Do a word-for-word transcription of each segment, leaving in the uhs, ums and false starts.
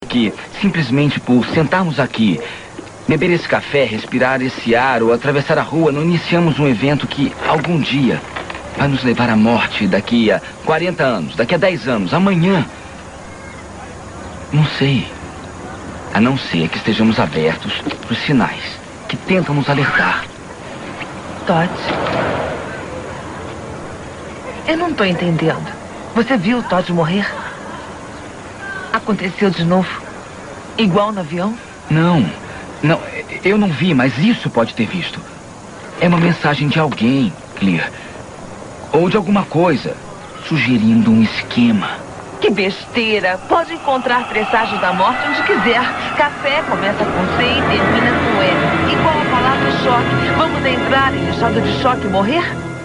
Que simplesmente por sentarmos aqui, beber esse café, respirar esse ar ou atravessar a rua, não iniciamos um evento que algum dia vai nos levar à morte daqui a quarenta anos, daqui a dez anos, amanhã. Não sei. A não ser que estejamos abertos para os sinais que tentam nos alertar. Todd, eu não tô entendendo. Você viu o Todd morrer? Aconteceu de novo? Igual no avião? Não, não, eu não vi, mas isso pode ter visto. É uma mensagem de alguém, Clear. Ou de alguma coisa, sugerindo um esquema. Que besteira! Pode encontrar presságios da morte onde quiser. Café começa com C e termina com L. Igual a palavra choque. Vamos entrar em estado de choque e morrer?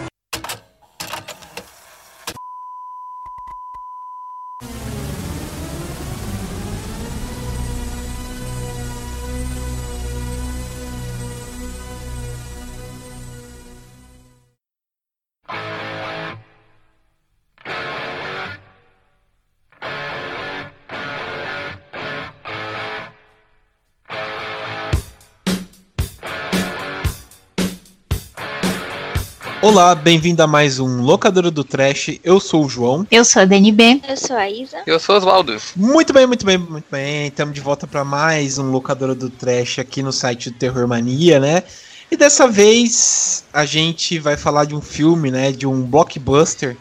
Olá, bem-vindo a mais um Locadora do Trash. Eu sou o João. Eu sou a Dani B. Eu sou a Isa. Eu sou o Osvaldo. Muito bem, muito bem, muito bem. Estamos de volta para mais um Locadora do Trash aqui no site do Terror Mania, né? E dessa vez a gente vai falar de um filme, né? De um blockbuster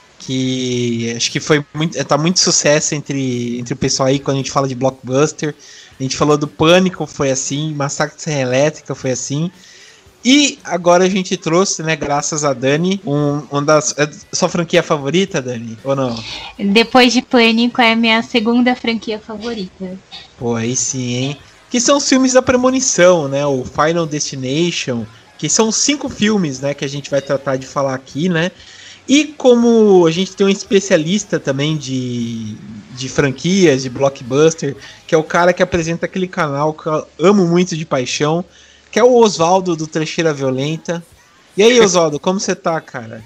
que acho que foi muito, tá muito sucesso entre, entre o pessoal aí quando a gente fala de blockbuster. A gente falou do Pânico, foi assim. Massacre de Serra Elétrica, foi assim. E agora a gente trouxe, né, graças a Dani, um, uma das... É sua franquia favorita, Dani? Ou não? Depois de Pânico é a minha segunda franquia favorita. Pô, aí sim, hein? Que são os filmes da Premonição, né? O Final Destination, que são cinco filmes, né, que a gente vai tratar de falar aqui, né? E como a gente tem um especialista também de, de franquias, de blockbuster, que é o cara que apresenta aquele canal que eu amo muito de paixão, que é o Osvaldo do Trecheira Violenta. E aí, Osvaldo, como você tá, cara?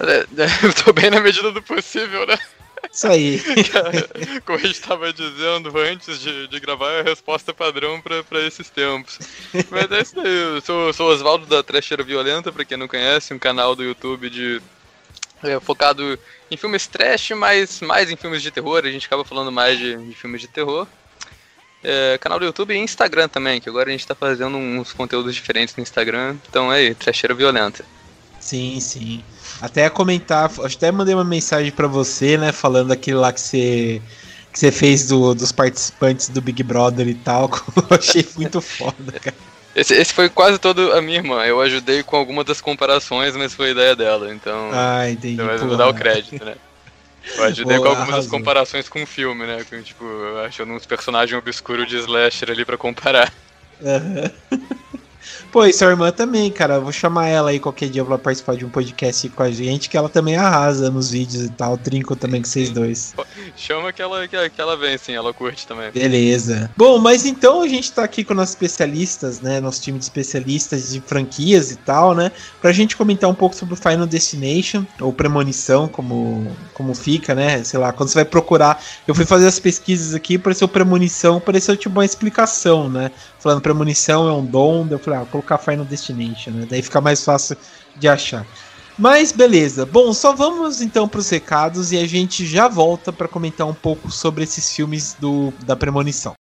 Eu tô bem na medida do possível, né? Isso aí. Como a gente tava dizendo antes de, de gravar, é a resposta padrão pra, pra esses tempos. Mas é isso daí, eu sou, sou o Osvaldo da Trecheira Violenta, pra quem não conhece, um canal do YouTube de, é, focado em filmes trash, mas mais em filmes de terror. A gente acaba falando mais de, de filmes de terror. É, canal do YouTube e Instagram também, que agora a gente tá fazendo uns conteúdos diferentes no Instagram. Então aí, Trecheira Violenta. Sim, sim. Até comentar, até mandei uma mensagem pra você, né, falando aquilo lá que você que você fez do, dos participantes do Big Brother e tal. Eu achei muito foda, cara. Esse, esse foi quase todo a minha irmã. Eu ajudei com alguma das comparações, mas foi ideia dela. Então, ah, entendi. Então eu vou dar o crédito, né? Eu ajudei Boa, com algumas arrasou. das comparações com o filme, né? Com, tipo, achando uns personagens obscuros de slasher ali pra comparar. Uhum. Pô, e sua irmã também, cara. Eu vou chamar ela aí qualquer dia pra participar de um podcast com a gente, que ela também arrasa nos vídeos e tal. Trinco também com vocês dois. Chama que ela, que, que ela vem, sim, ela curte também. Beleza. Bom, mas então a gente tá aqui com nossos especialistas, né? Nosso time de especialistas de franquias e tal, né? Pra gente comentar um pouco sobre o Final Destination, ou Premonição, como, como fica, né? Sei lá, quando você vai procurar. Eu fui fazer as pesquisas aqui, apareceu Premonição, apareceu tipo uma explicação, né? Falando Premonição é um dom, daí eu falei, ah, vou colocar Final Destination, né? Daí fica mais fácil de achar. Mas beleza, bom, só vamos então para os recados e a gente já volta para comentar um pouco sobre esses filmes do, da Premonição.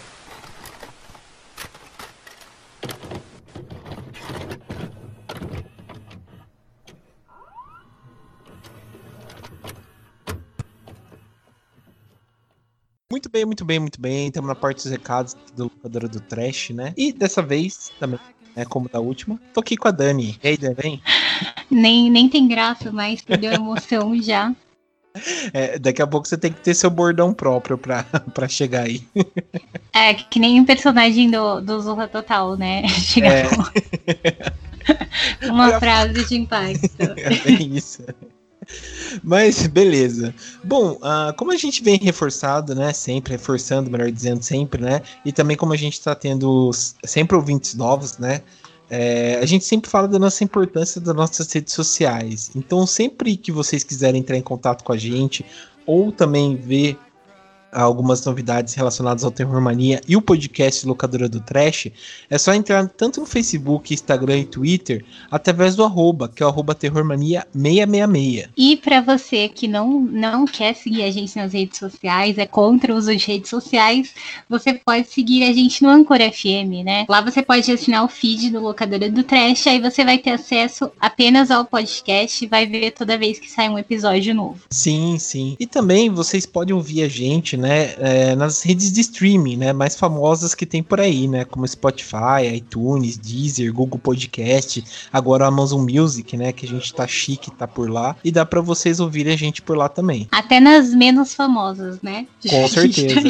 Muito bem, muito bem, muito bem. Estamos na parte dos recados do Locadora do Trash, né? E dessa vez, também, né, como da última, tô aqui com a Dani. E aí, Dani? Nem, nem tem graça mais, perdeu a emoção já. É, daqui a pouco você tem que ter seu bordão próprio pra, pra chegar aí. É, que nem o personagem do, do Zorra Total, né? Chegar É. com uma frase de impacto. É bem isso. Mas beleza. Bom, uh, como a gente vem reforçado, né? Sempre reforçando, melhor dizendo, sempre, né? E também como a gente tá tendo sempre ouvintes novos, né? É, a gente sempre fala da nossa importância das nossas redes sociais. Então, sempre que vocês quiserem entrar em contato com a gente, ou também ver algumas novidades relacionadas ao Terror Mania e o podcast Locadora do Trash, é só entrar tanto no Facebook, Instagram e Twitter, através do arroba, que é o arroba terrormania seiscentos e sessenta e seis. E para você que não, não quer seguir a gente nas redes sociais, é contra o uso de redes sociais, você pode seguir a gente no Anchor F M, né? Lá você pode assinar o feed do Locadora do Trash, aí você vai ter acesso apenas ao podcast e vai ver toda vez que sai um episódio novo. Sim, sim. E também vocês podem ouvir a gente, né, é, nas redes de streaming, né, mais famosas que tem por aí, né, como Spotify, iTunes, Deezer, Google Podcast, agora a Amazon Music, né, que a gente tá chique, tá por lá, e dá pra vocês ouvirem a gente por lá também. Até nas menos famosas, né? Com certeza.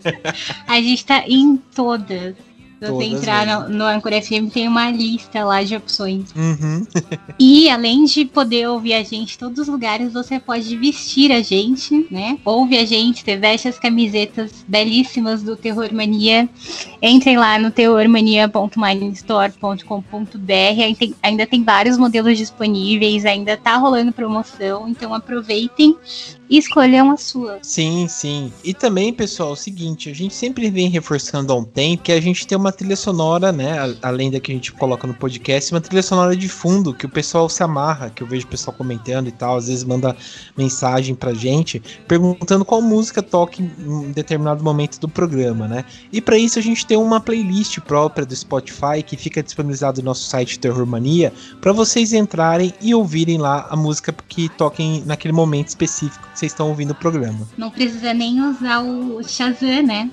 A gente tá em todas. Se você Todas entrar mesmo. no, no Anchor F M, tem uma lista lá de opções. Uhum. E além de poder ouvir a gente em todos os lugares, você pode vestir a gente, né? Ouve a gente, você veste as camisetas belíssimas do Terror Mania. Entrem lá no terrormania ponto minestore ponto com ponto b r. Ainda tem, ainda tem vários modelos disponíveis, ainda tá rolando promoção, então aproveitem e escolham a sua. Sim, sim. E também, pessoal, é o seguinte, a gente sempre vem reforçando há um tempo que a gente tem uma trilha sonora, né, a- além da que a gente coloca no podcast, uma trilha sonora de fundo, que o pessoal se amarra, que eu vejo o pessoal comentando e tal, às vezes manda mensagem pra gente, perguntando qual música toca em um determinado momento do programa, né. E pra isso a gente tem uma playlist própria do Spotify, que fica disponibilizado no nosso site Terror Mania, pra vocês entrarem e ouvirem lá a música que toquem naquele momento específico que vocês estão ouvindo o programa. Não precisa nem usar o Shazam, né?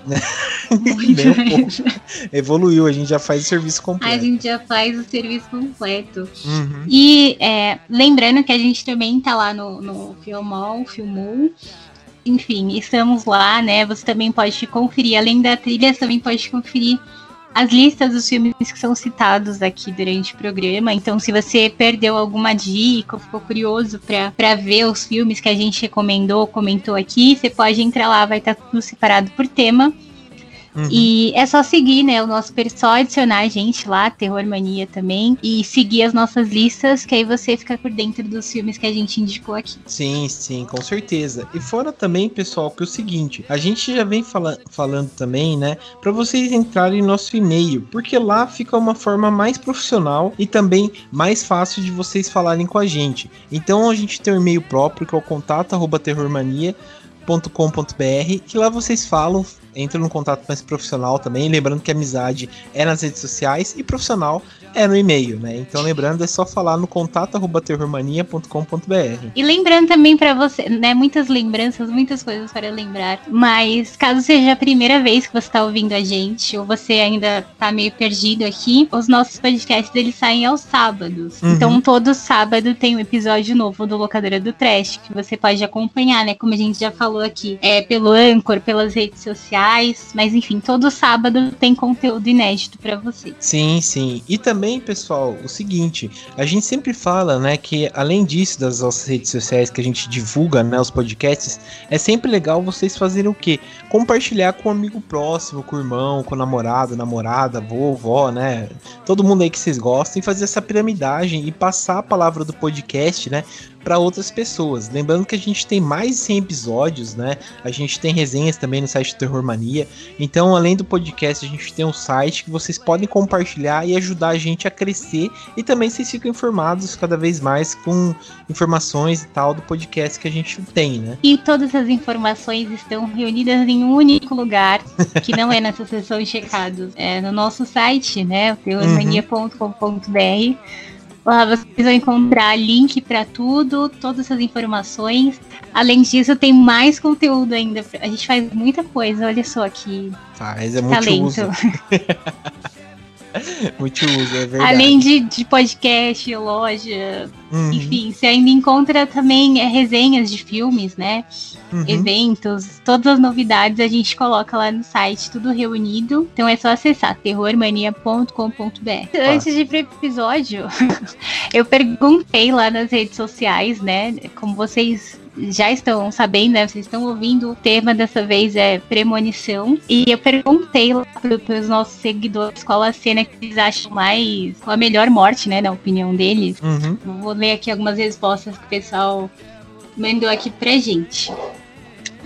Nem um pouco. Evoluiu, a gente já faz o serviço A completo. gente já faz o serviço completo. Uhum. E é, lembrando que a gente também tá lá no, no Filmol, Filmou. Enfim, estamos lá, né? Você também pode conferir, além da trilha, você também pode conferir as listas dos filmes que são citados aqui durante o programa. Então, se você perdeu alguma dica ou ficou curioso pra, pra ver os filmes que a gente recomendou, comentou aqui, você pode entrar lá, vai estar tudo separado por tema. Uhum. E é só seguir, né, o nosso, só adicionar a gente lá, Terror Mania também, e seguir as nossas listas, que aí você fica por dentro dos filmes que a gente indicou aqui. Sim, sim, com certeza. E fora também, pessoal, que é o seguinte, a gente já vem fala- falando também, né, pra vocês entrarem no nosso e-mail, porque lá fica uma forma mais profissional e também mais fácil de vocês falarem com a gente. Então a gente tem um e-mail próprio, que é o contato arroba terrormania ponto com ponto b r, que lá vocês falam, entram num contato mais profissional também, lembrando que a amizade é nas redes sociais e profissional é no e-mail, né? Então lembrando, é só falar no contato arroba terrormania ponto com ponto b r. E lembrando também pra você, né, muitas lembranças, muitas coisas para lembrar, mas caso seja a primeira vez que você tá ouvindo a gente, ou você ainda tá meio perdido aqui, os nossos podcasts, eles saem aos sábados. Uhum. Então todo sábado tem um episódio novo do Locadora do Trash, que você pode acompanhar, né, como a gente já falou aqui, é pelo Anchor, pelas redes sociais, mas enfim, todo sábado tem conteúdo inédito pra você. Sim, sim. E também, pessoal, o seguinte, a gente sempre fala, né, que além disso, das nossas redes sociais que a gente divulga, né, os podcasts, é sempre legal vocês fazerem o quê? Compartilhar com um amigo próximo, com o irmão, com o namorado, namorada, vô, vó, né, todo mundo aí que vocês gostam, e fazer essa piramidagem e passar a palavra do podcast, né, para outras pessoas. Lembrando que a gente tem mais de cem episódios, né? A gente tem resenhas também no site Terror Mania. Então, além do podcast, a gente tem um site que vocês podem compartilhar e ajudar a gente a crescer. E também vocês ficam informados cada vez mais com informações e tal do podcast que a gente tem, né? E todas as informações estão reunidas em um único lugar, que não é nessa seção de checados. É no nosso site, né? o terrormania ponto com ponto b r. Lá vocês vão encontrar link para tudo, todas essas informações. Além disso, tem mais conteúdo ainda. A gente faz muita coisa, olha só que Faz, é talento. multiuso. Multiuso, é verdade. Além de, de podcast, loja, Uhum, enfim, você ainda encontra também é, resenhas de filmes, né? uhum. Eventos, todas as novidades a gente coloca lá no site, tudo reunido. Então é só acessar terrormania ponto com ponto b r. Antes de ir pro episódio, eu perguntei lá nas redes sociais, né? Como vocês já estão sabendo, né? Vocês estão ouvindo, o tema dessa vez é premonição. E eu perguntei lá pro, pros nossos seguidores qual a cena que eles acham mais, qual a melhor morte, né? Na opinião deles. Uhum. Vou ler aqui algumas respostas que o pessoal mandou aqui pra gente.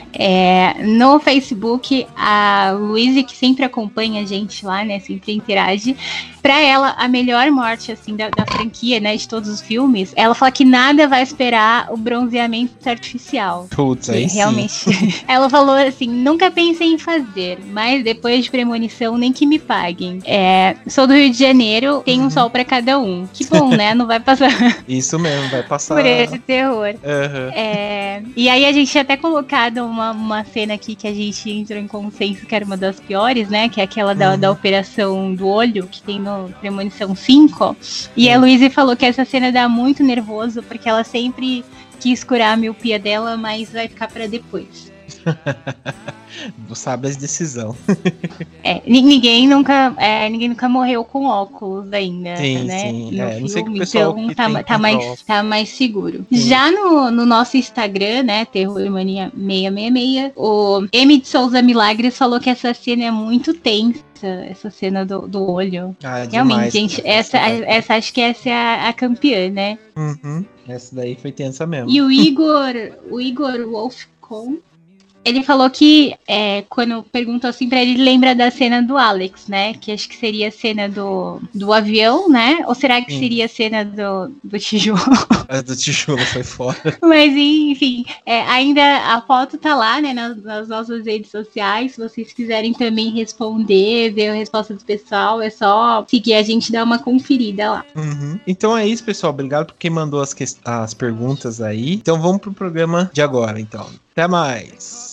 É, no Facebook, a Luísa, que sempre acompanha a gente lá, né, sempre interage, pra ela, a melhor morte, assim, da, da franquia, né, de todos os filmes, ela fala que nada vai esperar o bronzeamento artificial. Putz, aí realmente. sim. Ela falou assim, nunca pensei em fazer, mas depois de Premonição, nem que me paguem. É, sou do Rio de Janeiro, tem um uhum. sol pra cada um. Que bom, né? Não vai passar... Isso mesmo, vai passar... por esse terror. Uhum. É, e aí a gente tinha até colocado uma, uma cena aqui que a gente entrou em consenso que era uma das piores, né? Que é aquela da, uhum. da operação do olho, que tem no Premonição cinco. E uhum. a Luísa falou que essa cena dá muito nervoso, porque ela sempre quis curar a miopia dela, mas vai ficar pra depois. Sabe as decisão. É, ninguém nunca, é, ninguém nunca morreu com óculos ainda, sim, né? Sim, no é, filme, não sei que o pessoal então que tá, tá, mais, tá mais seguro. Sim. Já no, no nosso Instagram, né, Terrormania seiscentos e sessenta e seis, o M de Souza Milagres falou que essa cena é muito tensa, essa cena do, do olho. Ah, realmente, demais, gente, essa, essa acho que essa é a, a campeã, né? Uhum. Essa daí foi tensa mesmo. E o Igor, o Igor Wolfcon, ele falou que, é, quando perguntou assim pra ele, ele lembra da cena do Alex, né? Que acho que seria a cena do, do avião, né? Ou será que Sim. seria a cena do, do tijolo? A do tijolo foi fora. Mas, enfim, é, ainda a foto tá lá, né? Nas, nas nossas redes sociais. Se vocês quiserem também responder, ver a resposta do pessoal, é só seguir a gente e dar uma conferida lá. Uhum. Então é isso, pessoal. Obrigado por quem mandou as, que... as perguntas aí. Então vamos pro programa de agora, então. Até mais!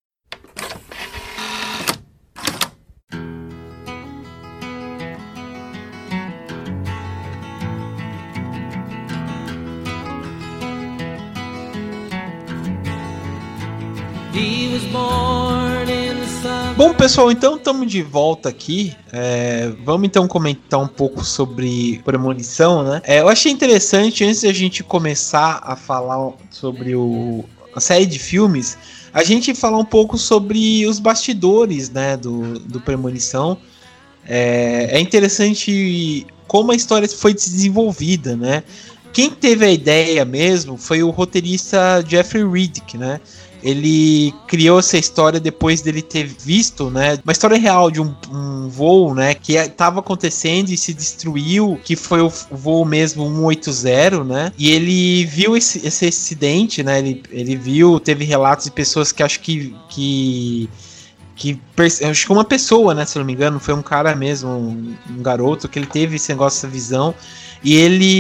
Bom, pessoal, então estamos de volta aqui. É, vamos então comentar um pouco sobre Premonição, né? É, eu achei interessante, antes da gente começar a falar sobre o, a série de filmes, a gente falar um pouco sobre os bastidores, né, do, do Premonição. É, é interessante como a história foi desenvolvida, né? Quem teve a ideia mesmo foi o roteirista Jeffrey Riddick, né? Ele criou essa história depois dele ter visto, né, uma história real de um, um voo, né, que estava acontecendo e se destruiu, que foi o voo mesmo cento e oitenta, né, e ele viu esse, esse acidente, né, ele, ele viu, teve relatos de pessoas que acho que... que que acho que uma pessoa, né, se não me engano, foi um cara mesmo, um, um garoto, que ele teve esse negócio, essa visão, e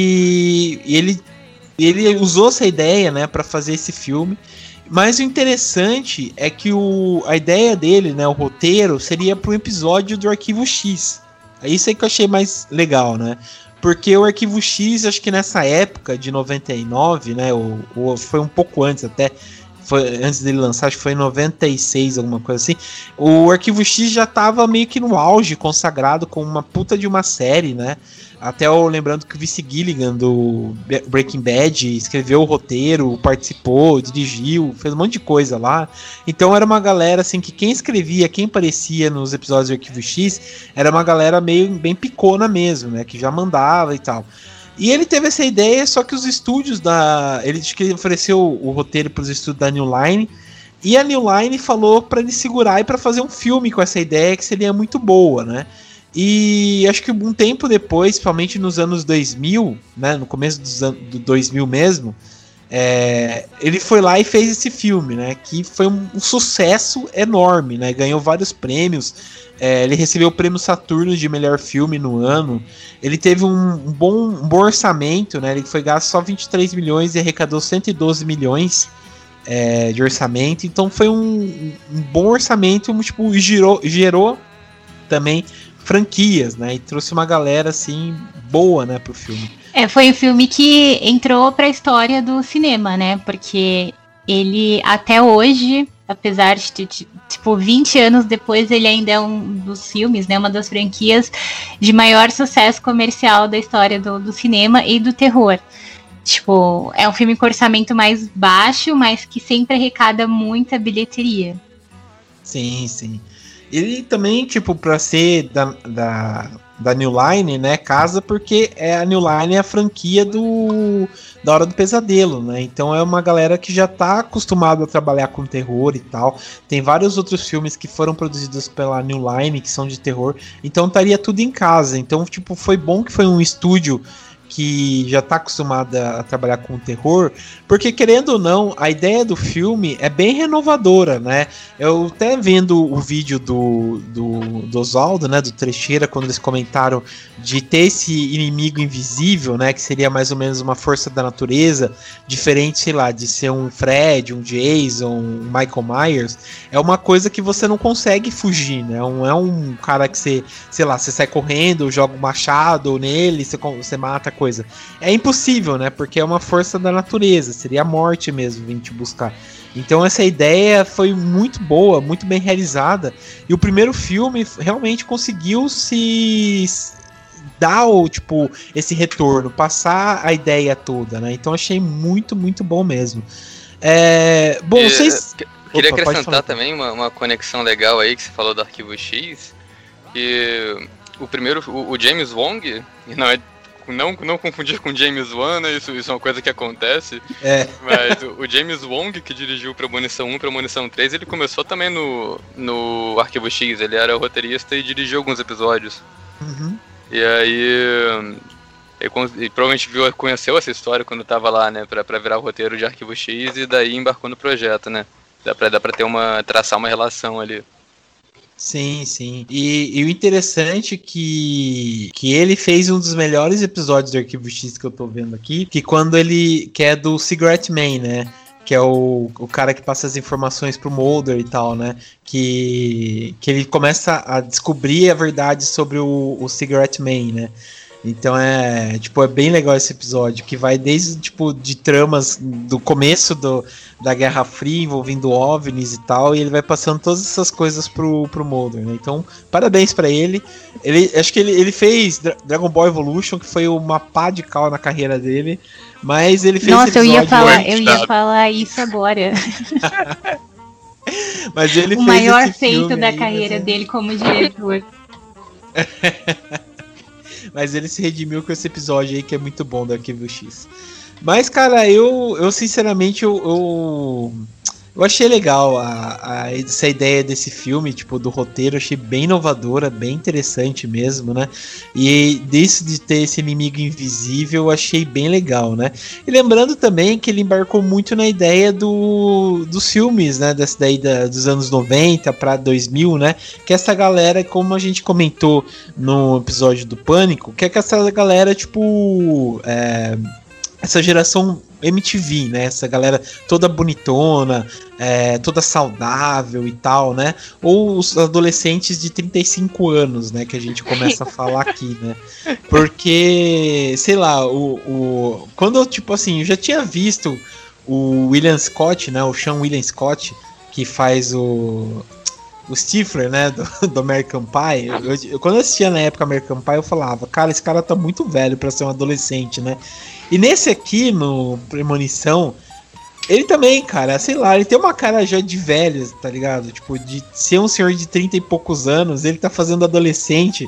ele ele, ele usou essa ideia, né, para fazer esse filme. Mas o interessante é que o, a ideia dele, né, o roteiro, seria para um episódio do Arquivo X. É isso aí que eu achei mais legal, né? Porque o Arquivo X, acho que nessa época de noventa e nove, né, ou, ou foi um pouco antes até, foi, antes dele lançar, acho que foi em noventa e seis, alguma coisa assim, o Arquivo X já tava meio que no auge, consagrado com uma puta de uma série, né? Até eu lembrando que o Vince Gilligan do Breaking Bad escreveu o roteiro, participou, dirigiu, fez um monte de coisa lá. Então era uma galera assim que quem escrevia, quem aparecia nos episódios do Arquivo X, era uma galera meio bem picona mesmo, né? Que já mandava e tal. E ele teve essa ideia, só que os estúdios da... Ele disse que ele ofereceu o roteiro para os estúdios da New Line, e a New Line falou para ele segurar e para fazer um filme com essa ideia que seria muito boa, né? E acho que um tempo depois, principalmente nos anos dois mil, né, no começo dos anos do dois mil mesmo, é, ele foi lá e fez esse filme, né, que foi um, um sucesso enorme, né, ganhou vários prêmios, é, ele recebeu o prêmio Saturno de melhor filme no ano, ele teve um, um, bom, um bom orçamento, né, ele foi gasto só vinte e três milhões e arrecadou cento e doze milhões é, de orçamento, então foi um, um bom orçamento, tipo, gerou, gerou também franquias, né, e trouxe uma galera, assim, boa, né, pro filme. É, foi um filme que entrou pra história do cinema, né, porque ele, até hoje, apesar de, tipo, vinte anos depois, ele ainda é um dos filmes, né, uma das franquias de maior sucesso comercial da história do, do cinema e do terror. Tipo, é um filme com orçamento mais baixo, mas que sempre arrecada muita bilheteria. Sim, sim. Ele também, tipo, pra ser da, da, da New Line, né, casa porque é, a New Line é a franquia do da Hora do Pesadelo, né, então é uma galera que já tá acostumada a trabalhar com terror e tal, tem vários outros filmes que foram produzidos pela New Line, que são de terror, então estaria tudo em casa, então, tipo, foi bom que foi um estúdio que já tá acostumada a trabalhar com terror, porque querendo ou não, a ideia do filme é bem renovadora, né? Eu até vendo o vídeo do, do, do Oswaldo, né, do Trecheira, quando eles comentaram de ter esse inimigo invisível, né, que seria mais ou menos uma força da natureza, diferente, sei lá, de ser um Fred, um Jason, um Michael Myers, é uma coisa que você não consegue fugir, né? Não é um cara que você, sei lá, você sai correndo, joga um machado nele, você, você mata a coisa. É impossível, né? Porque é uma força da natureza, seria a morte mesmo vir te buscar. Então essa ideia foi muito boa, muito bem realizada, e o primeiro filme realmente conseguiu se dar o, tipo, esse retorno, passar a ideia toda, né? Então achei muito, muito bom mesmo. É... Bom, e, vocês... Queria Opa, acrescentar também uma, uma conexão legal aí que você falou do Arquivo X, que o primeiro, o, o James Wong, não é Não, não confundir com James Wan, né? Isso, isso é uma coisa que acontece. É. Mas o, o James Wong, que dirigiu Premonição um, Premonição três, ele começou também no, no Arquivo X. Ele era roteirista e dirigiu alguns episódios. Uhum. E aí... Ele, ele provavelmente viu, conheceu essa história quando tava lá, né? Pra, pra virar o roteiro de Arquivo X, e daí embarcou no projeto, né? Dá pra, dá pra ter uma... traçar uma relação ali. Sim, sim. E, e o interessante é que, que ele fez um dos melhores episódios do Arquivo X que eu tô vendo aqui, que quando ele, que é do Cigarette Man, né? Que é o, o cara que passa as informações pro Mulder e tal, né? Que, que ele começa a descobrir a verdade sobre o, o Cigarette Man, né? Então é, tipo, é bem legal esse episódio, que vai desde, tipo, de tramas do começo do, da Guerra Fria, envolvendo OVNIs e tal, e ele vai passando todas essas coisas pro, pro Mulder, né? Então, parabéns pra ele. Ele acho que ele, ele fez Dragon Ball Evolution, que foi uma pá de cal na carreira dele, mas ele fez Nossa, esse episódio... eu ia falar, eu ia falar isso agora. Mas ele o fez maior esse feito filme da aí, carreira mas... dele como diretor. Mas ele se redimiu com esse episódio aí que é muito bom do Arquivo X. Mas, cara, eu, eu sinceramente, eu, eu, eu achei legal a, a, essa ideia desse filme, tipo, do roteiro, achei bem inovadora, bem interessante mesmo, né? E disso de ter esse inimigo invisível, eu achei bem legal, né? E lembrando também que ele embarcou muito na ideia do, dos filmes, né? Dessa daí da, dos anos noventa para dois mil, né? Que essa galera, como a gente comentou no episódio do Pânico, que é que essa galera, tipo... É, essa geração M T V, né? Essa galera toda bonitona, é, toda saudável e tal, né? Ou os adolescentes de trinta e cinco anos, né? Que a gente começa a falar aqui, né? Porque, sei lá, o, o, quando eu, tipo assim, eu já tinha visto o William Scott, né? O Sean William Scott, que faz o... o Stifler, né, do, do American Pie. Eu, eu, eu, quando eu assistia na época American Pie, eu falava, cara, esse cara tá muito velho pra ser um adolescente, né? E nesse aqui, no Premonição, ele também, cara, sei lá, ele tem uma cara já de velho, tá ligado? Tipo, de ser um senhor de trinta e poucos anos, ele tá fazendo adolescente.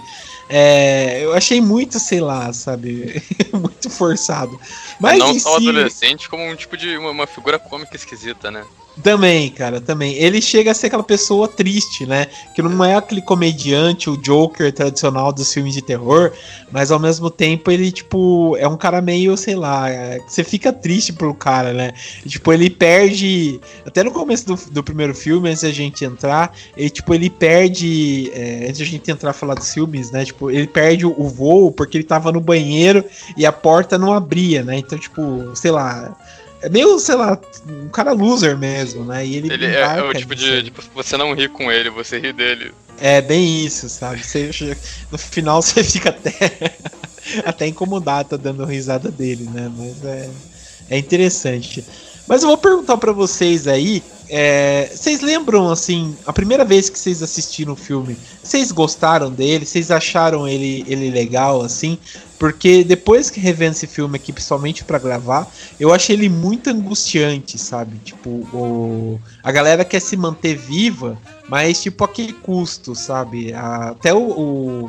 É, eu achei muito, sei lá, sabe, muito forçado. Mas não só si... adolescente, como um tipo de uma, uma figura cômica esquisita, né? Também, cara, também. Ele chega a ser aquela pessoa triste, né? Que não é aquele comediante, o Joker tradicional dos filmes de terror, mas ao mesmo tempo ele, tipo, é um cara meio, sei lá, é, você fica triste pelo cara, né? E, tipo, ele perde, até no começo do, do primeiro filme, antes da gente entrar, ele, tipo, ele perde, é, antes da gente entrar a falar dos filmes, né? Tipo, ele perde o, o voo porque ele tava no banheiro e a porta não abria, né? Então, tipo, sei lá... É meio, sei lá, um cara loser mesmo, né? E ele, ele é, é o tipo de, de você não ri com ele, você ri dele. É bem isso, sabe? Você, no final você fica até, até incomodado, tá dando risada dele, né? Mas é, é interessante. Mas eu vou perguntar pra vocês aí, é, vocês lembram, assim, a primeira vez que vocês assistiram o filme, vocês gostaram dele? Vocês acharam ele, ele legal, assim? Porque depois que revendo esse filme aqui, pessoalmente pra gravar, eu achei ele muito angustiante, sabe? Tipo, o, a galera quer se manter viva, mas tipo, a que custo, sabe? A, até o, o,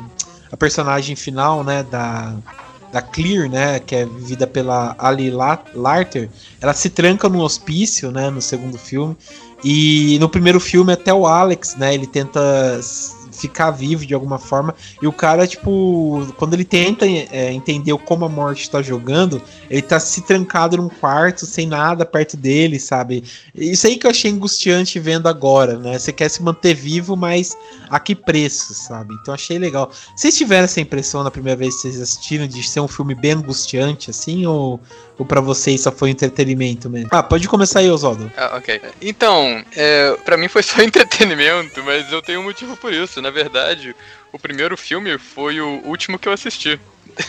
a personagem final, né, da, da Clear, né, que é vivida pela Ali Larter, ela se tranca num hospício, né, no segundo filme, e no primeiro filme até o Alex, né, ele tenta ficar vivo de alguma forma, e o cara, tipo, quando ele tenta é, entender como a morte tá jogando, ele tá se trancado num quarto, sem nada perto dele, sabe? Isso aí que eu achei angustiante vendo agora, né? Você quer se manter vivo, mas a que preço, sabe? Então achei legal. Vocês tiveram essa impressão na primeira vez que vocês assistiram de ser um filme bem angustiante, assim, ou, ou pra vocês só foi entretenimento mesmo? Ah, pode começar aí, Oswaldo. Ah, ok. Então, é, pra mim foi só entretenimento, mas eu tenho um motivo por isso, né? Na verdade, o primeiro filme foi o último que eu assisti.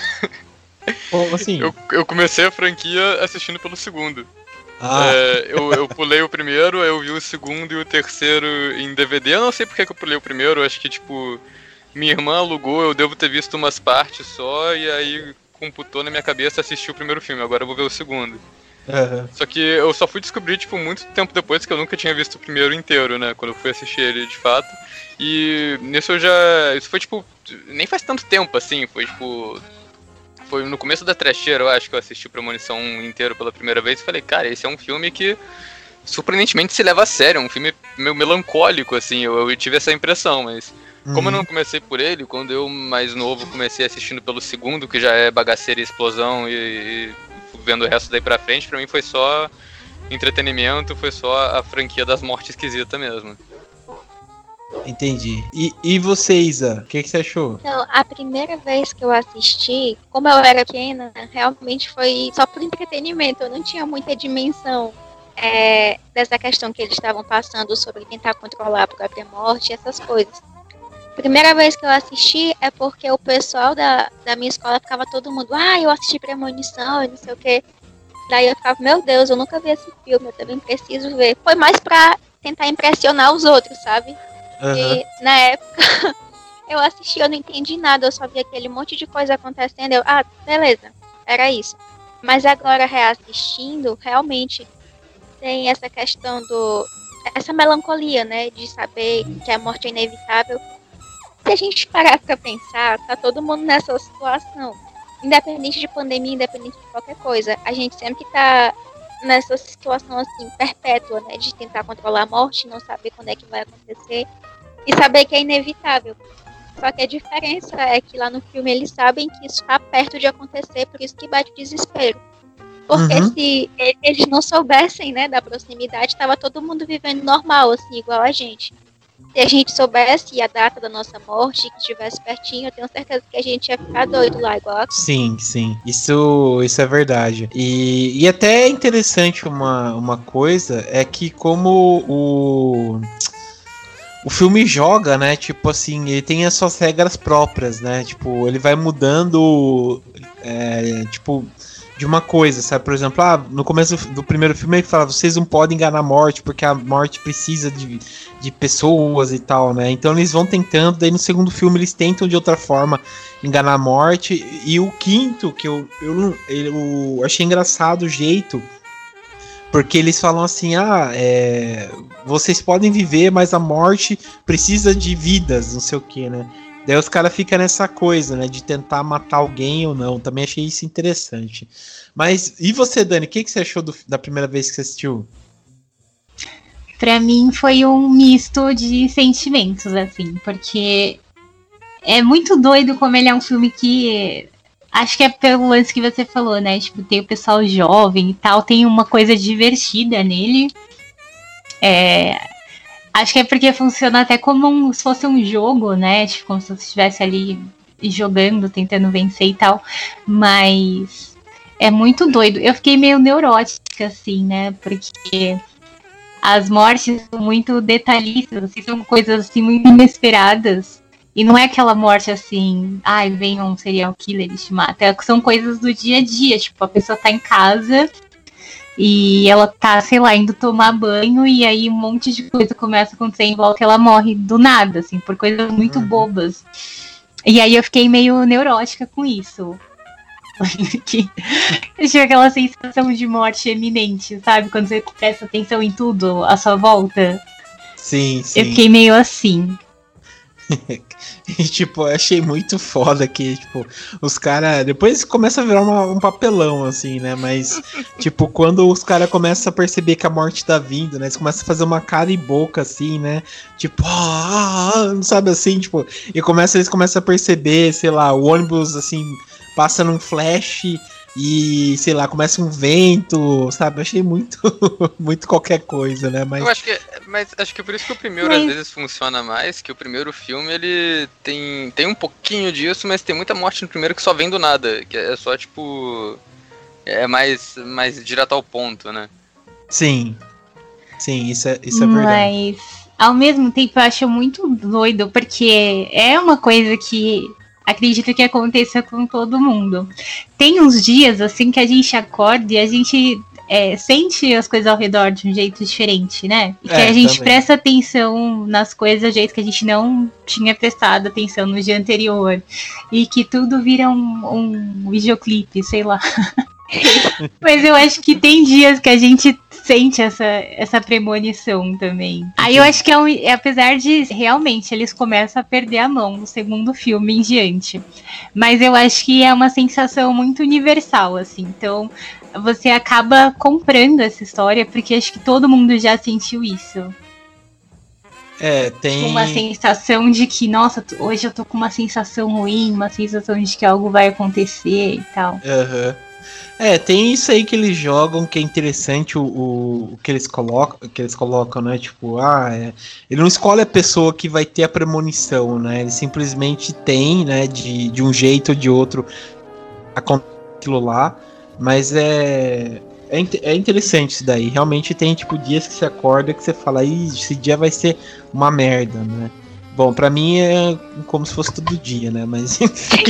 Como assim? Eu, eu comecei a franquia assistindo pelo segundo. Ah. É, eu, eu pulei o primeiro, eu vi o segundo e o terceiro em D V D. Eu não sei porque que eu pulei o primeiro, eu acho que, tipo, minha irmã alugou, eu devo ter visto umas partes só, e aí computou na minha cabeça assistir o primeiro filme, agora eu vou ver o segundo. Uhum. Só que eu só fui descobrir, tipo, muito tempo depois que eu nunca tinha visto o primeiro inteiro, né? Quando eu fui assistir ele de fato. E nisso eu já... Isso foi, tipo... Nem faz tanto tempo, assim. Foi, tipo... Foi no começo da trecheira, eu acho, que eu assisti Premonição um inteiro pela primeira vez. E falei, cara, esse é um filme que... surpreendentemente se leva a sério. É um filme meio melancólico, assim. Eu, eu tive essa impressão, mas... Uhum. Como eu não comecei por ele, quando eu, mais novo, comecei assistindo pelo segundo, que já é bagaceira e explosão, e... e vendo o resto daí pra frente, pra mim foi só entretenimento, foi só a franquia das mortes esquisitas mesmo. Entendi. E, e você, Isa? O que, que você achou? Então, a primeira vez que eu assisti, como eu era pequena, realmente foi só por entretenimento. Eu não tinha muita dimensão é, dessa questão que eles estavam passando sobre tentar controlar a própria morte e essas coisas. Primeira vez que eu assisti é porque o pessoal da, da minha escola ficava todo mundo, ah, eu assisti Premonição e não sei o que. Daí eu ficava, meu Deus, eu nunca vi esse filme, eu também preciso ver. Foi mais pra tentar impressionar os outros, sabe? Uhum. E na época eu assisti, eu não entendi nada, eu só vi aquele monte de coisa acontecendo, eu, ah, beleza, era isso. Mas agora reassistindo, realmente tem essa questão do, essa melancolia, né, de saber que a morte é inevitável. Se a gente parar pra pensar, tá todo mundo nessa situação. Independente de pandemia, independente de qualquer coisa. A gente sempre tá nessa situação, assim, perpétua, né? De tentar controlar a morte, não saber quando é que vai acontecer. E saber que é inevitável. Só que a diferença é que lá no filme eles sabem que isso tá perto de acontecer, por isso que bate o desespero. Porque uhum. se eles não soubessem, né, da proximidade, tava todo mundo vivendo normal, assim, igual a gente. Se a gente soubesse a data da nossa morte, que estivesse pertinho, eu tenho certeza que a gente ia ficar doido lá, igual a... Sim, sim. Isso, isso é verdade. E, e até é interessante uma, uma coisa, é que como o... O filme joga, né, tipo assim, ele tem as suas regras próprias, né, tipo, ele vai mudando, é, tipo... de uma coisa, sabe? Por exemplo, ah, no começo do primeiro filme ele fala, vocês não podem enganar a morte, porque a morte precisa de, de pessoas e tal, né? Então eles vão tentando, daí no segundo filme eles tentam de outra forma enganar a morte, e o quinto, que eu, eu, eu achei engraçado o jeito, porque eles falam assim, ah, é, vocês podem viver, mas a morte precisa de vidas, não sei o que, né? Daí os caras ficam nessa coisa, né, de tentar matar alguém ou não. Também achei isso interessante. Mas, e você, Dani, o que, que você achou do, da primeira vez que você assistiu? Pra mim foi um misto de sentimentos, assim, porque é muito doido como ele é um filme que... Acho que é pelo lance que você falou, né, tipo, tem o pessoal jovem e tal, tem uma coisa divertida nele. É... Acho que é porque funciona até como um, se fosse um jogo, né? Tipo, como se você estivesse ali jogando, tentando vencer e tal. Mas é muito doido. Eu fiquei meio neurótica, assim, né? Porque as mortes são muito detalhistas, assim, são coisas assim muito inesperadas. E não é aquela morte assim, ai, vem um serial killer e te mata. São coisas do dia a dia. Tipo, a pessoa tá em casa... E ela tá, sei lá, indo tomar banho e aí um monte de coisa começa a acontecer em volta e ela morre do nada, assim, por coisas muito bobas. E aí eu fiquei meio neurótica com isso. Que eu tive aquela sensação de morte eminente, sabe? Quando você presta atenção em tudo à sua volta. Sim, sim. Eu fiquei meio assim. E, tipo, eu achei muito foda que, tipo, os caras... Depois começa a virar uma, um papelão, assim, né? Mas, tipo, quando os caras começam a perceber que a morte tá vindo, né? Eles começam a fazer uma cara e boca, assim, né? Tipo, ah, não sabe assim, tipo... E começa, eles começam a perceber, sei lá, o ônibus, assim, passa num flash... E, sei lá, começa um vento, sabe? Eu achei muito, muito qualquer coisa, né? Mas... Eu acho que, mas acho que por isso que o primeiro mas... às vezes funciona mais, que o primeiro filme, ele tem, tem um pouquinho disso, mas tem muita morte no primeiro que só vem do nada, que é só, tipo, é mais, mais direto ao ponto, né? Sim, sim, isso é, isso é verdade. Mas, ao mesmo tempo, eu acho muito doido, porque é uma coisa que... acredito que aconteça com todo mundo. Tem uns dias, assim, que a gente acorda e a gente é, sente as coisas ao redor de um jeito diferente, né? E que É, a gente também. presta atenção nas coisas do jeito que a gente não tinha prestado atenção no dia anterior. E que tudo vira um, um videoclipe, sei lá. Mas eu acho que tem dias que a gente sente essa, essa premonição também. Aí eu acho que é um, apesar de realmente eles começam a perder a mão no segundo filme em diante. Mas eu acho que é uma sensação muito universal, assim. Então você acaba comprando essa história porque acho que todo mundo já sentiu isso. É, tem... Uma sensação de que, nossa, hoje eu tô com uma sensação ruim, uma sensação de que algo vai acontecer e tal. Aham. É, tem isso aí que eles jogam que é interessante, o, o, o que eles colocam, que eles colocam, né? Tipo, ah, é, ele não escolhe a pessoa que vai ter a premonição, né? Ele simplesmente tem, né? De, de um jeito ou de outro aquilo lá, mas é, é, é interessante isso daí. Realmente tem, tipo, dias que você acorda que você fala, ih, esse dia vai ser uma merda, né? Bom, pra mim é como se fosse todo dia, né? Mas enfim.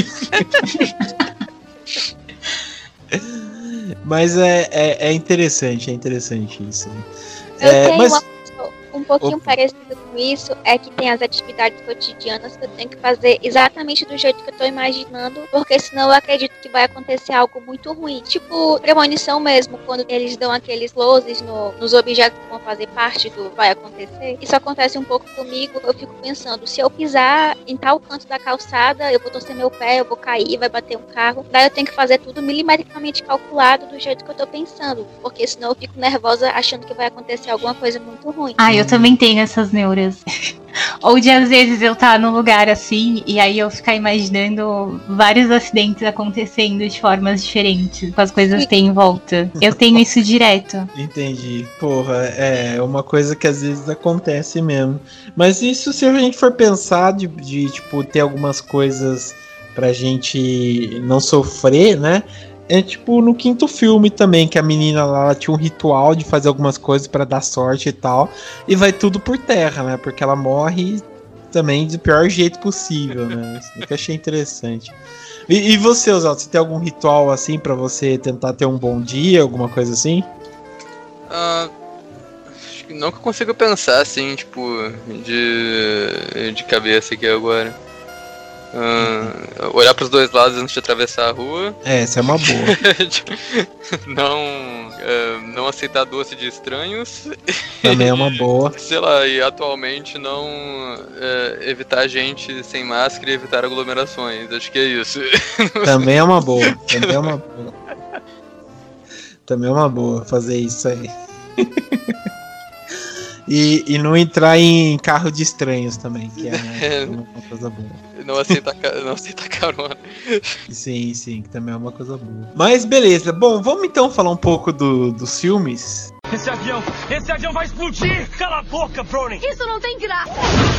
Mas é, é, é interessante, é interessante isso. Eu É, tenho mas... uma, um pouquinho Opa. parecido com isso, é que tem as atividades cotidianas que eu tenho que fazer exatamente do jeito que eu tô imaginando, porque senão eu acredito que vai acontecer algo muito ruim. Tipo, premonição mesmo, quando eles dão aqueles closes no, nos objetos que vão fazer parte do vai acontecer. Isso acontece um pouco comigo, eu fico pensando, se eu pisar em tal canto da calçada, eu vou torcer meu pé, eu vou cair, vai bater um carro. Daí eu tenho que fazer tudo milimetricamente calculado do jeito que eu tô pensando, porque senão eu fico nervosa achando que vai acontecer alguma coisa muito ruim. Ah, eu também tenho essas neuras. Ou de às vezes eu estar num lugar assim e aí eu ficar imaginando vários acidentes acontecendo de formas diferentes, com as coisas que tem em volta. Eu tenho isso direto. Entendi. Porra, é uma coisa que às vezes acontece mesmo. Mas isso, se a gente for pensar de, de tipo, ter algumas coisas pra gente não sofrer, né? É tipo no quinto filme também, que a menina lá ela tinha um ritual de fazer algumas coisas pra dar sorte e tal, e vai tudo por terra, né? Porque ela morre também do pior jeito possível, né? Isso que eu achei interessante. E, e você, Oswaldo, você tem algum ritual assim pra você tentar ter um bom dia, alguma coisa assim? Ah, acho que não que eu consiga pensar assim, tipo, de, de cabeça aqui agora. Uh, olhar pros dois lados antes de atravessar a rua. É, essa é uma boa. não, uh, não aceitar doce de estranhos. Também é uma boa. Sei lá, e atualmente não uh, evitar gente sem máscara e evitar aglomerações. Acho que é isso. Também é uma boa. Também é uma boa. Também é uma boa fazer isso aí. E, e não entrar em carro de estranhos também, que é, é uma coisa boa. Não aceitar, não aceitar carona. Sim, sim, que também é uma coisa boa. Mas beleza, bom, vamos então falar um pouco do, dos filmes. Esse avião, esse avião vai explodir! Cala a boca, Browning! Isso não tem graça!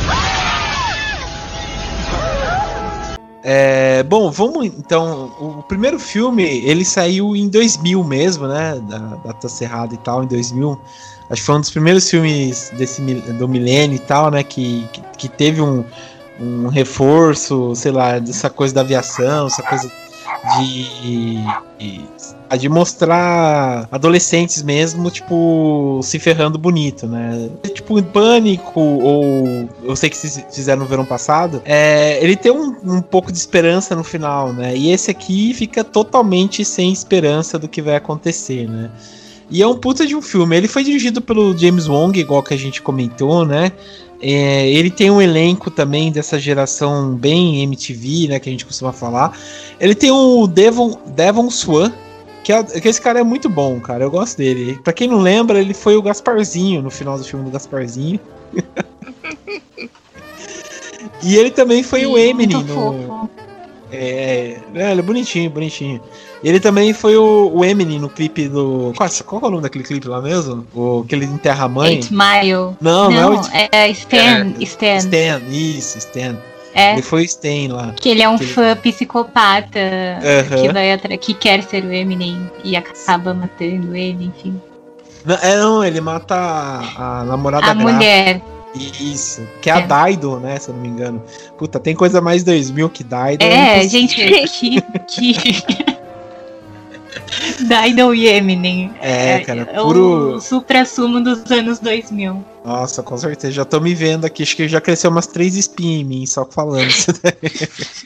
É, bom, vamos então. O primeiro filme ele saiu em dois mil mesmo, né? Da data cerrada e tal, em dois mil. Acho que foi um dos primeiros filmes desse, do milênio e tal, né? Que, que, que teve um, um reforço, sei lá, dessa coisa da aviação, essa coisa de, de, de mostrar adolescentes mesmo, tipo, se ferrando bonito, né? Tipo, em Pânico, ou eu sei que vocês fizeram no verão passado, é, ele tem um, um pouco de esperança no final, né? E esse aqui fica totalmente sem esperança do que vai acontecer, né? E é um puta de um filme. Ele foi dirigido pelo James Wong, igual que a gente comentou, né? É, ele tem um elenco também dessa geração bem M T V, né, que a gente costuma falar. Ele tem o Devon, Devon Swan, que, é, que esse cara é muito bom, cara. Eu gosto dele. Pra quem não lembra, ele foi o Gasparzinho no final do filme do Gasparzinho. E ele também foi Sim, o Eminem no... É, é, ele é bonitinho, bonitinho. E ele também foi o, o Eminem no clipe do... Qual, qual é o nome daquele clipe lá mesmo? O, que ele enterra a mãe? Eight Mile. Não, não, não é, é Stan, é Stan. Stan, isso, Stan. É. Ele foi o Stan lá. Que ele é um que fã ele... psicopata uh-huh. que, vai atra... que quer ser o Eminem e acaba matando ele, enfim. Não, é, não, ele mata a, a namorada A grávida. mulher. Isso, que é, é a Dido, né, se eu não me engano. Puta, tem coisa mais dois mil que Dido. É, é gente, que... que... Dido e Eminem. É, cara, é puro... o supra-sumo dos anos dois mil. Nossa, com certeza, já tô me vendo aqui, acho que já cresceu umas três espinhas em mim, só falando isso daí.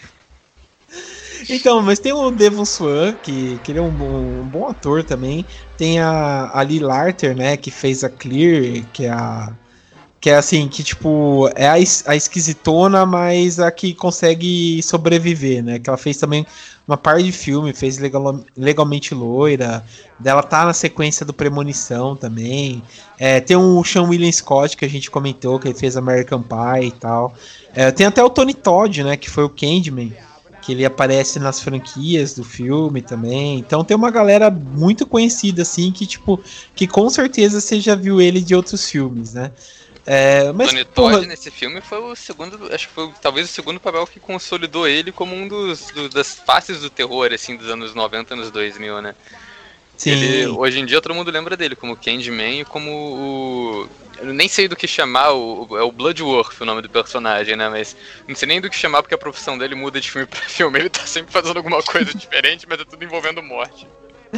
Então, mas tem o Devon Swan, que, que ele é um bom, um bom ator também. Tem a, a Lee Larter, né, que fez a Clear, que é a... Que é assim, que tipo, é a, a esquisitona, mas a que consegue sobreviver, né? Que ela fez também uma par de filme, fez legal, Legalmente Loira, dela tá na sequência do Premonição também. É, tem o Sean William Scott, que a gente comentou, que ele fez American Pie e tal. É, tem até o Tony Todd, né? Que foi o Candyman, que ele aparece nas franquias do filme também. Então tem uma galera muito conhecida, assim, que tipo, que com certeza você já viu ele de outros filmes, né? É, mas, Tony porra... Todd nesse filme foi o segundo, acho que foi talvez o segundo papel que consolidou ele como um dos, do, das faces do terror, assim, dos anos noventa, anos dois mil, né? Sim. Ele, hoje em dia todo mundo lembra dele como Candyman e como o... Eu nem sei do que chamar, o, é o Bloodworth o nome do personagem, né? Mas não sei nem do que chamar porque a profissão dele muda de filme pra filme. Ele tá sempre fazendo alguma coisa diferente, mas é tudo envolvendo morte.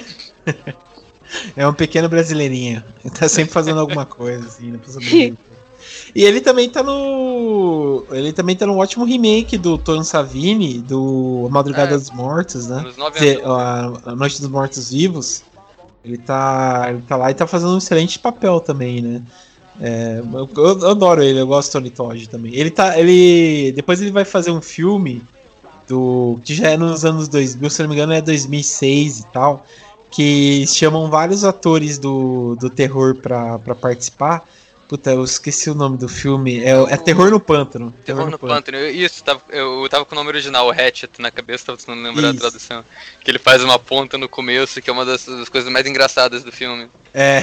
É um pequeno brasileirinho. Ele tá sempre fazendo alguma coisa, assim, né? E ele também tá no. Ele também tá no ótimo remake do Tom Savini, do Madrugada é, dos Mortos, né? Dizer, a, a Noite dos Mortos Vivos. Ele tá, ele tá lá e tá fazendo um excelente papel também, né? É, eu, eu adoro ele, eu gosto do Tony Todd também. Ele tá. Ele. Depois ele vai fazer um filme do. Que já é nos anos dois mil, se não me engano, é dois mil e seis e tal. Que chamam vários atores do, do terror pra, pra participar. Puta, eu esqueci o nome do filme. É, é Terror no Pântano. Terror, Terror no, no Pântano. Pântano. Isso, tava, eu tava com o nome original, o Hatchet, na cabeça, tava tentando lembrar Isso. a tradução. Que ele faz uma ponta no começo, que é uma das, das coisas mais engraçadas do filme. É.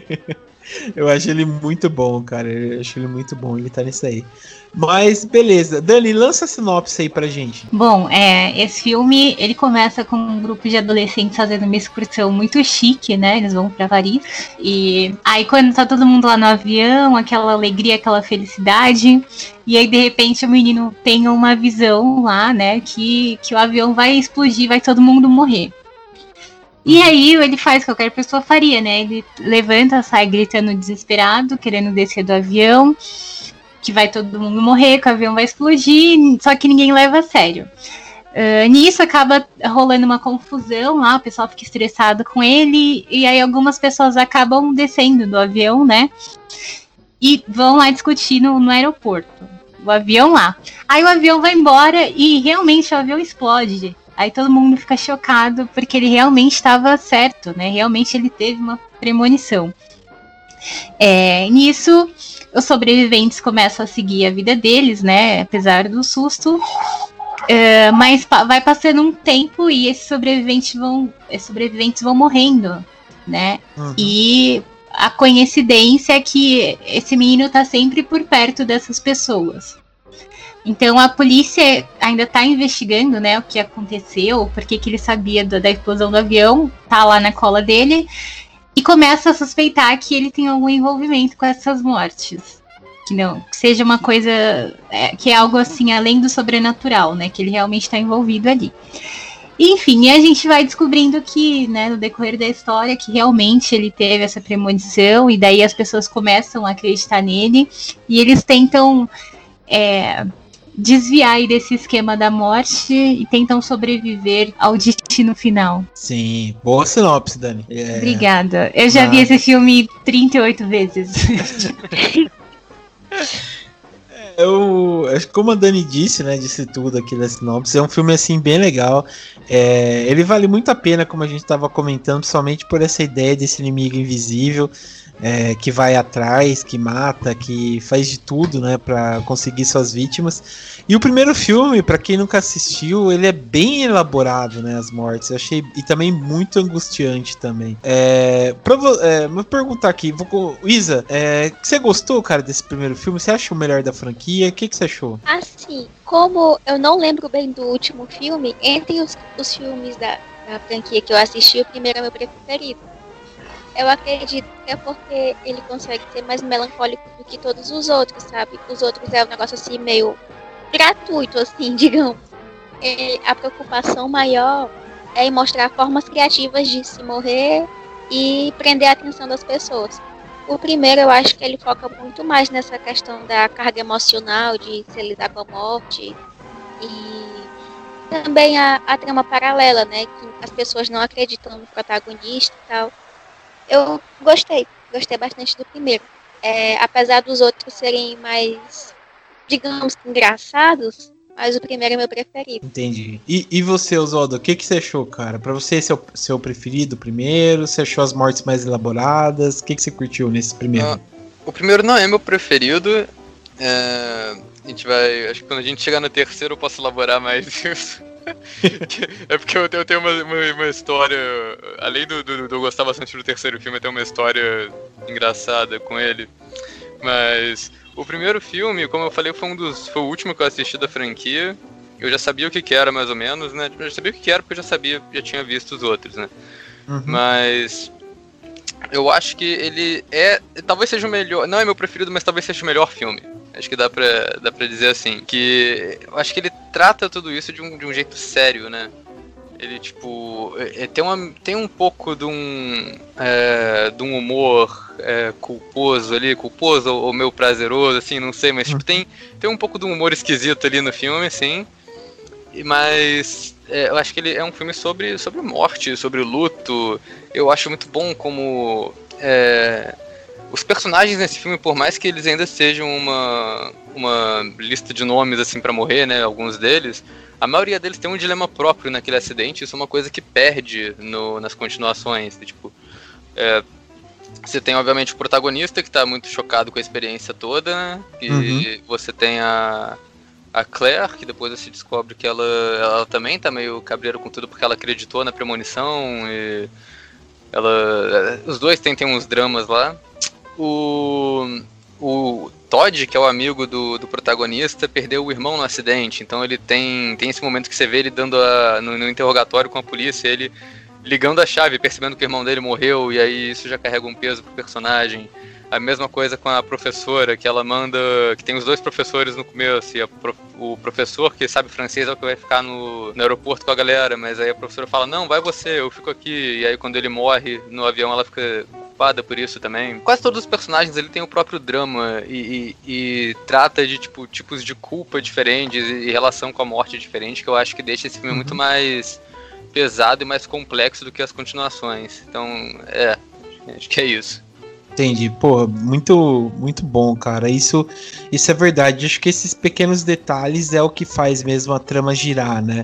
Eu acho ele muito bom, cara. Eu acho ele muito bom, ele tá nisso aí. Mas, beleza. Dani, lança a sinopse aí pra gente. Bom, é, esse filme, ele começa com um grupo de adolescentes fazendo uma excursão muito chique, né? Eles vão pra Paris. E aí, quando tá todo mundo lá no avião, aquela alegria, aquela felicidade. E aí, de repente, o menino tem uma visão lá, né? Que, que o avião vai explodir, vai todo mundo morrer. E aí ele faz o que qualquer pessoa faria, né? Ele levanta, sai gritando desesperado, querendo descer do avião, que vai todo mundo morrer, que o avião vai explodir, só que ninguém leva a sério. Uh, nisso acaba rolando uma confusão lá, o pessoal fica estressado com ele, e aí algumas pessoas acabam descendo do avião, né? E vão lá discutir no, no aeroporto. O avião lá. Aí o avião vai embora e realmente o avião explode. Aí todo mundo fica chocado porque ele realmente estava certo, né? Realmente ele teve uma premonição. É, nisso, os sobreviventes começam a seguir a vida deles, né? Apesar do susto. É, mas pa- vai passando um tempo e esses sobreviventes vão, esses sobreviventes vão morrendo, né? Uhum. E a coincidência é que esse menino tá sempre por perto dessas pessoas. Então a polícia ainda tá investigando, né, o que aconteceu, porque que ele sabia do, da explosão do avião, tá lá na cola dele, e começa a suspeitar que ele tem algum envolvimento com essas mortes. Que não, que seja uma coisa, é, que é algo assim, além do sobrenatural, né, que ele realmente está envolvido ali. Enfim, e a gente vai descobrindo que, né, no decorrer da história, que realmente ele teve essa premonição, e daí as pessoas começam a acreditar nele, e eles tentam... É, desviar aí desse esquema da morte e tentam sobreviver ao destino final. Sim, boa sinopse, Dani. É... Obrigada. Eu já Nada. vi esse filme trinta e oito vezes. Eu, como a Dani disse, né, disse tudo aqui da sinopse, é um filme assim bem legal. É, ele vale muito a pena, como a gente estava comentando, principalmente por essa ideia desse inimigo invisível. É, que vai atrás, que mata, que faz de tudo, né, para conseguir suas vítimas. E o primeiro filme, para quem nunca assistiu, ele é bem elaborado, né, as mortes. Eu achei e também muito angustiante também. É, pra vo, é, vou perguntar aqui, vou, Isa, é, você gostou, cara, desse primeiro filme? Você acha o melhor da franquia? O que, que você achou? Assim, como eu não lembro bem do último filme, entre os, os filmes da, da franquia que eu assisti, o primeiro é meu preferido. Eu acredito que é porque ele consegue ser mais melancólico do que todos os outros, sabe? Os outros é um negócio assim meio gratuito, assim, digamos. E a preocupação maior é em mostrar formas criativas de se morrer e prender a atenção das pessoas. O primeiro, eu acho que ele foca muito mais nessa questão da carga emocional, de se lidar com a morte. E também a, a trama paralela, né? Que as pessoas não acreditam no protagonista e tal. Eu gostei, gostei bastante do primeiro. É, apesar dos outros serem mais, digamos, engraçados, mas o primeiro é meu preferido. Entendi. E, e você, Oswaldo, o que, que você achou, cara? Pra você, esse é o seu preferido, o primeiro? Você achou as mortes mais elaboradas? O que, que você curtiu nesse primeiro? Ah, o primeiro não é meu preferido. É, a gente vai... Acho que quando a gente chegar no terceiro eu posso elaborar mais isso. É porque eu tenho, eu tenho uma, uma, uma história, além do, do, do eu gostar bastante do terceiro filme, eu tenho uma história engraçada com ele. Mas o primeiro filme, como eu falei, foi um dos, foi o último que eu assisti da franquia. Eu já sabia o que que era, mais ou menos, né? Eu já sabia o que que era porque eu já sabia, já tinha visto os outros, né? Uhum. Mas eu acho que ele é, talvez seja o melhor, não é meu preferido, mas talvez seja o melhor filme. Acho que dá pra, dá pra dizer assim, que eu acho que ele trata tudo isso de um, de um jeito sério, né? Ele, tipo, é, tem, uma, tem um pouco de um, é, de um humor é, culposo ali, culposo ou, ou meio prazeroso, assim, não sei, mas tipo, tem, tem um pouco de um humor esquisito ali no filme, assim, mas é, eu acho que ele é um filme sobre, sobre morte, sobre luto. Eu acho muito bom como... É, os personagens nesse filme, por mais que eles ainda sejam uma, uma lista de nomes assim pra morrer, né, alguns deles, a maioria deles tem um dilema próprio naquele acidente. Isso é uma coisa que perde no, nas continuações. Tipo, é, você tem obviamente o protagonista que tá muito chocado com a experiência toda, né, e uhum. Você tem a, a Claire, que depois você descobre que ela, ela também tá meio cabreira com tudo porque ela acreditou na premonição e ela, os dois têm, têm uns dramas lá. O, o Todd, que é o amigo do, do protagonista, perdeu o irmão no acidente. Então ele tem, tem esse momento que você vê ele dando a, no, no interrogatório com a polícia, ele ligando a chave, percebendo que o irmão dele morreu, e aí isso já carrega um peso pro personagem. A mesma coisa com a professora, que ela manda... Que tem os dois professores no começo, e a, o professor que sabe francês é o que vai ficar no, no aeroporto com a galera, mas aí a professora fala, não, vai você, eu fico aqui. E aí quando ele morre no avião, ela fica culpada por isso também. Quase todos os personagens ele tem o próprio drama e, e, e trata de tipo, tipos de culpa diferentes e relação com a morte diferente, que eu acho que deixa esse filme uhum. muito mais pesado e mais complexo do que as continuações. Então, é, acho que é isso. Entendi, pô, muito, muito bom, cara, isso, isso é verdade, acho que esses pequenos detalhes é o que faz mesmo a trama girar, né,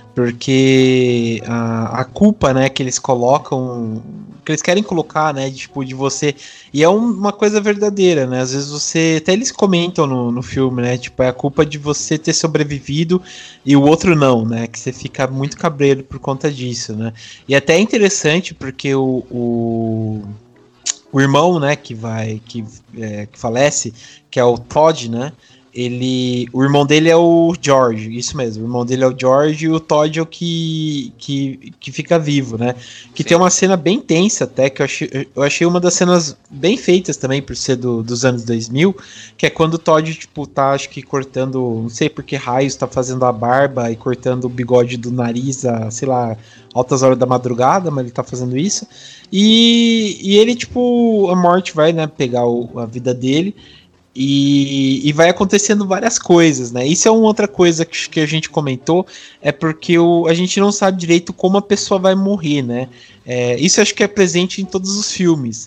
porque a, a culpa, né, que eles colocam, que eles querem colocar, né, de, tipo, de você, e é um, uma coisa verdadeira, né, às vezes você, até eles comentam no, no filme, né, tipo, é a culpa de você ter sobrevivido e o outro não, né, que você fica muito cabreiro por conta disso, né, e até é interessante porque o... o O irmão, né, que vai, que, é, que falece, que é o Todd, né, ele, o irmão dele é o George, isso mesmo, o irmão dele é o George e o Todd é o que, que, que fica vivo, né, que Sim. tem uma cena bem tensa até, que eu achei, eu achei uma das cenas bem feitas também, por ser do, dos anos dois mil, que é quando o Todd, tipo, tá, acho que cortando, não sei por que raios, tá fazendo a barba e cortando o bigode do nariz, a, sei lá, altas horas da madrugada, mas ele tá fazendo isso, e, e ele, tipo, a morte vai, né, pegar o, a vida dele, e, e vai acontecendo várias coisas, né, isso é uma outra coisa que, que a gente comentou, é porque o, a gente não sabe direito como a pessoa vai morrer, né, é, isso acho que é presente em todos os filmes,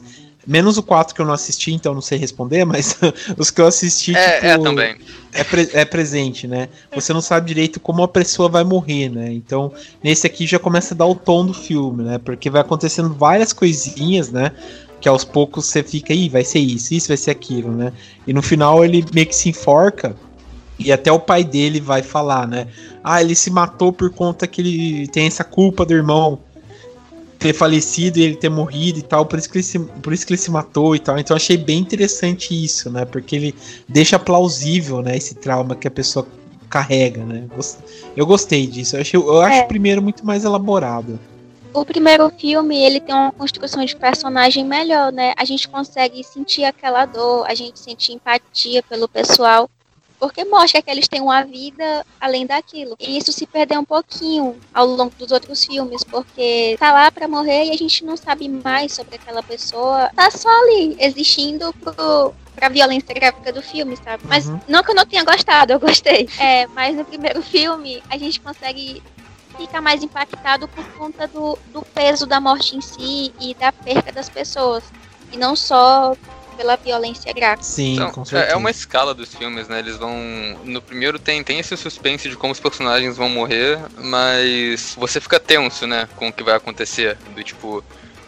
Menos o quatro que eu não assisti, então não sei responder, mas os que eu assisti, é, tipo, é também. É, pre- é presente, né? Você não sabe direito como a pessoa vai morrer, né? Então, nesse aqui já começa a dar o tom do filme, né? Porque vai acontecendo várias coisinhas, né? Que aos poucos você fica, ih, vai ser isso, isso vai ser aquilo, né? E no final ele meio que se enforca e até o pai dele vai falar, né? Ah, ele se matou por conta que ele tem essa culpa do irmão ter falecido e ele ter morrido e tal, por isso que ele se, por isso que ele se matou e tal. Então eu achei bem interessante isso, né? Porque ele deixa plausível, né, esse trauma que a pessoa carrega, né? Eu gostei disso. Eu, achei, eu acho é. o primeiro muito mais elaborado. O primeiro filme, ele tem uma construção de personagem melhor, né? A gente consegue sentir aquela dor, a gente sente empatia pelo pessoal, porque mostra que eles têm uma vida além daquilo. E isso se perdeu um pouquinho ao longo dos outros filmes, porque tá lá pra morrer e a gente não sabe mais sobre aquela pessoa. Tá só ali, existindo pro, pra violência gráfica do filme, sabe? Uhum. Mas não que eu não tenha gostado, eu gostei. É, mas no primeiro filme, a gente consegue ficar mais impactado por conta do, do peso da morte em si e da perca das pessoas. E não só pela violência gráfica. Sim, então, com certeza. É uma escala dos filmes, né? Eles vão... No primeiro tem, tem esse suspense de como os personagens vão morrer, mas você fica tenso, né? Com o que vai acontecer. Do tipo...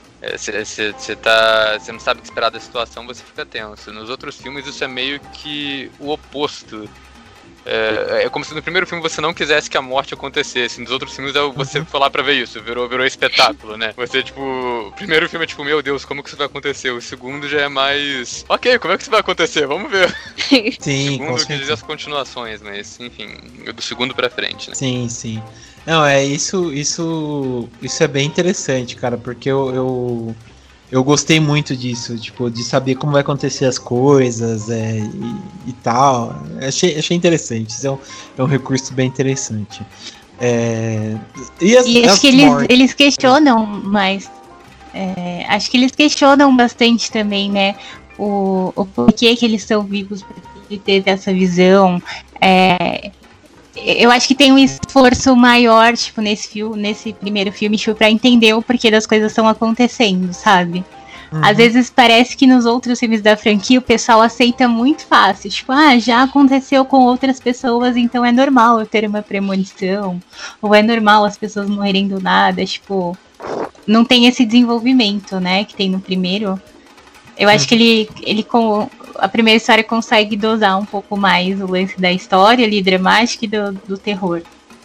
Você é, tá... Você não sabe o que esperar da situação, você fica tenso. Nos outros filmes isso é meio que o oposto. É, é como se no primeiro filme você não quisesse que a morte acontecesse. Nos outros filmes você foi lá pra ver isso, virou, virou espetáculo, né? Você, tipo, o primeiro filme é tipo, meu Deus, como que isso vai acontecer? O segundo já é mais, ok, como é que isso vai acontecer? Vamos ver. Sim, o segundo que diz as continuações, mas enfim, do segundo pra frente, né? Sim, sim. Não, é isso, isso, isso é bem interessante, cara, porque eu, eu, eu gostei muito disso, tipo, de saber como vai acontecer as coisas é, e, e tal. Achei, achei interessante, isso é um, é um recurso bem interessante. É, e as, e acho as que eles, eles questionam, mas é, acho que eles questionam bastante também, né, o, o porquê que eles são vivos, porque ele teve essa visão. É, eu acho que tem um esforço maior, tipo, nesse filme, nesse primeiro filme, tipo, pra entender o porquê das coisas estão acontecendo, sabe? Uhum. Às vezes parece que nos outros filmes da franquia o pessoal aceita muito fácil. Tipo, ah, já aconteceu com outras pessoas, então é normal eu ter uma premonição. Ou é normal as pessoas morrerem do nada. Tipo, não tem esse desenvolvimento, né, que tem no primeiro. Eu acho que ele, ele com a primeira história consegue dosar um pouco mais o lance da história ali, dramática e do, do terror.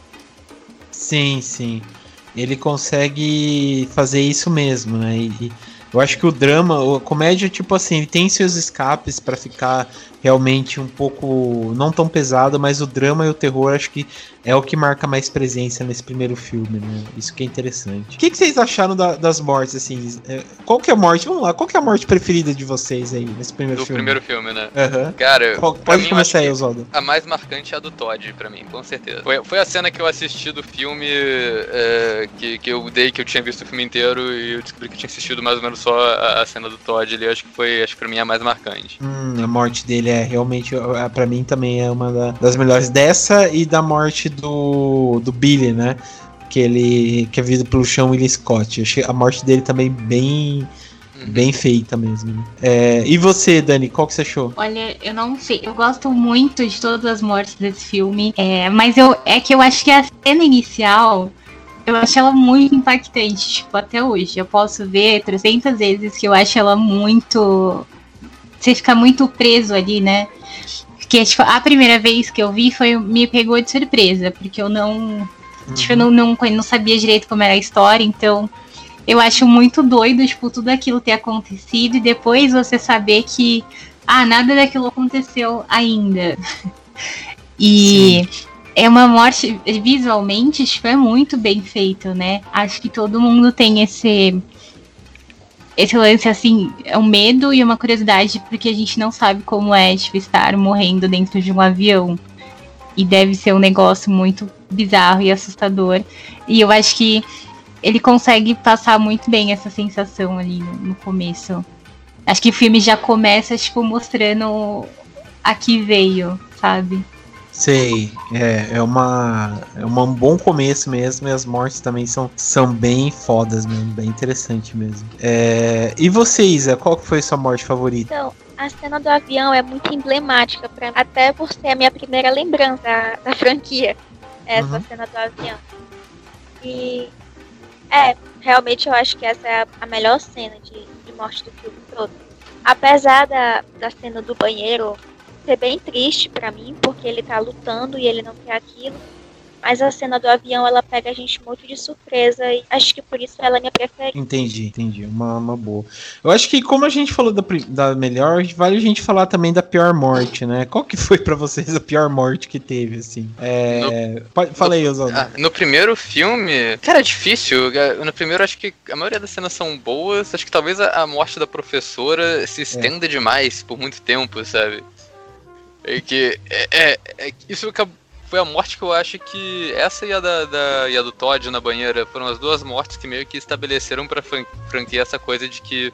Sim, sim. Ele consegue fazer isso mesmo, né? E, eu acho que o drama, a comédia, tipo assim, ele tem seus escapes pra ficar realmente um pouco, não tão pesado, mas o drama e o terror acho que é o que marca mais presença nesse primeiro filme, né? Isso que é interessante. O que, que vocês acharam da, das mortes, assim? Qual que é a morte? Vamos lá, qual que é a morte preferida de vocês aí, nesse primeiro do filme? Do primeiro filme, né? Uhum. Cara, qual, pode mim, começar aí, Oswaldo. A mais marcante é a do Todd, pra mim, com certeza. Foi, foi a cena que eu assisti do filme, é, que, que eu dei, que eu tinha visto o filme inteiro e eu descobri que eu tinha assistido mais ou menos só a, a cena do Todd ali. Acho que foi, acho que pra mim é a mais marcante. Hum, a morte dele é realmente, pra mim também é uma da, das melhores. Dessa e da morte do, do Billy, né? Que ele que é visto pelo chão Willie Scott. Eu achei a morte dele também bem, uhum. bem feita mesmo. Né? É, e você, Dani, qual que você achou? Olha, eu não sei. Eu gosto muito de todas as mortes desse filme. É, mas eu, é que eu acho que a cena inicial, eu acho ela muito impactante, tipo, até hoje. Eu posso ver trezentas vezes que eu acho ela muito... Você fica muito preso ali, né? Porque, tipo, a primeira vez que eu vi foi, me pegou de surpresa, porque eu não... Uhum. Tipo, eu não, não, não sabia direito como era a história, então... Eu acho muito doido, tipo, tudo aquilo ter acontecido e depois você saber que... Ah, nada daquilo aconteceu ainda. E... Sim. É uma morte, visualmente, tipo, é muito bem feito, né? Acho que todo mundo tem esse... Esse lance, assim, é um medo e uma curiosidade, porque a gente não sabe como é, tipo, estar morrendo dentro de um avião. E deve ser um negócio muito bizarro e assustador. E eu acho que ele consegue passar muito bem essa sensação ali no, no começo. Acho que o filme já começa, tipo, mostrando a que veio, sabe? Sei, é, é, uma, é uma, um bom começo mesmo, e as mortes também são, são bem fodas mesmo, bem interessante mesmo. É, e você, Isa, qual foi a sua morte favorita? Então, a cena do avião é muito emblemática pra mim, até por ser a minha primeira lembrança da, da franquia, essa uhum. cena do avião. E, é, realmente eu acho que essa é a, a melhor cena de, de morte do filme todo. Apesar da, da cena do banheiro ser bem triste pra mim, porque ele tá lutando e ele não quer aquilo, mas a cena do avião, ela pega a gente muito de surpresa e acho que por isso ela é minha preferida. Entendi, entendi, uma, uma boa. Eu acho que como a gente falou da, da melhor, vale a gente falar também da pior morte, né? Qual que foi pra vocês a pior morte que teve, assim? É... No, Pode, fala aí, Oswaldo. Ah, no primeiro filme, cara, é difícil. No primeiro acho que a maioria das cenas são boas, acho que talvez a, a morte da professora se estenda é. demais por muito tempo, sabe? E que é, é, é, isso foi a morte que eu acho que essa e a, da, da, e a do Todd na banheira foram as duas mortes que meio que estabeleceram pra franquia essa coisa de que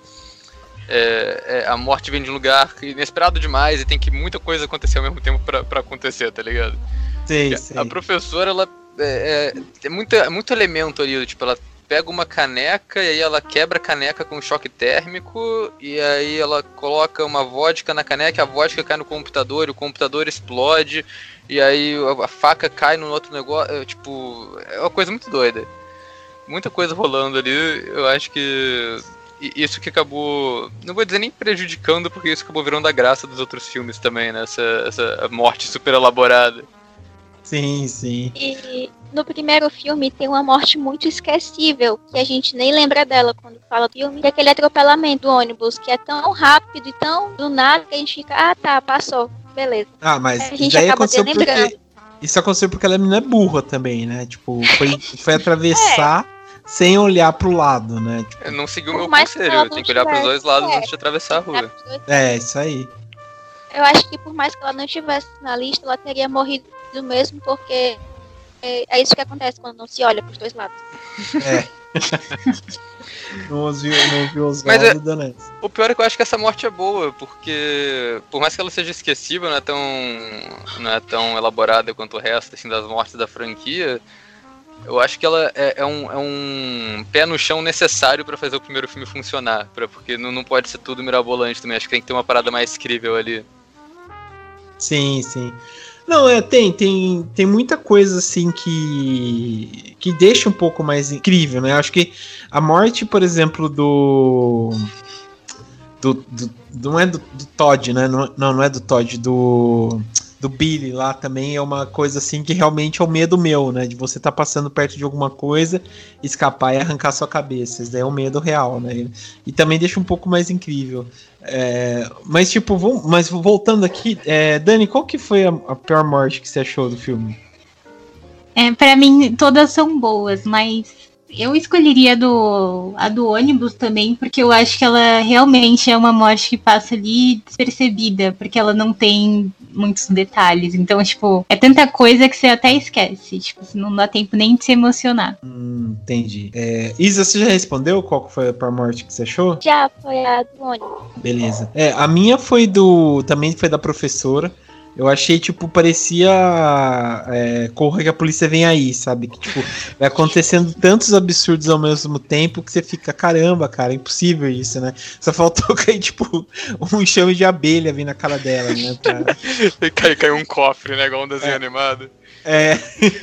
é, é, a morte vem de um lugar inesperado demais e tem que muita coisa acontecer ao mesmo tempo pra, pra acontecer, tá ligado? Sim, sim. A professora, ela é, é, é, muito, é muito elemento ali, tipo, ela pega uma caneca e aí ela quebra a caneca com choque térmico e aí ela coloca uma vodka na caneca, a vodka cai no computador e o computador explode e aí a, a faca cai no outro negócio, é, tipo, é uma coisa muito doida. Muita coisa rolando ali, eu acho que isso que acabou, não vou dizer nem prejudicando, porque isso acabou virando a graça dos outros filmes também, né, essa, essa morte super elaborada. Sim, sim. E no primeiro filme tem uma morte muito esquecível, que a gente nem lembra dela quando fala do filme, que é aquele atropelamento do ônibus, que é tão rápido e tão do nada que a gente fica, ah tá, passou, beleza. Ah, mas a gente daí acaba aconteceu porque... Isso aconteceu porque ela é menina burra também, né? Tipo, foi, foi atravessar é. sem olhar pro lado, né? Tipo, eu não segui o meu conselho, tem que olhar pros dois lados é. antes de atravessar a rua. É, isso aí. Eu acho que por mais que ela não estivesse na lista, ela teria morrido mesmo, porque é, é isso que acontece quando não se olha pros dois lados. É. Não viu, não viu os Mas é, o pior é que eu acho que essa morte é boa, porque por mais que ela seja esquecível, não é tão, não é tão elaborada quanto o resto assim, das mortes da franquia, eu acho que ela é, é, um, é um pé no chão necessário pra fazer o primeiro filme funcionar, pra, porque não, não pode ser tudo mirabolante também, acho que tem que ter uma parada mais crível ali. Sim, sim. Não, é, tem, tem, tem muita coisa assim que, que deixa um pouco mais incrível, né? Acho que a morte, por exemplo, do. do, do não é do, do Todd, né? Não, não é do Todd, do. do Billy lá também é uma coisa assim que realmente é o medo meu, né? De você estar tá passando perto de alguma coisa, escapar e arrancar sua cabeça. Isso daí é um medo real, né? E também deixa um pouco mais incrível. É, mas tipo, vamos, mas voltando aqui, é, Dani, qual que foi a, a pior morte que você achou do filme? É, pra mim, todas são boas, mas eu escolheria do, a do ônibus também, porque eu acho que ela realmente é uma morte que passa ali despercebida, porque ela não tem muitos detalhes. Então, tipo, é tanta coisa que você até esquece. Tipo, não dá tempo nem de se emocionar. Hum, entendi. É, Isa, você já respondeu qual foi a pior morte que você achou? Já, foi a do ônibus. Beleza. É, a minha foi do... Também foi da professora. Eu achei, tipo, parecia é, Corra que a polícia vem aí, sabe? Que, tipo, vai acontecendo tantos absurdos ao mesmo tempo que você fica, caramba, cara, é impossível isso, né? Só faltou cair, tipo, um enxame de abelha vir na cara dela, né? Pra... E caiu, caiu um cofre, né? Igual um desenho é. animado. É...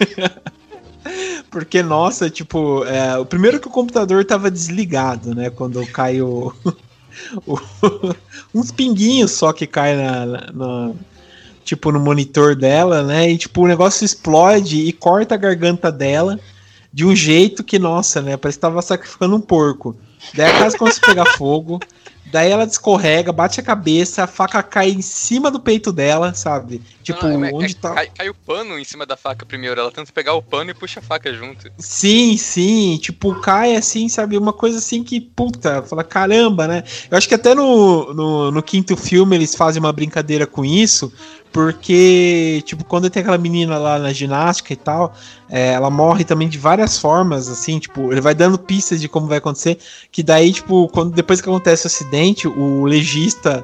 Porque, nossa, tipo, é, o primeiro que o computador tava desligado, né? Quando caiu... o... uns pinguinhos só que cai na... na... tipo, no monitor dela, né, e tipo, o negócio explode e corta a garganta dela de um jeito que, nossa, né, parece que tava sacrificando um porco. Daí a casa começa a pegar fogo, daí ela descorrega, bate a cabeça, a faca cai em cima do peito dela, sabe? Tipo, não, não, onde é, tá... Cai, cai o pano em cima da faca primeiro, ela tenta pegar o pano e puxa a faca junto. Sim, sim, tipo, cai assim, sabe, uma coisa assim que, puta, fala, caramba, né? Eu acho que até no, no, no quinto filme eles fazem uma brincadeira com isso, porque, tipo, quando tem aquela menina lá na ginástica e tal, é, ela morre também de várias formas, assim, tipo, ele vai dando pistas de como vai acontecer, que daí, tipo, quando, depois que acontece o acidente, o legista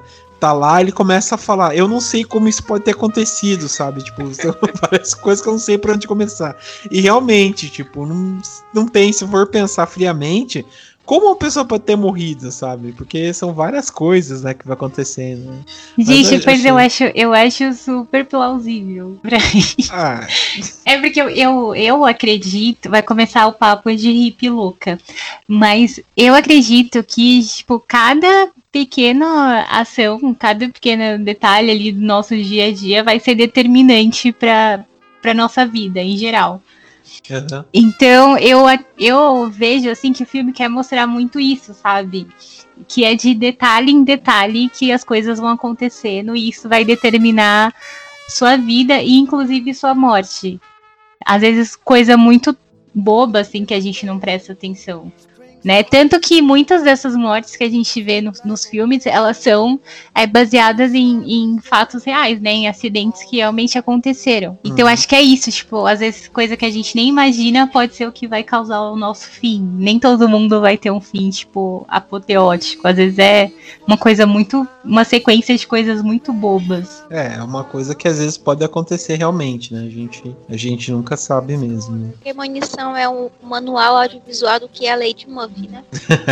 tá lá, ele começa a falar, eu não sei como isso pode ter acontecido, sabe? Tipo, parece coisa que eu não sei por onde começar. E realmente, tipo, não, não tem, se for pensar friamente, como uma pessoa pode ter morrido, sabe? Porque são várias coisas, né, que vai acontecendo. Né? Gente, eu, pois eu acho, eu acho super plausível pra mim. Ah. É porque eu, eu, eu acredito, vai começar o papo de hippie louca, mas eu acredito que, tipo, cada pequena ação, cada pequeno detalhe ali do nosso dia a dia vai ser determinante pra, pra nossa vida, em geral. Uhum. Então eu, eu vejo assim que o filme quer mostrar muito isso, sabe? Que é de detalhe em detalhe que as coisas vão acontecendo e isso vai determinar sua vida e inclusive sua morte. Às vezes coisa muito boba assim que a gente não presta atenção. Né? Tanto que muitas dessas mortes que a gente vê no, nos filmes, elas são é, baseadas em, em fatos reais, né? Em acidentes que realmente aconteceram. Então, uhum. acho que é isso, tipo, às vezes coisa que a gente nem imagina pode ser o que vai causar o nosso fim. Nem todo mundo vai ter um fim, tipo, apoteótico. Às vezes é uma coisa muito, uma sequência de coisas muito bobas. É, é uma coisa que às vezes pode acontecer realmente, né? A gente, a gente nunca sabe mesmo. Né? Premonição é um manual audiovisual do que é a Lady Murphy. Né?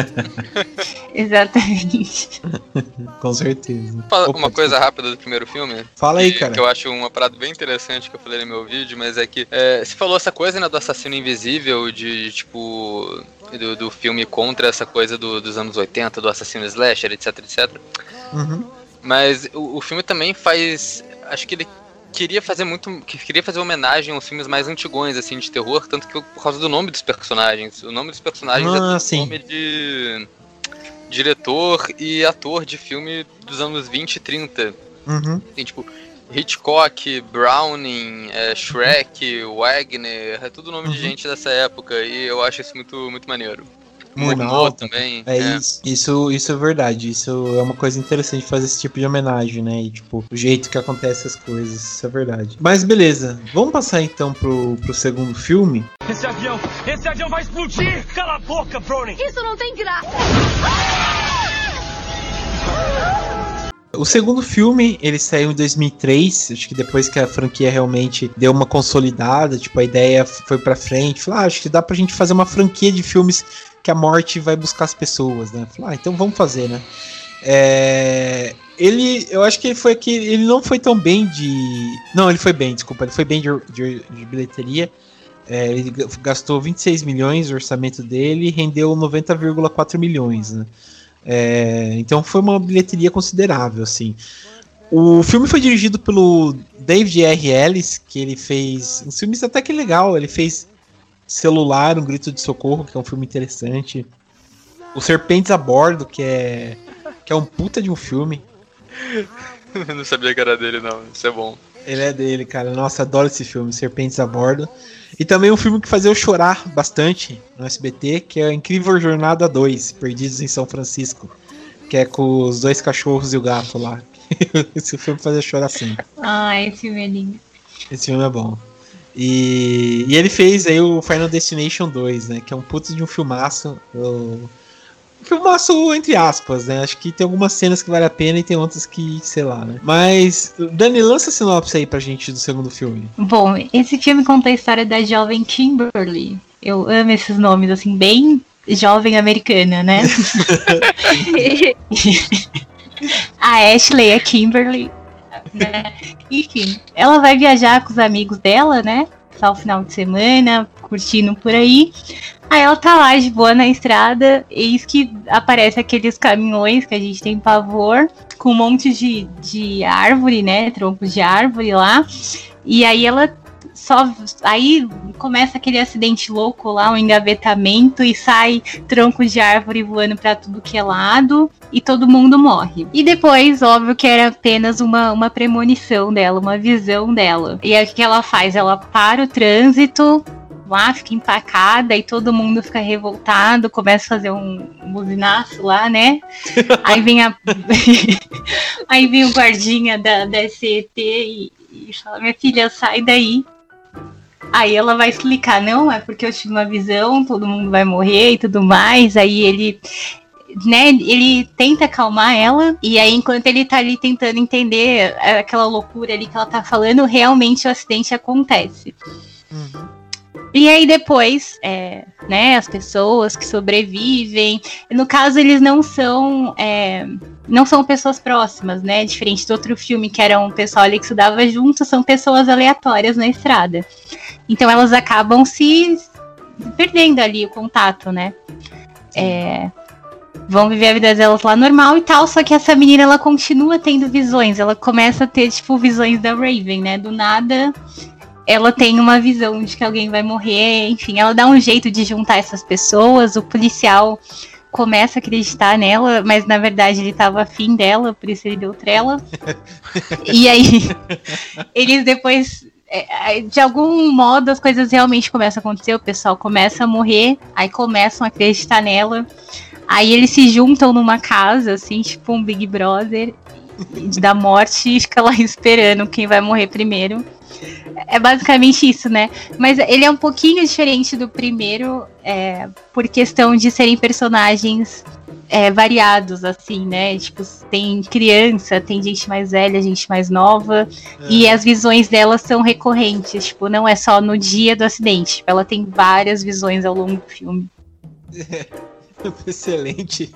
Exatamente. Com certeza. Fala uma coisa rápida do primeiro filme. Fala aí, que, cara. Que eu acho uma parada bem interessante que eu falei no meu vídeo, mas é que é, você falou essa coisa, né, do assassino invisível, de tipo do, do filme contra essa coisa do, dos anos oitenta, do assassino slasher, etc, etcétera. Uhum. Mas o, o filme também faz, acho que ele queria fazer muito, queria fazer homenagem aos filmes mais antigões, assim, de terror, tanto que por causa do nome dos personagens. O nome dos personagens ah, é sim. nome de diretor e ator de filme dos anos vinte e trinta. Uhum. Tem, tipo, Hitchcock, Browning, é, Shrek, Wagner, é tudo nome uhum. de gente dessa época, e eu acho isso muito, muito maneiro. Murnau também. É, é. Isso, isso, isso é verdade. Isso é uma coisa interessante fazer esse tipo de homenagem, né? E tipo, o jeito que acontece as coisas, isso é verdade. Mas beleza, vamos passar então pro, pro segundo filme. Esse avião, esse avião vai explodir! Cala a boca, Browning! Isso não tem graça! O segundo filme, ele saiu em dois mil e três, acho que depois que a franquia realmente deu uma consolidada, tipo, a ideia foi pra frente, falou, ah, acho que dá pra gente fazer uma franquia de filmes que a morte vai buscar as pessoas, né? Falou, ah, então vamos fazer, né? É... Ele, eu acho que ele foi aqui, ele não foi tão bem de... Não, ele foi bem, desculpa, ele foi bem de, de, de bilheteria. É, ele gastou vinte e seis milhões, o orçamento dele, e rendeu noventa vírgula quatro milhões, né? É, então foi uma bilheteria considerável, assim. O filme foi dirigido pelo David R. Ellis, que ele fez um filme até que legal. Ele fez Celular, Um Grito de Socorro, que é um filme interessante. O Serpentes a Bordo, que é que é um puta de um filme. Eu não sabia que era dele, não. Isso é bom. Ele é dele, cara. Nossa, adoro esse filme, Serpentes a Bordo. E também um filme que fazia eu chorar bastante no S B T, que é a Incrível Jornada dois, Perdidos em São Francisco. Que é com os dois cachorros e o gato lá. Esse filme fazia chorar sempre. Ah, esse filme é lindo. Esse filme é bom. E, e ele fez aí o Final Destination dois, né? Que é um puto de um filmaço. Eu... Filmaço entre aspas, né? Acho que tem algumas cenas que vale a pena e tem outras que, sei lá, né? Mas, Dani, lança a sinopse aí pra gente do segundo filme. Bom, esse filme conta a história da jovem Kimberly. Eu amo esses nomes, assim, bem jovem americana, né? A Ashley é Kimberly, né? Enfim, ela vai viajar com os amigos dela, né? Passar o final de semana, curtindo por aí. Aí ela tá lá de boa na estrada, eis que aparece aqueles caminhões que a gente tem pavor, com um monte de, de árvore, né, troncos de árvore lá, e aí ela só, aí começa aquele acidente louco lá, um engavetamento, e sai troncos de árvore voando pra tudo que é lado, e todo mundo morre. E depois, óbvio que era apenas uma, uma premonição dela, uma visão dela. E aí o que ela faz? Ela para o trânsito, lá, fica empacada e todo mundo fica revoltado, começa a fazer um buzinaço lá, né? Aí vem a aí vem o guardinha da, da S E T e, e fala, minha filha, sai daí. Aí ela vai explicar, não, é porque eu tive uma visão, todo mundo vai morrer e tudo mais. Aí ele né, ele tenta acalmar ela, e aí enquanto ele tá ali tentando entender aquela loucura ali que ela tá falando, realmente o acidente acontece. Uhum. E aí depois, é, né, as pessoas que sobrevivem, no caso eles não são, é, não são pessoas próximas, né, diferente do outro filme que era um pessoal ali que estudava junto, são pessoas aleatórias na estrada. Então elas acabam se perdendo ali o contato, né, é, vão viver a vida delas lá normal e tal, só que essa menina ela continua tendo visões, ela começa a ter tipo visões da Raven, né, do nada... Ela tem uma visão de que alguém vai morrer, enfim, ela dá um jeito de juntar essas pessoas, o policial começa a acreditar nela, mas na verdade ele tava afim dela, por isso ele deu trela. E aí, eles depois, de algum modo, as coisas realmente começam a acontecer, o pessoal começa a morrer, aí começam a acreditar nela, aí eles se juntam numa casa, assim, tipo um Big Brother da morte, e fica lá esperando quem vai morrer primeiro. É basicamente isso, né? Mas ele é um pouquinho diferente do primeiro, é, por questão de serem personagens é, variados, assim, né? Tipo, tem criança, tem gente mais velha, gente mais nova, é. E as visões dela são recorrentes, tipo, não é só no dia do acidente, tipo, ela tem várias visões ao longo do filme. É, excelente.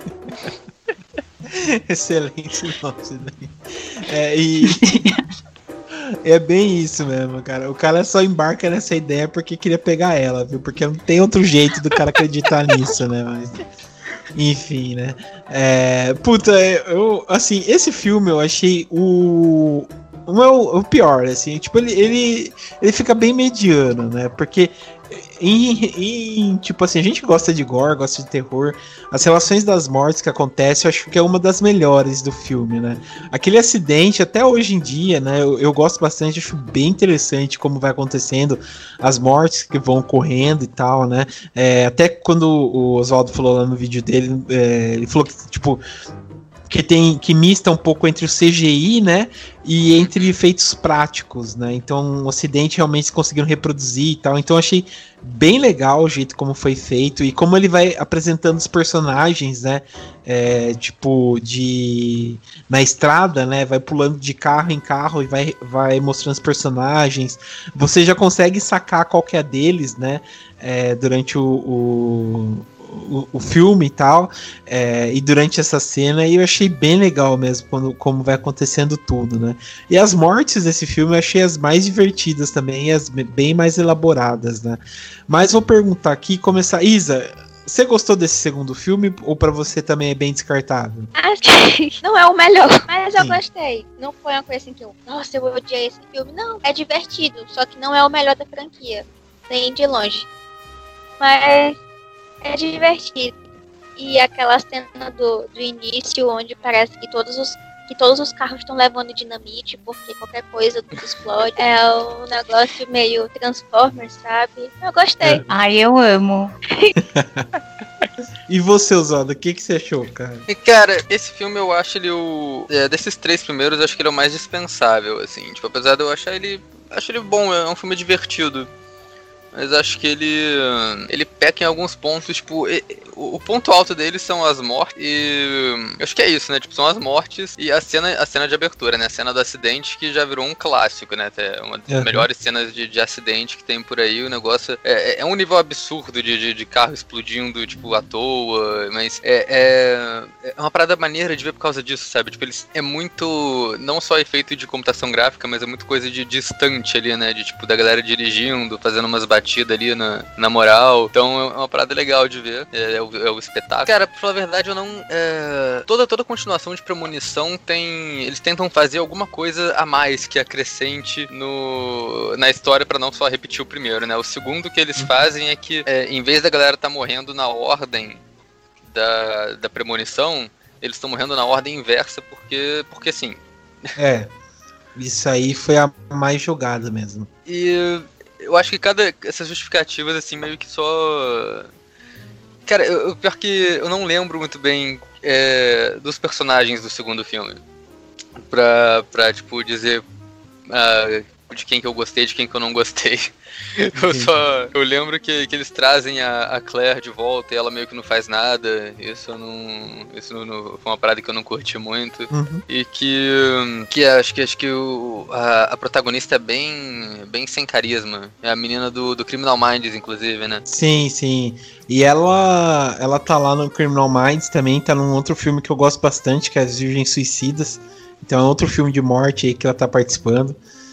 Excelente nome. É, e... É bem isso mesmo, cara. O cara só embarca nessa ideia porque queria pegar ela, viu? Porque não tem outro jeito do cara acreditar nisso, né? Mas, enfim, né? É, puta, eu, assim, esse filme eu achei o... Não é o, o pior, assim. Tipo, ele, ele, ele fica bem mediano, né? Porque... Em, em, tipo assim, a gente gosta de gore, gosta de terror. As relações das mortes que acontecem, eu acho que é uma das melhores do filme, né? Aquele acidente, até hoje em dia, né? Eu, eu gosto bastante, acho bem interessante como vai acontecendo as mortes que vão ocorrendo e tal, né? É, até quando o Oswaldo falou lá no vídeo dele, é, ele falou que, tipo, que tem que mista um pouco entre o C G I, né, e entre efeitos práticos, né? Então o acidente realmente conseguiram reproduzir e tal. Então eu achei bem legal o jeito como foi feito e como ele vai apresentando os personagens, né? É, tipo de na estrada, né? Vai pulando de carro em carro e vai, vai mostrando os personagens. Você já consegue sacar qual que é deles, né? É, durante o, o O, o filme e tal, é, e durante essa cena, e eu achei bem legal mesmo quando, como vai acontecendo tudo, né? E as mortes desse filme eu achei as mais divertidas também, e as bem mais elaboradas, né? Mas vou perguntar aqui, começar, Isa, você gostou desse segundo filme ou pra você também é bem descartável? Acho que não é o melhor, mas eu Sim. gostei. Não foi uma coisa assim que eu, nossa, eu odiei esse filme. Não, é divertido, só que não é o melhor da franquia, nem de longe. Mas é divertido. E aquela cena do, do início, onde parece que todos os, que todos os carros estão levando dinamite, porque qualquer coisa explode. É um negócio meio Transformers, sabe? Eu gostei. É. Ai, eu amo. E você, Oswaldo, o que, que você achou, cara? E, cara, esse filme eu acho ele o... É, desses três primeiros, eu acho que ele é o mais dispensável, assim. Tipo, apesar de eu achar ele... Acho ele bom, é um filme divertido. Mas acho que ele ele peca em alguns pontos, tipo, o, o ponto alto dele são as mortes e eu acho que é isso, né, tipo, são as mortes e a cena, a cena de abertura, né, a cena do acidente que já virou um clássico, né, é uma das uhum. melhores cenas de, de acidente que tem por aí, o negócio é, é um nível absurdo de, de, de carro explodindo, tipo, à toa, mas é, é, é uma parada maneira de ver por causa disso, sabe, tipo, eles, é muito, não só efeito de computação gráfica, mas é muito coisa de distante ali, né, de, tipo, da galera dirigindo, fazendo umas batidas ali na, na moral. Então é uma parada legal de ver. É, é, o, é o espetáculo. Cara, pra falar a verdade, eu não... É... Toda, toda continuação de Premonição tem... Eles tentam fazer alguma coisa a mais que acrescente no... na história pra não só repetir o primeiro, né? O segundo que eles fazem é que, é, em vez da galera tá morrendo na ordem da, da Premonição, eles estão morrendo na ordem inversa porque... Porque sim. É. Isso aí foi a mais jogada mesmo. E... Eu acho que cada... Essas justificativas, assim, meio que só... Cara, eu, eu, pior que eu não lembro muito bem é, dos personagens do segundo filme. Pra, pra tipo, dizer... Uh, de quem que eu gostei, de quem que eu não gostei. Eu só... Eu lembro que, que eles trazem a, a Claire de volta e ela meio que não faz nada. Isso eu não... Isso não, não, foi uma parada que eu não curti muito. Uhum. E que... Que acho que, acho que o, a, a protagonista é bem... Bem sem carisma. É a menina do, do Criminal Minds, inclusive, né? Sim, sim. E ela... Ela tá lá no Criminal Minds também. Tá num outro filme que eu gosto bastante, que é As Virgens Suicidas. Então é outro filme de morte aí que ela tá participando.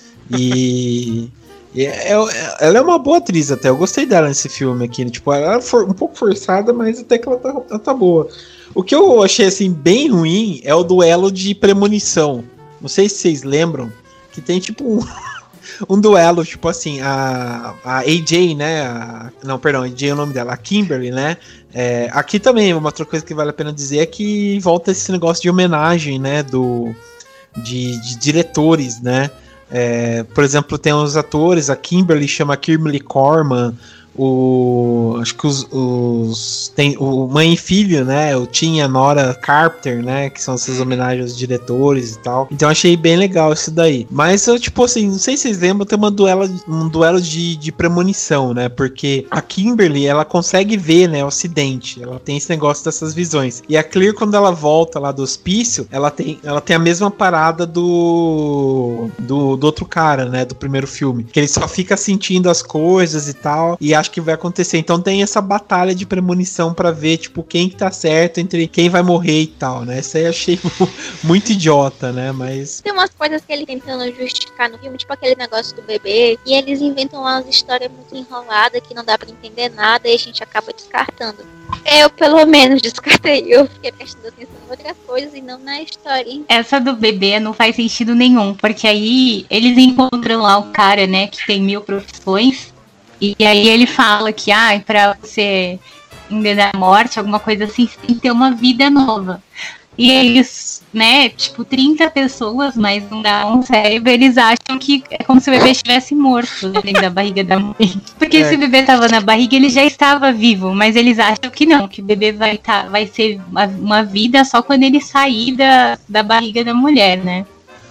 E... E é, é, ela é uma boa atriz até, eu gostei dela nesse filme aqui, né? Tipo, ela foi um pouco forçada, mas até que ela tá, ela tá boa. O que eu achei, assim, bem ruim é o duelo de premonição. Não sei se vocês lembram, que tem, tipo, um, um duelo, tipo assim, a, a A J, né, a, não, perdão, A J é o nome dela, a Kimberly, né, é, aqui também, uma outra coisa que vale a pena dizer é que volta esse negócio de homenagem, né, do, de, de diretores, né. É, por exemplo, tem os atores, a Kimberly chama Kimberly Corman, o, acho que os, os tem o Mãe e Filho, né, o Tim e a Nora Carpenter, né, que são essas homenagens aos diretores e tal. Então achei bem legal isso daí. Mas eu, tipo assim, não sei se vocês lembram, tem uma duelo, um duelo de, de premonição, né, porque a Kimberly, ela consegue ver, né, o acidente, ela tem esse negócio dessas visões. E a Claire, quando ela volta lá do hospício, ela tem, ela tem a mesma parada do, do, do outro cara, né, do primeiro filme, que ele só fica sentindo as coisas e tal, e acho que vai acontecer. Então tem essa batalha de premonição pra ver, tipo, quem que tá certo entre quem vai morrer e tal, né? Isso aí eu achei muito idiota, né? Mas... Tem umas coisas que ele tentando justificar no filme, tipo aquele negócio do bebê, e eles inventam umas histórias muito enroladas que não dá pra entender nada e a gente acaba descartando. Eu, pelo menos, descartei. Eu fiquei prestando atenção em outras coisas e não na história, hein? Essa do bebê não faz sentido nenhum, porque aí eles encontram lá o cara, né, que tem mil profissões. E aí ele fala que, ah, pra você endenar a morte, alguma coisa assim, você tem que ter uma vida nova. E eles, né, tipo, trinta pessoas, mas não dá um cérebro, eles acham que é como se o bebê estivesse morto dentro da barriga da mãe. Porque é. Se o bebê estava na barriga, ele já estava vivo, mas eles acham que não, que o bebê vai, tá, vai ser uma, uma vida só quando ele sair da, da barriga da mulher, né?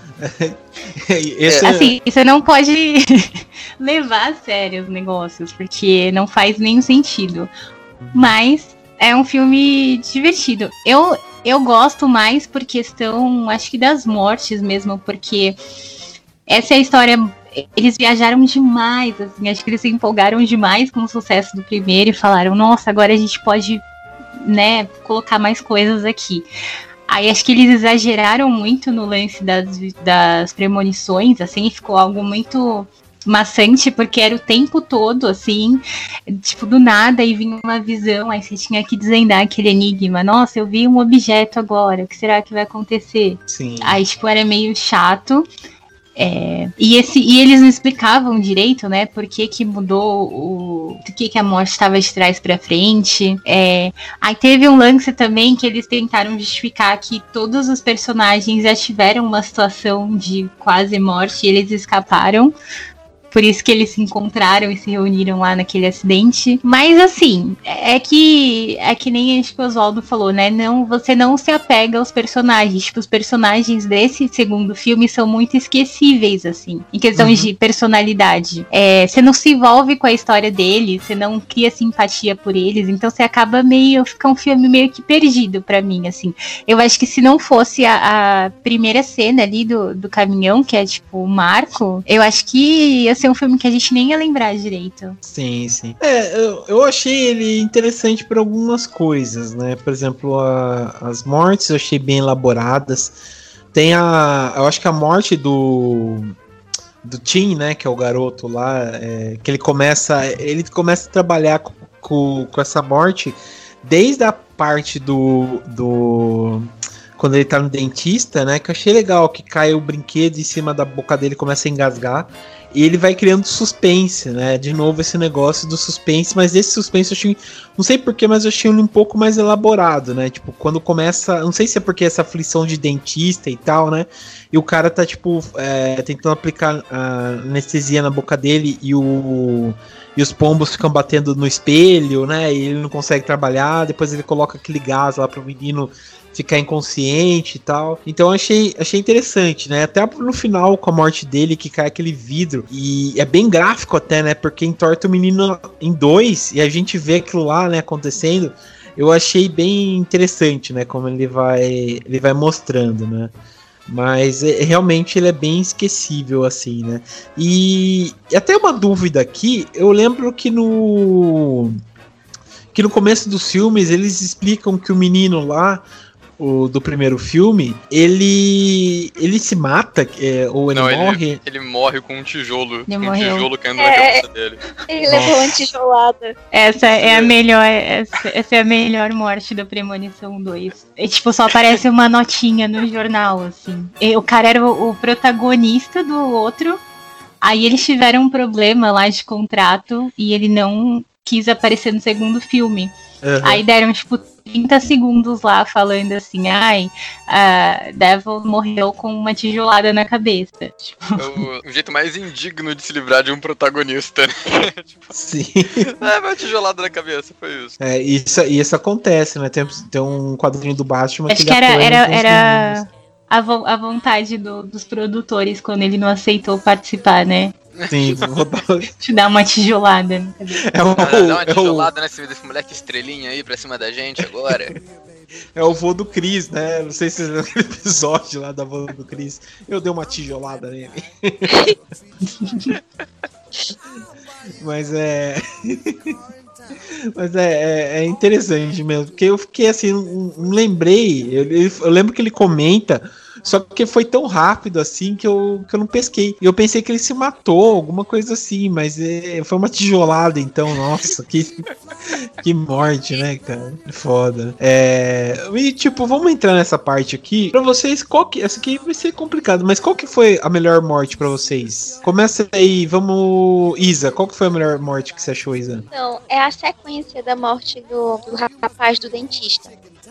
Esse assim, é... você não pode levar a sério os negócios, porque não faz nenhum sentido. Mas é um filme divertido. Eu, eu gosto mais por questão, acho que das mortes mesmo, porque essa é a história. Eles viajaram demais, assim, acho que eles se empolgaram demais com o sucesso do primeiro e falaram, nossa, agora a gente pode, né, colocar mais coisas aqui. Aí acho que eles exageraram muito no lance das, das premonições, assim, ficou algo muito maçante, porque era o tempo todo, assim, tipo, do nada, e vinha uma visão, aí você tinha que desvendar aquele enigma. Nossa, eu vi um objeto agora, o que será que vai acontecer? Sim. Aí, tipo, era meio chato. É, e, esse, e eles não explicavam direito, né, por que que mudou o, do que que a morte estava de trás pra frente. É, aí teve um lance também que eles tentaram justificar que todos os personagens já tiveram uma situação de quase morte e eles escaparam. Por isso que eles se encontraram e se reuniram lá naquele acidente. Mas assim, é que é que nem acho que o Oswaldo falou, né? Não, você não se apega aos personagens. Tipo, os personagens desse segundo filme são muito esquecíveis, assim, em questão uhum. de personalidade. É, você não se envolve com a história deles, você não cria simpatia por eles, então você acaba meio, fica um filme meio que perdido pra mim, assim. Eu acho que se não fosse a, a primeira cena ali do, do caminhão, que é tipo o marco, eu acho que ia ser um filme que a gente nem ia lembrar direito. Sim, sim. É, eu, eu achei ele interessante por algumas coisas, né? Por exemplo, a, as mortes eu achei bem elaboradas. Tem a... Eu acho que a morte do... do Tim, né? Que é o garoto lá, é, que ele começa... Ele começa a trabalhar com, com, com essa morte desde a parte do... do quando ele tá no dentista, né? Que eu achei legal, que cai o brinquedo em cima da boca dele e começa a engasgar. E ele vai criando suspense, né? De novo esse negócio do suspense, mas esse suspense eu achei, não sei porquê, mas eu achei ele um pouco mais elaborado, né? Tipo, quando começa, não sei se é porque essa aflição de dentista e tal, né? E o cara tá, tipo, é, tentando aplicar a anestesia na boca dele e o... E os pombos ficam batendo no espelho, né? E ele não consegue trabalhar. Depois ele coloca aquele gás lá pro menino ficar inconsciente e tal. Então achei, achei interessante, né? Até no final, com a morte dele, que cai aquele vidro. E é bem gráfico até, né? Porque entorta o menino em dois e a gente vê aquilo lá, né, acontecendo. Eu achei bem interessante, né? Como ele vai, ele vai mostrando, né? Mas é, realmente ele é bem esquecível, assim, né? E até uma dúvida aqui, eu lembro que no que no começo dos filmes eles explicam que o menino lá, o do primeiro filme, ele ele se mata, é, ou ele Não, morre? Ele, ele morre com um tijolo, Ele com um morreu. tijolo caindo É. na cabeça dele. Ele levou uma tijolada. Essa é a melhor, essa, essa é a melhor morte da Premonição dois. É, tipo, só aparece uma notinha no jornal, assim. E o cara era o, o protagonista do outro. Aí eles tiveram um problema lá de contrato e ele não quis aparecer no segundo filme. Uhum. Aí deram, tipo, trinta segundos lá falando assim, ai, a Devil morreu com uma tijolada na cabeça. Tipo, É o, o jeito mais indigno de se livrar de um protagonista, né? Tipo, Sim. ah, uma tijolada na cabeça, foi isso. É, isso, e isso acontece, né? Tem, tem um quadrinho do Batman acho que que ele era, apanha era, com os era meninos. a, vo- a vontade do- dos produtores quando ele não aceitou participar, né? Sim, vou dar- Te dar uma tijolada na cabeça. é o, Ah, dá uma é o, tijolada nesse desse moleque estrelinha aí pra cima da gente agora. é o vô do Chris, né? Não sei se vocês lembram aquele episódio lá da vô do Chris. Eu dei uma tijolada nele. Mas é. Mas é, é, é interessante mesmo. Porque eu fiquei assim, não, não lembrei. Eu, eu lembro que ele comenta. Só que foi tão rápido assim que eu, que eu não pesquei. E eu pensei que ele se matou, alguma coisa assim, mas é, foi uma tijolada, então, nossa, que, que morte, né, cara? Foda. É, e tipo, vamos entrar nessa parte aqui. Pra vocês, qual que. Essa aqui vai ser complicado, mas qual que foi a melhor morte pra vocês? Começa aí, vamos. Isa, qual que foi a melhor morte que você achou, Isa? Então, é a sequência da morte do, do rapaz do dentista.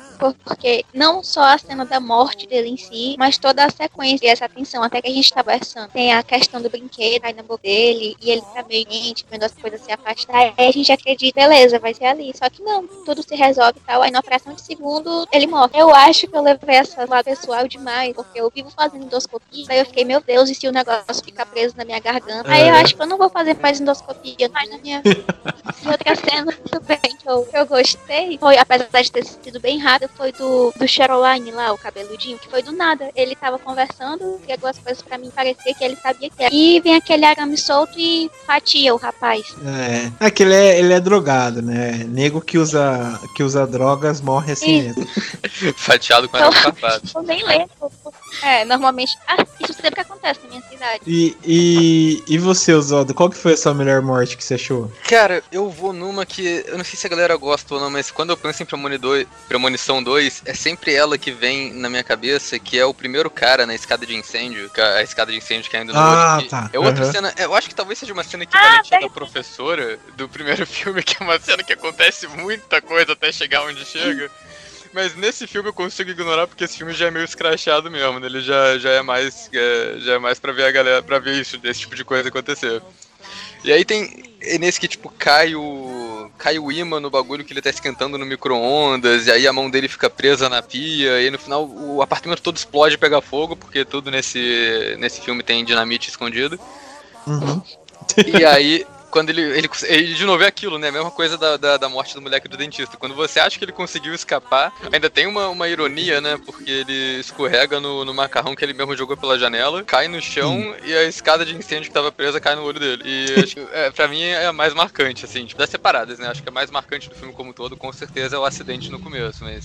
Porque não só a cena da morte dele em si, mas toda a sequência e essa atenção, até que a gente tá conversando. Tem a questão do brinquedo aí na boca dele, e ele tá meio quente, vendo as coisas se afastar. Aí a gente acredita, beleza, vai ser ali. Só que não, tudo se resolve e tal. Aí na fração de segundo, ele morre. Eu acho que eu levei essa lado pessoal demais, porque eu vivo fazendo endoscopia. Aí eu fiquei, meu Deus, e se o negócio ficar preso na minha garganta? Aí eu acho que eu não vou fazer mais endoscopia, mais na minha vida. E outra cena também que eu, que eu gostei, foi, apesar de ter sido bem rápido, foi do, do Caroline lá, o cabeludinho, que foi do nada. Ele tava conversando, e algumas coisas pra mim parecia que ele sabia que era. E vem aquele arame solto e fatia o rapaz. É, é que ele é, ele é drogado, né? Nego que usa, que usa drogas morre assim mesmo. Fatiado com arame farpado. Eu nem lembro. É, normalmente, ah, isso sempre acontece na minha cidade. E, e, e você, Oswaldo, qual que foi a sua melhor morte que você achou? Cara, eu vou numa que, eu não sei se a galera gosta ou não, mas quando eu penso em Premonido- Premonição dois, é sempre ela que vem na minha cabeça, que é o primeiro cara na escada de incêndio, a escada de incêndio caindo no Ah, olho. tá. É outra Uhum. cena, eu acho que talvez seja uma cena equivalente Ah, à da professora do primeiro filme, que é uma cena que acontece muita coisa até chegar onde chega. Mas nesse filme eu consigo ignorar porque esse filme já é meio escrachado mesmo, né? Ele já, já é mais é, já é mais pra ver a galera, pra ver isso, desse tipo de coisa acontecer. E aí tem é nesse que tipo cai o cai o imã no bagulho que ele tá esquentando no micro-ondas, e aí a mão dele fica presa na pia, e aí no final o apartamento todo explode e pega fogo, porque tudo nesse nesse filme tem dinamite escondido. Uhum. E aí quando ele, ele, ele, de novo, é aquilo, né? A mesma coisa da, da, da morte do moleque do dentista. Quando você acha que ele conseguiu escapar, ainda tem uma, uma ironia, né? Porque ele escorrega no, no macarrão que ele mesmo jogou pela janela, cai no chão hum. e a escada de incêndio que tava presa cai no olho dele. E acho que, é, pra mim é a mais marcante, assim, tipo, das separadas, né? Acho que a mais marcante do filme como um todo, com certeza, é o acidente no começo, mas...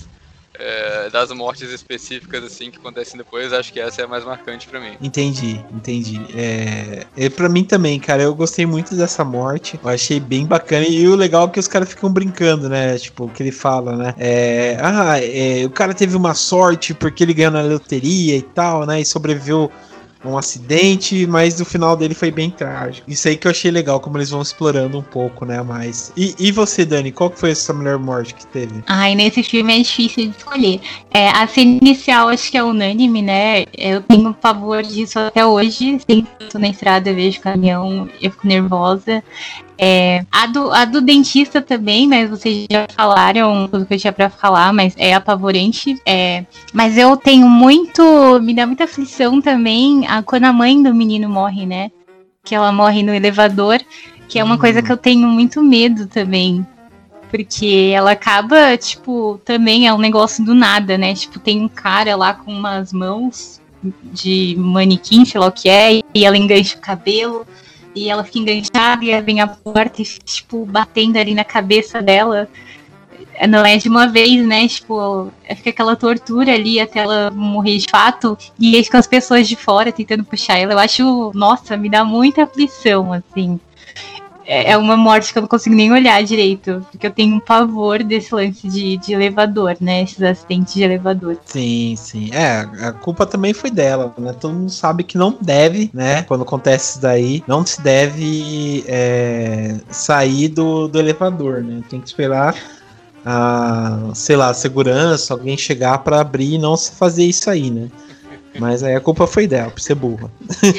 É, das mortes específicas assim que acontecem depois, acho que essa é a mais marcante pra mim. Entendi, entendi. É, é, pra mim também, cara, eu gostei muito dessa morte, eu achei bem bacana, e o legal é que os caras ficam brincando, né, tipo, o que ele fala, né, é, ah, é, o cara teve uma sorte porque ele ganhou na loteria e tal, né, e sobreviveu um acidente, mas o final dele foi bem trágico. Isso aí que eu achei legal, como eles vão explorando um pouco, né, mais. E, e você, Dani, qual que foi a sua melhor morte que teve? Ai, nesse filme é difícil de escolher. É, a cena inicial acho que é unânime, né? Eu tenho pavor disso até hoje. Sempre que eu tô na estrada, eu vejo caminhão, eu fico nervosa. É, a, do, a do dentista também, mas vocês já falaram tudo que eu tinha pra falar, mas é apavorante. É, mas eu tenho muito. Me dá muita aflição também a, quando a mãe do menino morre, né? Que ela morre no elevador, que é uma hum. coisa que eu tenho muito medo também. Porque ela acaba, tipo, também é um negócio do nada, né? Tipo, tem um cara lá com umas mãos de manequim, sei lá o que é, e ela engancha o cabelo. E ela fica enganchada e ela vem a porta e fica, tipo, batendo ali na cabeça dela. Não é de uma vez, né? Tipo, fica aquela tortura ali até ela morrer de fato. E aí ficam as pessoas de fora tentando puxar ela. Eu acho, nossa, me dá muita aflição, assim. É uma morte que eu não consigo nem olhar direito. Porque eu tenho um pavor desse lance de, de elevador, né? Esses acidentes de elevador. Sim, sim. É, a culpa também foi dela, né? Todo mundo sabe que não deve, né? Quando acontece isso daí, não se deve é, sair do, do elevador, né? Tem que esperar a, sei lá, a segurança, alguém chegar pra abrir e não se fazer isso aí, né? Mas aí a culpa foi dela, por ser burra.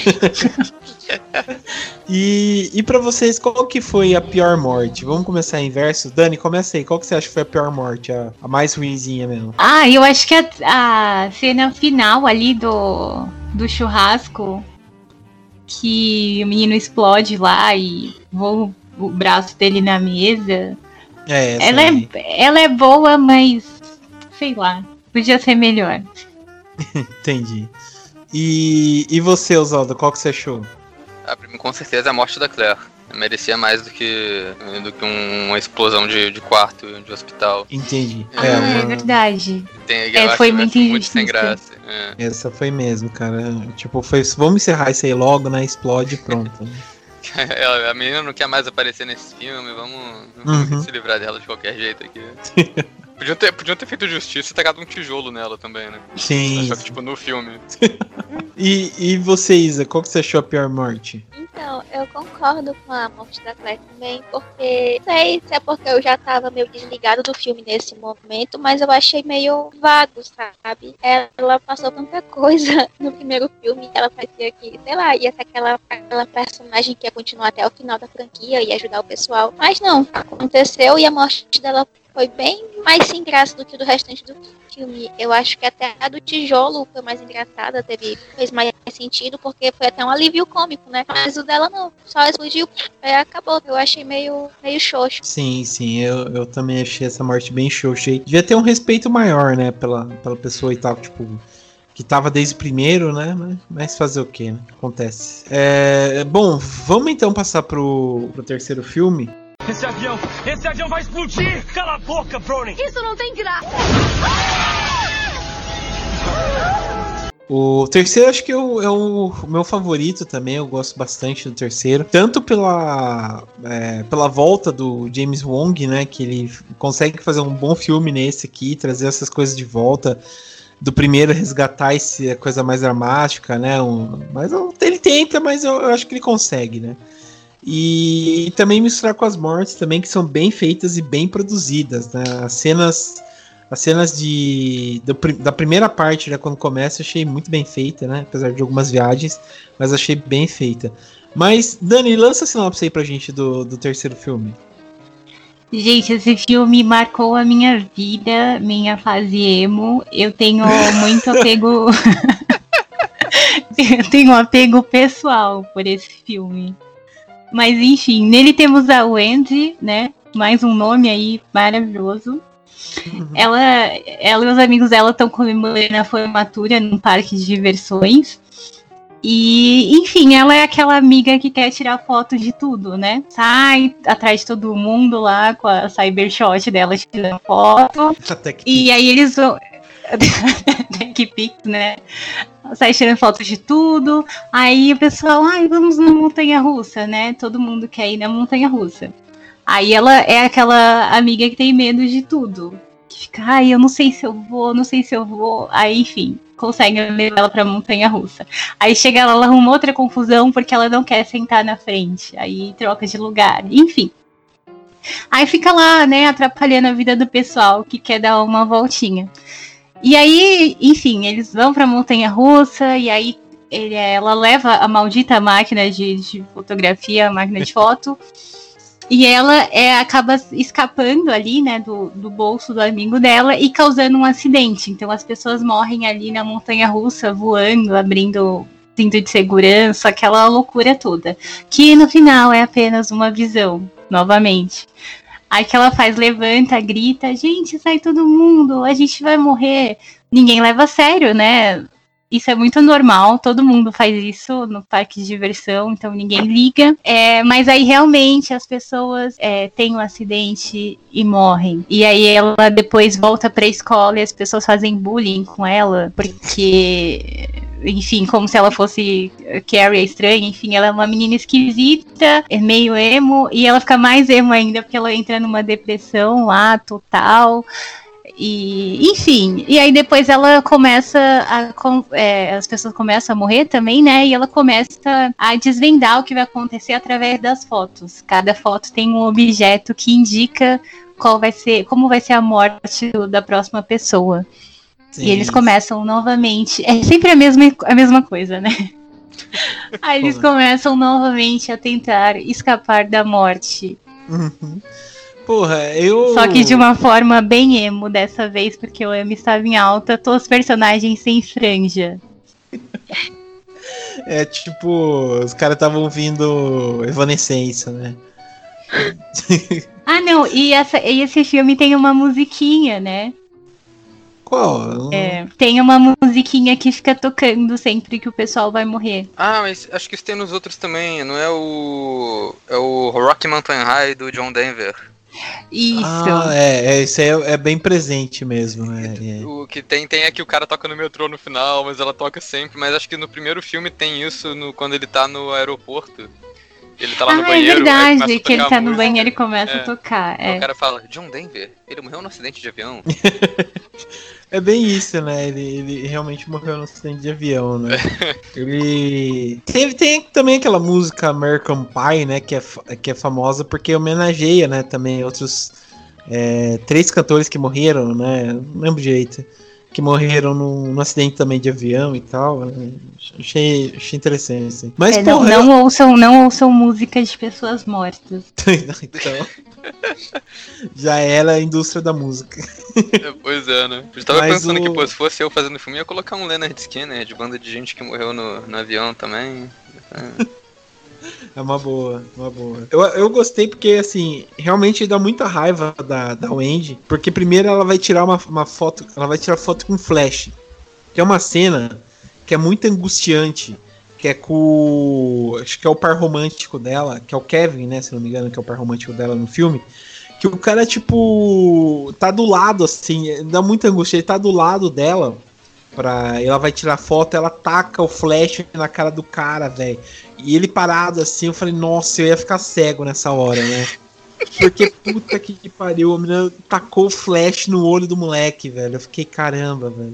E, e pra vocês, qual que foi a pior morte? Vamos começar em verso? Dani, começa aí. Qual que você acha que foi a pior morte? A, a mais ruinzinha mesmo? Ah, eu acho que a, a cena final ali do, do churrasco, que o menino explode lá e voa o braço dele na mesa. É, ela, é, ela é boa, mas sei lá, podia ser melhor. Entendi. E, e você, Oswaldo, qual que você achou? Ah, pra mim, com certeza, a morte da Claire. Merecia mais do que, do que um, uma explosão de, de quarto de hospital. Entendi. Ah, é, uma... é verdade. Tem, é, foi muito, muito sem graça. É. Essa foi mesmo, cara. Tipo, foi, vamos encerrar isso aí logo, né? Explode e pronto. A menina não quer mais aparecer nesse filme, vamos, vamos uhum. se livrar dela de qualquer jeito aqui. Podiam ter, podiam ter feito justiça e tacado um tijolo nela também, né? Sim. Só que, tipo, no filme. e, e você, Isa, qual que você achou a pior morte? Então, eu concordo com a morte da Claire também, porque não sei se é porque eu já tava meio desligado do filme nesse momento, mas eu achei meio vago, sabe? Ela passou tanta coisa no primeiro filme, ela parecia que, sei lá, ia ser aquela, aquela personagem que ia continuar até o final da franquia e ajudar o pessoal. Mas não, aconteceu e a morte dela foi bem mais sem graça do que o do restante do filme. Eu acho que até a do tijolo foi mais engraçada, teve, fez mais sentido, porque foi até um alívio cômico, né? Mas o dela não, só explodiu, aí acabou. Eu achei meio, meio xoxo. Sim, sim, eu, eu também achei essa morte bem xoxa. Devia ter um respeito maior, né, pela, pela pessoa e tal, tipo... que tava desde o primeiro, né? Mas, mas fazer o que, né? Acontece. É, bom, vamos então passar pro, pro terceiro filme. Esse avião, esse avião vai explodir! Cala a boca, Browning! Isso não tem graça! O terceiro acho que é o, é o meu favorito também, eu gosto bastante do terceiro. Tanto pela, é, pela volta do James Wong, né? Que ele consegue fazer um bom filme nesse aqui, trazer essas coisas de volta. Do primeiro resgatar essa coisa mais dramática, né? Um, mas ele tenta, mas eu, eu acho que ele consegue, né? E, e também misturar com as mortes também, que são bem feitas e bem produzidas, né? As cenas, as cenas de, do, da primeira parte, né, quando começa, eu achei muito bem feita, né? Apesar de algumas viagens, mas achei bem feita. Mas, Dani, lança a sinopse aí pra gente do, do terceiro filme. Gente, esse filme marcou a minha vida, minha fase emo. Eu tenho muito apego... eu tenho um apego pessoal por esse filme. Mas enfim, nele temos a Wendy, né? Mais um nome aí maravilhoso. Uhum. Ela, ela e os amigos dela estão comemorando a formatura num parque de diversões. E, enfim, ela é aquela amiga que quer tirar foto de tudo, né? Sai atrás de todo mundo lá com a cybershot dela tirando foto. E aí eles vão... TechPix, né? Sai tirando fotos de tudo. Aí o pessoal, ai, vamos na montanha-russa, né? Todo mundo quer ir na montanha-russa. Aí ela é aquela amiga que tem medo de tudo. Que fica, ai, eu não sei se eu vou, não sei se eu vou. Aí, enfim, consegue levar ela pra montanha-russa. Aí chega ela, ela arruma outra confusão porque ela não quer sentar na frente. Aí troca de lugar, enfim. Aí fica lá, né, atrapalhando a vida do pessoal que quer dar uma voltinha. E aí, enfim, eles vão pra montanha-russa e aí ele, ela leva a maldita máquina de, de fotografia, a máquina de foto. E ela é, acaba escapando ali, né, do, do bolso do amigo dela e causando um acidente. Então as pessoas morrem ali na montanha-russa, voando, abrindo cinto de segurança, aquela loucura toda. Que no final é apenas uma visão, novamente. Aí que ela faz, levanta, grita, gente, sai todo mundo, a gente vai morrer. Ninguém leva a sério, né? Isso é muito normal, todo mundo faz isso no parque de diversão, então ninguém liga. É, mas aí realmente as pessoas é, têm um acidente e morrem. E aí ela depois volta pra escola e as pessoas fazem bullying com ela, porque... Enfim, como se ela fosse Carrie a estranha, enfim, ela é uma menina esquisita, é meio emo, e ela fica mais emo ainda, porque ela entra numa depressão lá, total, e enfim, e aí depois ela começa a, é, as pessoas começam a morrer também, né, e ela começa a desvendar o que vai acontecer através das fotos. Cada foto tem um objeto que indica qual vai ser, como vai ser a morte do, da próxima pessoa. Sim. E eles começam novamente. É sempre a mesma, a mesma coisa, né? Aí eles começam novamente a tentar escapar da morte. Uhum. Porra, eu. Só que de uma forma bem emo dessa vez, porque o emo estava em alta, todos os personagens sem franja. É tipo, os caras estavam ouvindo Evanescência, né? Ah, não, e, essa, e esse filme tem uma musiquinha, né? Qual? É, tem uma musiquinha que fica tocando sempre que o pessoal vai morrer. Ah, mas acho que isso tem nos outros também, não é o... É o Rocky Mountain High do John Denver. Isso. Ah, é, é isso aí é, é bem presente mesmo. É, é. O que tem, tem é que o cara toca no metrô no final, mas ela toca sempre. Mas acho que no primeiro filme tem isso no, quando ele tá no aeroporto. Ele tá lá ah, no banheiro. É verdade, que ele tá no banheiro e começa é. a tocar. É. O cara fala, John Denver, ele morreu num acidente de avião. É bem isso, né? Ele, ele realmente morreu num acidente de avião, né? Ele. Teve, tem também aquela música American Pie, né? Que é, que é famosa porque homenageia, né? Também outros é, três cantores que morreram, né? Não lembro direito. Que morreram num, num acidente também de avião e tal. Né? Achei, achei interessante, assim. Mas, é, porra, não, não, eu... ouçam, não ouçam músicas de pessoas mortas. Então. Já era a indústria da música. É, pois é, né? Eu tava Mas pensando o... que, pô, se fosse eu fazendo filme, eu ia colocar um Leonard Skinner, de banda de gente que morreu no, no avião também. É. É uma boa, uma boa. Eu, eu gostei porque, assim, realmente dá muita raiva da, da Wendy, porque primeiro ela vai tirar uma, uma foto, ela vai tirar foto com flash, que é uma cena que é muito angustiante, que é com, acho que é o par romântico dela, que é o Kevin, né, se não me engano, que é o par romântico dela no filme, que o cara, tipo, tá do lado, assim, dá muita angústia, ele tá do lado dela, pra, ela vai tirar foto, ela taca o flash na cara do cara, velho. E ele parado assim, eu falei, nossa, eu ia ficar cego nessa hora, né? Porque puta que pariu, a menina tacou o flash no olho do moleque, velho. Eu fiquei, caramba, velho.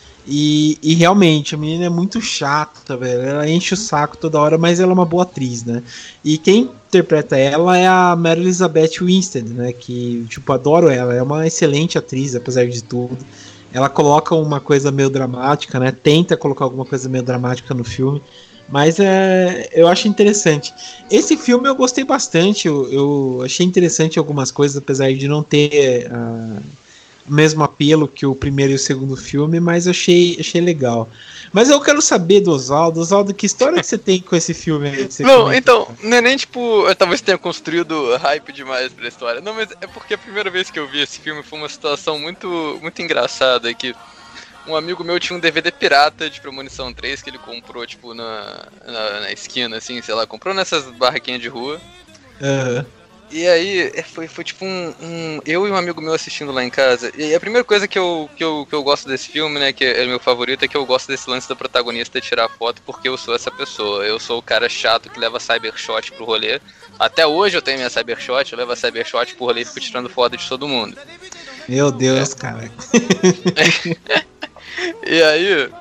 E, e realmente, a menina é muito chata, velho. Ela enche o saco toda hora, mas ela é uma boa atriz, né? E quem interpreta ela é a Mary Elizabeth Winstead, né? Que, tipo, adoro ela. É uma excelente atriz, apesar de tudo. Ela coloca uma coisa meio dramática, né? Tenta colocar alguma coisa meio dramática no filme. Mas é, eu acho interessante. Esse filme eu gostei bastante. Eu, eu achei interessante algumas coisas, apesar de não ter uh, o mesmo apelo que o primeiro e o segundo filme, mas eu achei, achei legal. Mas eu quero saber do Oswaldo. Oswaldo, que história que você tem com esse filme aí? Que você não, comenta? Então, não é nem tipo, eu talvez tenha construído hype demais pra história. Não, mas é porque a primeira vez que eu vi esse filme foi uma situação muito, muito engraçada, que um amigo meu tinha um D V D pirata de Premonição três que ele comprou, tipo, na, na, na esquina, assim, sei lá, comprou nessas barraquinhas de rua. Uhum. E aí, foi, foi tipo um, um... Eu e um amigo meu assistindo lá em casa. E a primeira coisa que eu, que eu, que eu gosto desse filme, né, que é meu favorito, é que eu gosto desse lance da protagonista tirar foto, porque eu sou essa pessoa. Eu sou o cara chato que leva Cybershot pro rolê. Até hoje eu tenho minha Cybershot, eu levo a Cybershot pro rolê e fico tirando foto de todo mundo. Meu Deus, é. cara. E aí,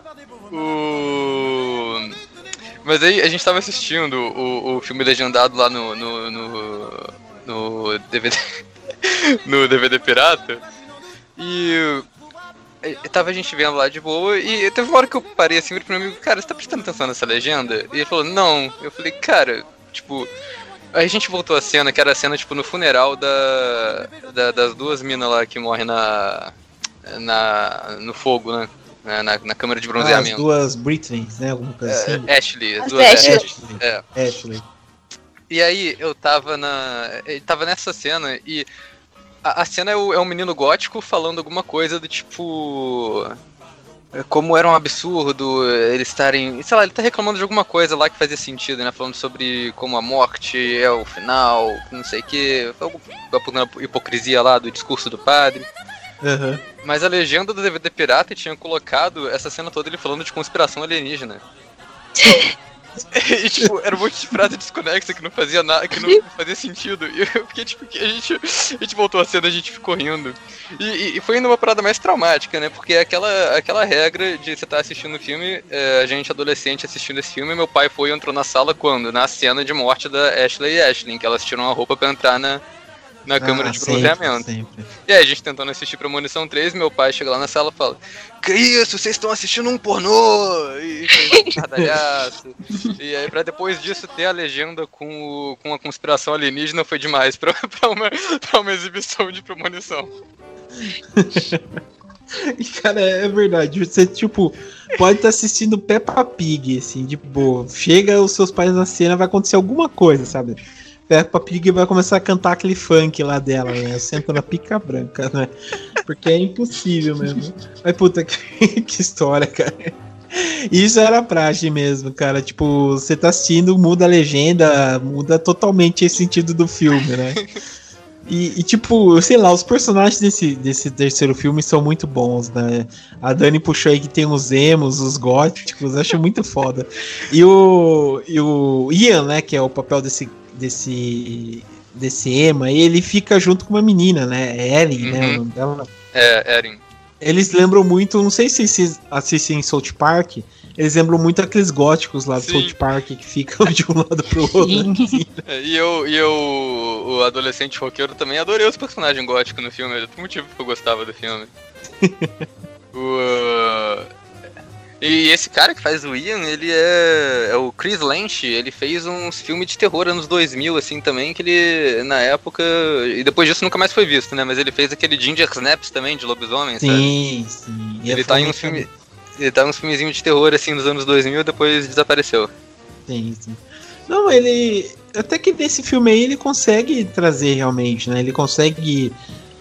o... Mas aí a gente tava assistindo o, o filme legendado lá no, no, no, no D V D no D V D pirata. E tava a gente vendo lá de boa. E teve uma hora que eu parei assim pro meu amigo, cara, você tá prestando atenção nessa legenda? E ele falou, não. Eu falei, cara, tipo, Aí a gente voltou à cena, que era a cena, tipo, no funeral da, da das duas minas lá que morrem na, na, no fogo, né? Na, na, na câmara de bronzeamento. Ah, as duas Britneys, né? Alguma coisa assim. É, Ashley, as As duas Ashley. Ashley. É. Ashley. E aí eu tava na. Eu tava nessa cena e. A, a cena é, o, é um menino gótico falando alguma coisa do tipo. Como era um absurdo eles estarem. Sei lá, ele tá reclamando de alguma coisa lá que fazia sentido, né? Falando sobre como a morte é o final, não sei o que. Alguma hipocrisia lá do discurso do padre. Uhum. Mas a legenda do D V D pirata tinha colocado essa cena toda ele falando de conspiração alienígena. E tipo, era um monte de frase desconexa que não fazia nada, que não fazia sentido. E eu fiquei tipo, que a gente, a gente voltou a cena, a gente ficou rindo. E, e foi ainda uma parada mais traumática, né? Porque aquela, aquela regra de você estar assistindo o filme, é, a gente adolescente assistindo esse filme, meu pai foi e entrou na sala quando? Na cena de morte da Ashley e Ashley, em que elas tiram a roupa pra entrar na, na câmara Ah, de sempre, bronzeamento. sempre. E aí a gente tentando assistir Premonição três, meu pai chega lá na sala e fala: que isso, vocês estão assistindo um pornô! E foi um cardalhaço. E aí pra depois disso ter a legenda com, o, com a conspiração alienígena foi demais pra, pra, uma, pra uma exibição de Premonição. E, cara, é verdade. Você, tipo, pode estar assistindo Peppa Pig, assim, de boa. Chega os seus pais na cena, vai acontecer alguma coisa, sabe? Peppa Pig vai começar a cantar aquele funk lá dela, né? Senta na pica branca, né? Porque é impossível mesmo. Mas puta, que, que história, cara. Isso era praxe mesmo, cara. Tipo, você tá assistindo, muda a legenda, muda totalmente o sentido do filme, né? E, e tipo, sei lá, os personagens desse, desse terceiro filme são muito bons, né? A Dani puxou aí que tem os emos, os góticos, acho muito foda. E o, e o Ian, né, que é o papel desse, desse, desse emo, ele fica junto com uma menina, né? É Erin, Uhum. né? O nome dela. É, Erin. Eles lembram muito, não sei se vocês assistem South Park, eles lembram muito aqueles góticos lá do Sim. South Park que ficam de um lado pro outro. Sim. É, e eu, e eu, o adolescente roqueiro, também adorei os personagens góticos no filme. Era outro motivo que eu gostava do filme. o, uh, e esse cara que faz o Ian, ele é, é o Chris Lanch. Ele fez uns filmes de terror anos dois mil, assim, também, que ele, na época... E depois disso nunca mais foi visto, né? Mas ele fez aquele Ginger Snaps também, de lobisomem, sabe? Sim, sim. E Ele é tá em um foda, filme... Ele tá em uns filmezinhos de terror, assim, dos anos dois mil, depois desapareceu. Sim, sim. Não, ele. Até que nesse filme aí ele consegue trazer realmente, né? Ele consegue.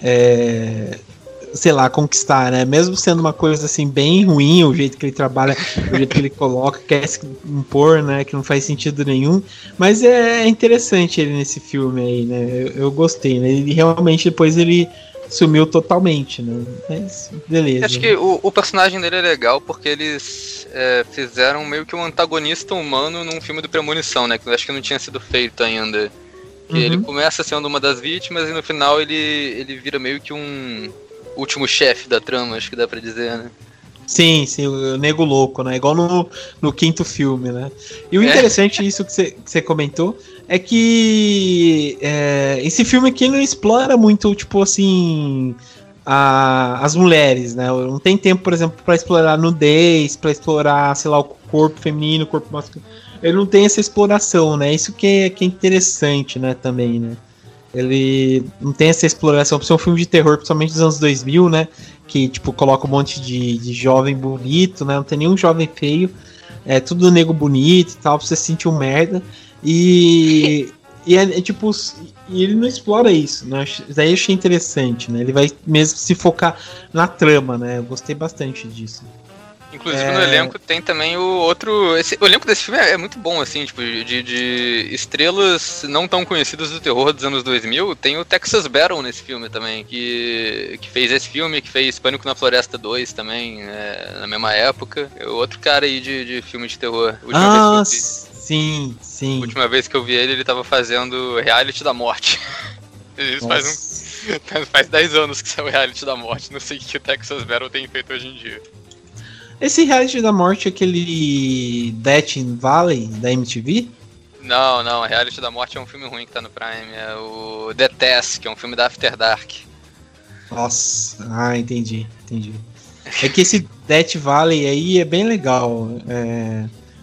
É, sei lá, conquistar, né? Mesmo sendo uma coisa assim bem ruim, o jeito que ele trabalha, o jeito que ele coloca, quer se impor, né? Que não faz sentido nenhum. Mas é interessante ele nesse filme aí, né? Eu, eu gostei, né? Ele realmente depois ele sumiu totalmente, né? Mas beleza. Acho que o, o personagem dele é legal porque eles é, fizeram meio que um antagonista humano num filme do Premonição, né? Que eu acho que não tinha sido feito ainda. Que Uhum. ele começa sendo uma das vítimas e no final ele, ele vira meio que um último chefe da trama, acho que dá pra dizer, né? Sim, sim, o Nego Louco, né? Igual no, no quinto filme, né? E o É. interessante, isso que você, que você comentou, é que é, esse filme aqui não explora muito, tipo assim, a, as mulheres, né? Não tem tempo, por exemplo, pra explorar nudez, pra explorar, sei lá, o corpo feminino, o corpo masculino. Ele não tem essa exploração, né? Isso que é, que é interessante, né, também, né? Ele não tem essa exploração, por ser um filme de terror, principalmente dos anos dois mil, né? Que, tipo, coloca um monte de, de jovem bonito, né? Não tem nenhum jovem feio. É tudo nego bonito e tal, pra você se sentir um merda. E, e é, é tipo... E ele não explora isso, né? Daí eu achei interessante, né? Ele vai mesmo se focar na trama, né? Eu gostei bastante disso. Inclusive É. no elenco tem também o outro... Esse, o elenco desse filme é, é muito bom, assim, tipo, de, de estrelas não tão conhecidas do terror dos anos dois mil. Tem o Texas Battle nesse filme também, que, que fez esse filme, que fez Pânico na Floresta dois também, é, na mesma época. É outro cara aí de, de filme de terror. A última, Ah, vez que eu vi, sim, sim. a última vez que eu vi ele, ele tava fazendo Reality da Morte. Isso faz Nossa. um... Faz dez anos que saiu o Reality da Morte. Não sei o que o Texas Battle tem feito hoje em dia. Esse reality da morte é aquele Death in Valley da M T V? Não, não, a Reality da Morte é um filme ruim que tá no Prime, é o The Task, que é um filme da After Dark. Nossa, ah, entendi, entendi. É que esse Death Valley aí é bem legal. É,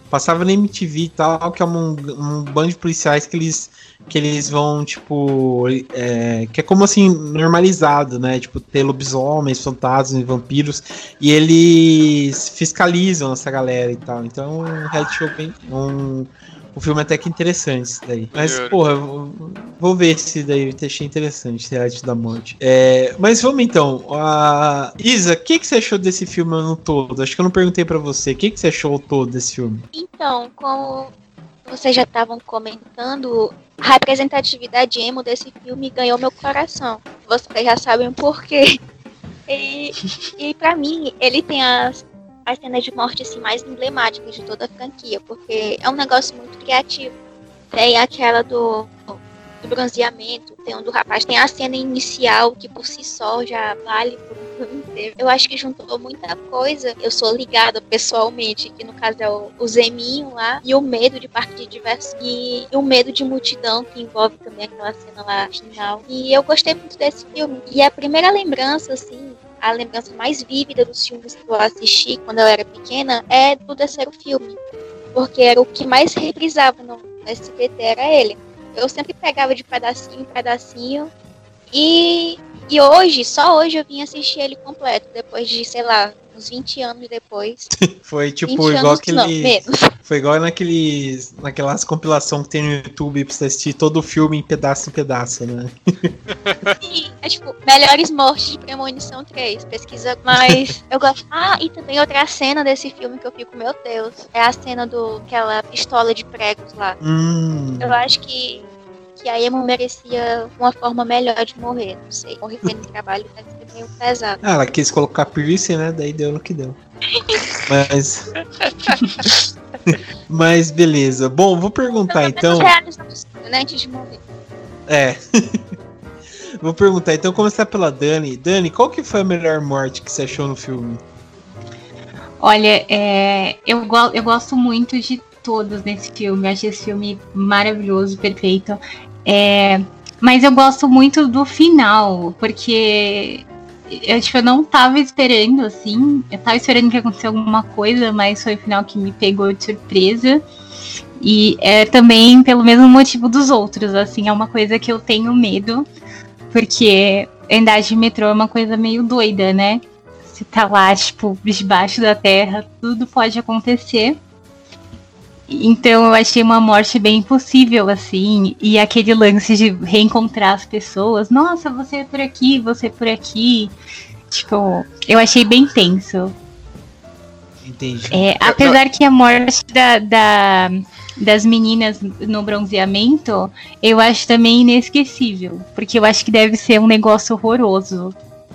Passava na M T V e tal, que é um, um bando de policiais que eles, que eles vão, tipo... É, que é como assim, normalizado, né? Tipo, ter lobisomens, fantasmas e vampiros. E eles fiscalizam essa galera e tal. Então, um reality show bem... Um, um filme até que interessante esse daí. Mas, porra, eu vou ver esse daí, eu achei interessante, esse reality da morte. É, mas vamos então. Uh, Isa, o que, que você achou desse filme no todo? Acho que eu não perguntei pra você. O que, que você achou todo desse filme? Então, como vocês já estavam comentando, a representatividade emo desse filme ganhou meu coração. Vocês já sabem o porquê. E, e pra mim, ele tem as... as cenas de morte assim, mais emblemáticas de toda a franquia, porque é um negócio muito criativo. Tem aquela do, do bronzeamento, tem um do rapaz, tem a cena inicial que por si só já vale por um filme inteiro. Eu acho que juntou muita coisa. Eu sou ligada pessoalmente, que no caso é o, o Zeminho lá, e o medo de parque de diversão, e, e o medo de multidão, que envolve também aquela cena lá final. E eu gostei muito desse filme. E a primeira lembrança, assim, a lembrança mais vívida dos filmes que eu assisti quando eu era pequena é do terceiro filme, porque era o que mais reprisava no S B T, era ele. Eu sempre pegava de pedacinho em pedacinho e, e hoje, só hoje eu vim assistir ele completo, depois de, sei lá, uns vinte anos depois. Foi tipo igual anos, aquele... Não, menos. Foi igual naqueles, naquelas compilações que tem no YouTube pra você assistir todo o filme em pedaço em pedaço, né? Sim, é tipo, melhores mortes de Premonição três, pesquisa, mas eu gosto. Ah, e também outra cena desse filme que eu fico, meu Deus, é a cena do aquela pistola de pregos lá. Hum. Eu acho que, que a Emo merecia uma forma melhor de morrer, não sei, morrer no trabalho deve ser meio pesado. Ah, ela quis colocar piercing, né? Daí deu no que deu. Mas... Mas beleza. Bom, vou perguntar então. Né, antes de morrer. É. Vou perguntar então, começar pela Dani. Dani, qual que foi a melhor morte que você achou no filme? Olha, é, eu, go- eu gosto muito de todos nesse filme. Eu achei esse filme maravilhoso, perfeito. É, mas eu gosto muito do final, porque eu, tipo, eu não tava esperando, assim. Eu tava esperando que acontecesse alguma coisa, mas foi o final que me pegou de surpresa. E é também pelo mesmo motivo dos outros, assim, é uma coisa que eu tenho medo, porque andar de metrô é uma coisa meio doida, né? Você tá lá, tipo, debaixo da terra, tudo pode acontecer. Então eu achei uma morte bem impossível, assim, e aquele lance de reencontrar as pessoas. Nossa, você é por aqui, você é por aqui. Tipo, eu achei bem tenso. Entendi. É, apesar que a morte da, da, das meninas no bronzeamento, eu acho também inesquecível. Porque eu acho que deve ser um negócio horroroso.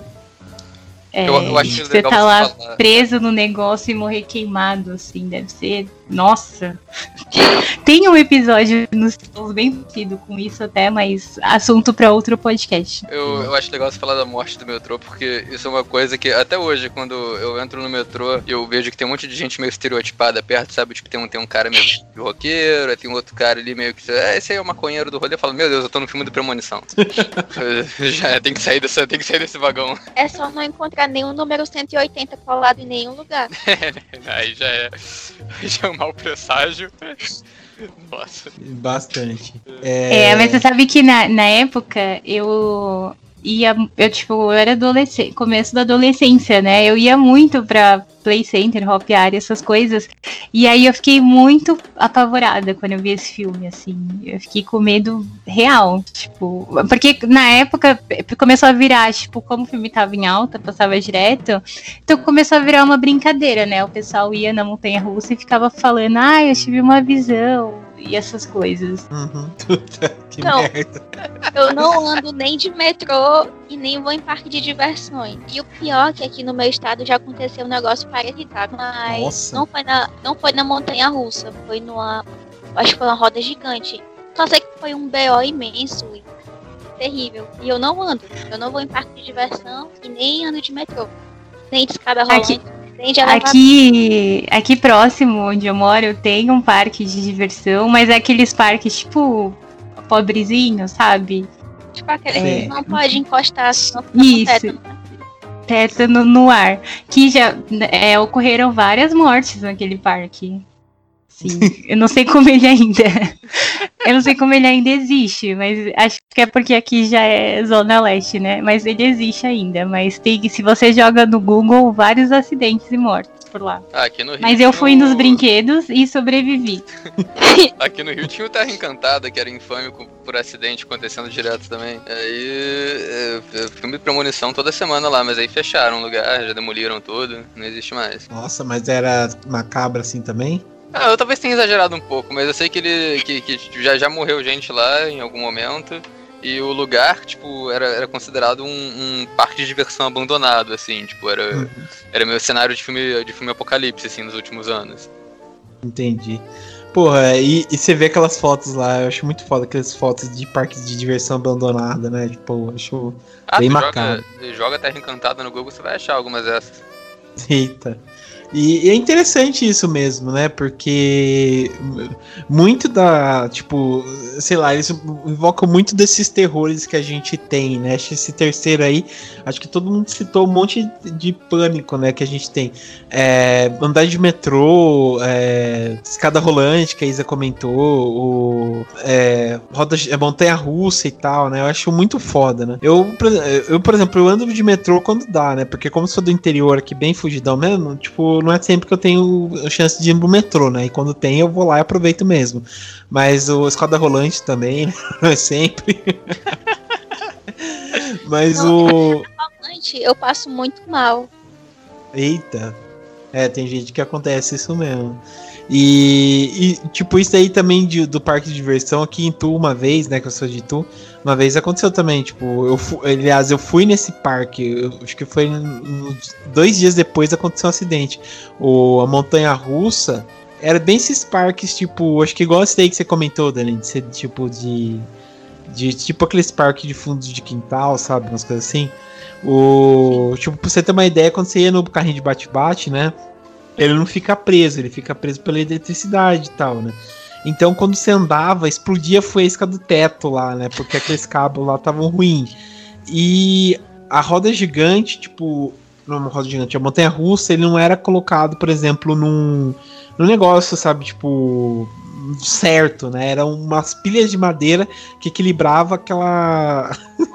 É, eu, eu acho você tá lá falar. preso no negócio e morrer queimado, assim, deve ser... Nossa! Tem um episódio nos bem parecido com isso até, mas assunto pra outro podcast. Eu, eu acho legal você falar da morte do metrô, porque isso é uma coisa que até hoje, quando eu entro no metrô, eu vejo que tem um monte de gente meio estereotipada perto, sabe? Tipo, tem um, tem um cara meio de roqueiro, aí tem um outro cara ali meio que... É, esse aí é o maconheiro do rolê. Eu falo, meu Deus, eu tô no filme do Premonição. Já tem que sair dessa, tem que sair desse vagão. É só não encontrar nenhum número cento e oitenta colado em nenhum lugar. Aí já é... Já é um mau presságio. Nossa. Bastante. É, é mas você sabe que na, na época eu ia, eu tipo, eu era adolescente, começo da adolescência, né? Eu ia muito pra Play Center, Hop Area, essas coisas. E aí eu fiquei muito apavorada quando eu vi esse filme, assim. Eu fiquei com medo real, tipo... Porque na época começou a virar, tipo, como o filme tava em alta, passava direto, então começou a virar uma brincadeira, né? O pessoal ia na montanha-russa e ficava falando, ah, eu tive uma visão, e essas coisas. Uhum. Que não, merda. Eu não ando nem de metrô e nem vou em parque de diversões. E o pior é que aqui no meu estado já aconteceu um negócio parecido, mas Nossa. não foi na, não foi na montanha-russa, foi numa, acho que foi uma roda gigante. Só sei que foi um B O imenso e terrível. E eu não ando, eu não vou em parque de diversão e nem ando de metrô, nem de escada rolante. Aqui... Aqui, aqui próximo onde eu moro tem um parque de diversão, mas é aqueles parques tipo pobrezinho, sabe? Tipo aquele é... que não pode encostar no Isso, teto no, no ar. Que já é, ocorreram várias mortes naquele parque. Assim, eu não sei como ele ainda. Eu não sei como ele ainda existe, mas acho que é porque aqui já é Zona Leste, né? Mas ele existe ainda. Mas tem, se você joga no Google, vários acidentes e mortes por lá. Ah, aqui no Rio mas eu fui no... nos brinquedos e sobrevivi. Aqui no Rio tinha o Terra Encantada, que era infame por acidente acontecendo direto também. Aí é, filme de premonição toda semana lá, mas aí fecharam o lugar, já demoliram tudo, não existe mais. Nossa, mas era macabro assim também? Ah, eu talvez tenha exagerado um pouco, mas eu sei que ele que, que já, já morreu gente lá em algum momento. E o lugar, tipo, era, era considerado um, um parque de diversão abandonado, assim, tipo, era, uhum. era meu cenário de filme, de filme apocalipse, assim, nos últimos anos. Entendi. Porra, e, e você vê aquelas fotos lá, eu acho muito foda aquelas fotos de parques de diversão abandonada, né? Tipo, eu acho ah, bem tu macabro. Joga, joga Terra Encantada no Google, você vai achar algumas dessas. Eita. E, e é interessante isso mesmo, né? Porque muito da, tipo, sei lá, eles invocam muito desses terrores que a gente tem, né? Acho que esse terceiro aí, acho que todo mundo citou um monte de pânico, né? Que a gente tem. É, andar de metrô, é, escada rolante, que a Isa comentou, o, é, roda, é, montanha-russa e tal, né? Eu acho muito foda, né? Eu, eu, por exemplo, eu ando de metrô quando dá, né? Porque como sou do interior aqui, bem fugidão mesmo, tipo, não é sempre que eu tenho chance de ir no metrô, né? E quando tem, eu vou lá e aproveito mesmo. Mas o escada rolante também, né? Não é sempre. Mas não, o... eu passo muito mal. Eita. É, tem gente que acontece isso mesmo. E, e tipo, isso aí também de, do parque de diversão aqui em Tu, uma vez, né, que eu sou de Tu, uma vez aconteceu também, tipo, eu fui, aliás, eu fui nesse parque, eu, acho que foi dois dias depois aconteceu um acidente. O, a montanha-russa era bem esses parques, tipo, acho que igual esse aí que você comentou, Dani, de ser tipo de, de tipo aqueles parques de fundo de quintal, sabe, umas coisas assim. O, tipo, pra você ter uma ideia, quando você ia no carrinho de bate-bate, né, ele não fica preso, ele fica preso pela eletricidade e tal, né? Então, quando você andava, explodia a faísca do teto lá, né? Porque aqueles cabos lá estavam ruins. E a roda gigante, tipo... Não, uma roda gigante, a montanha-russa, ele não era colocado, por exemplo, num, num negócio, sabe? Tipo... certo, né? Eram umas pilhas de madeira que equilibrava aquela...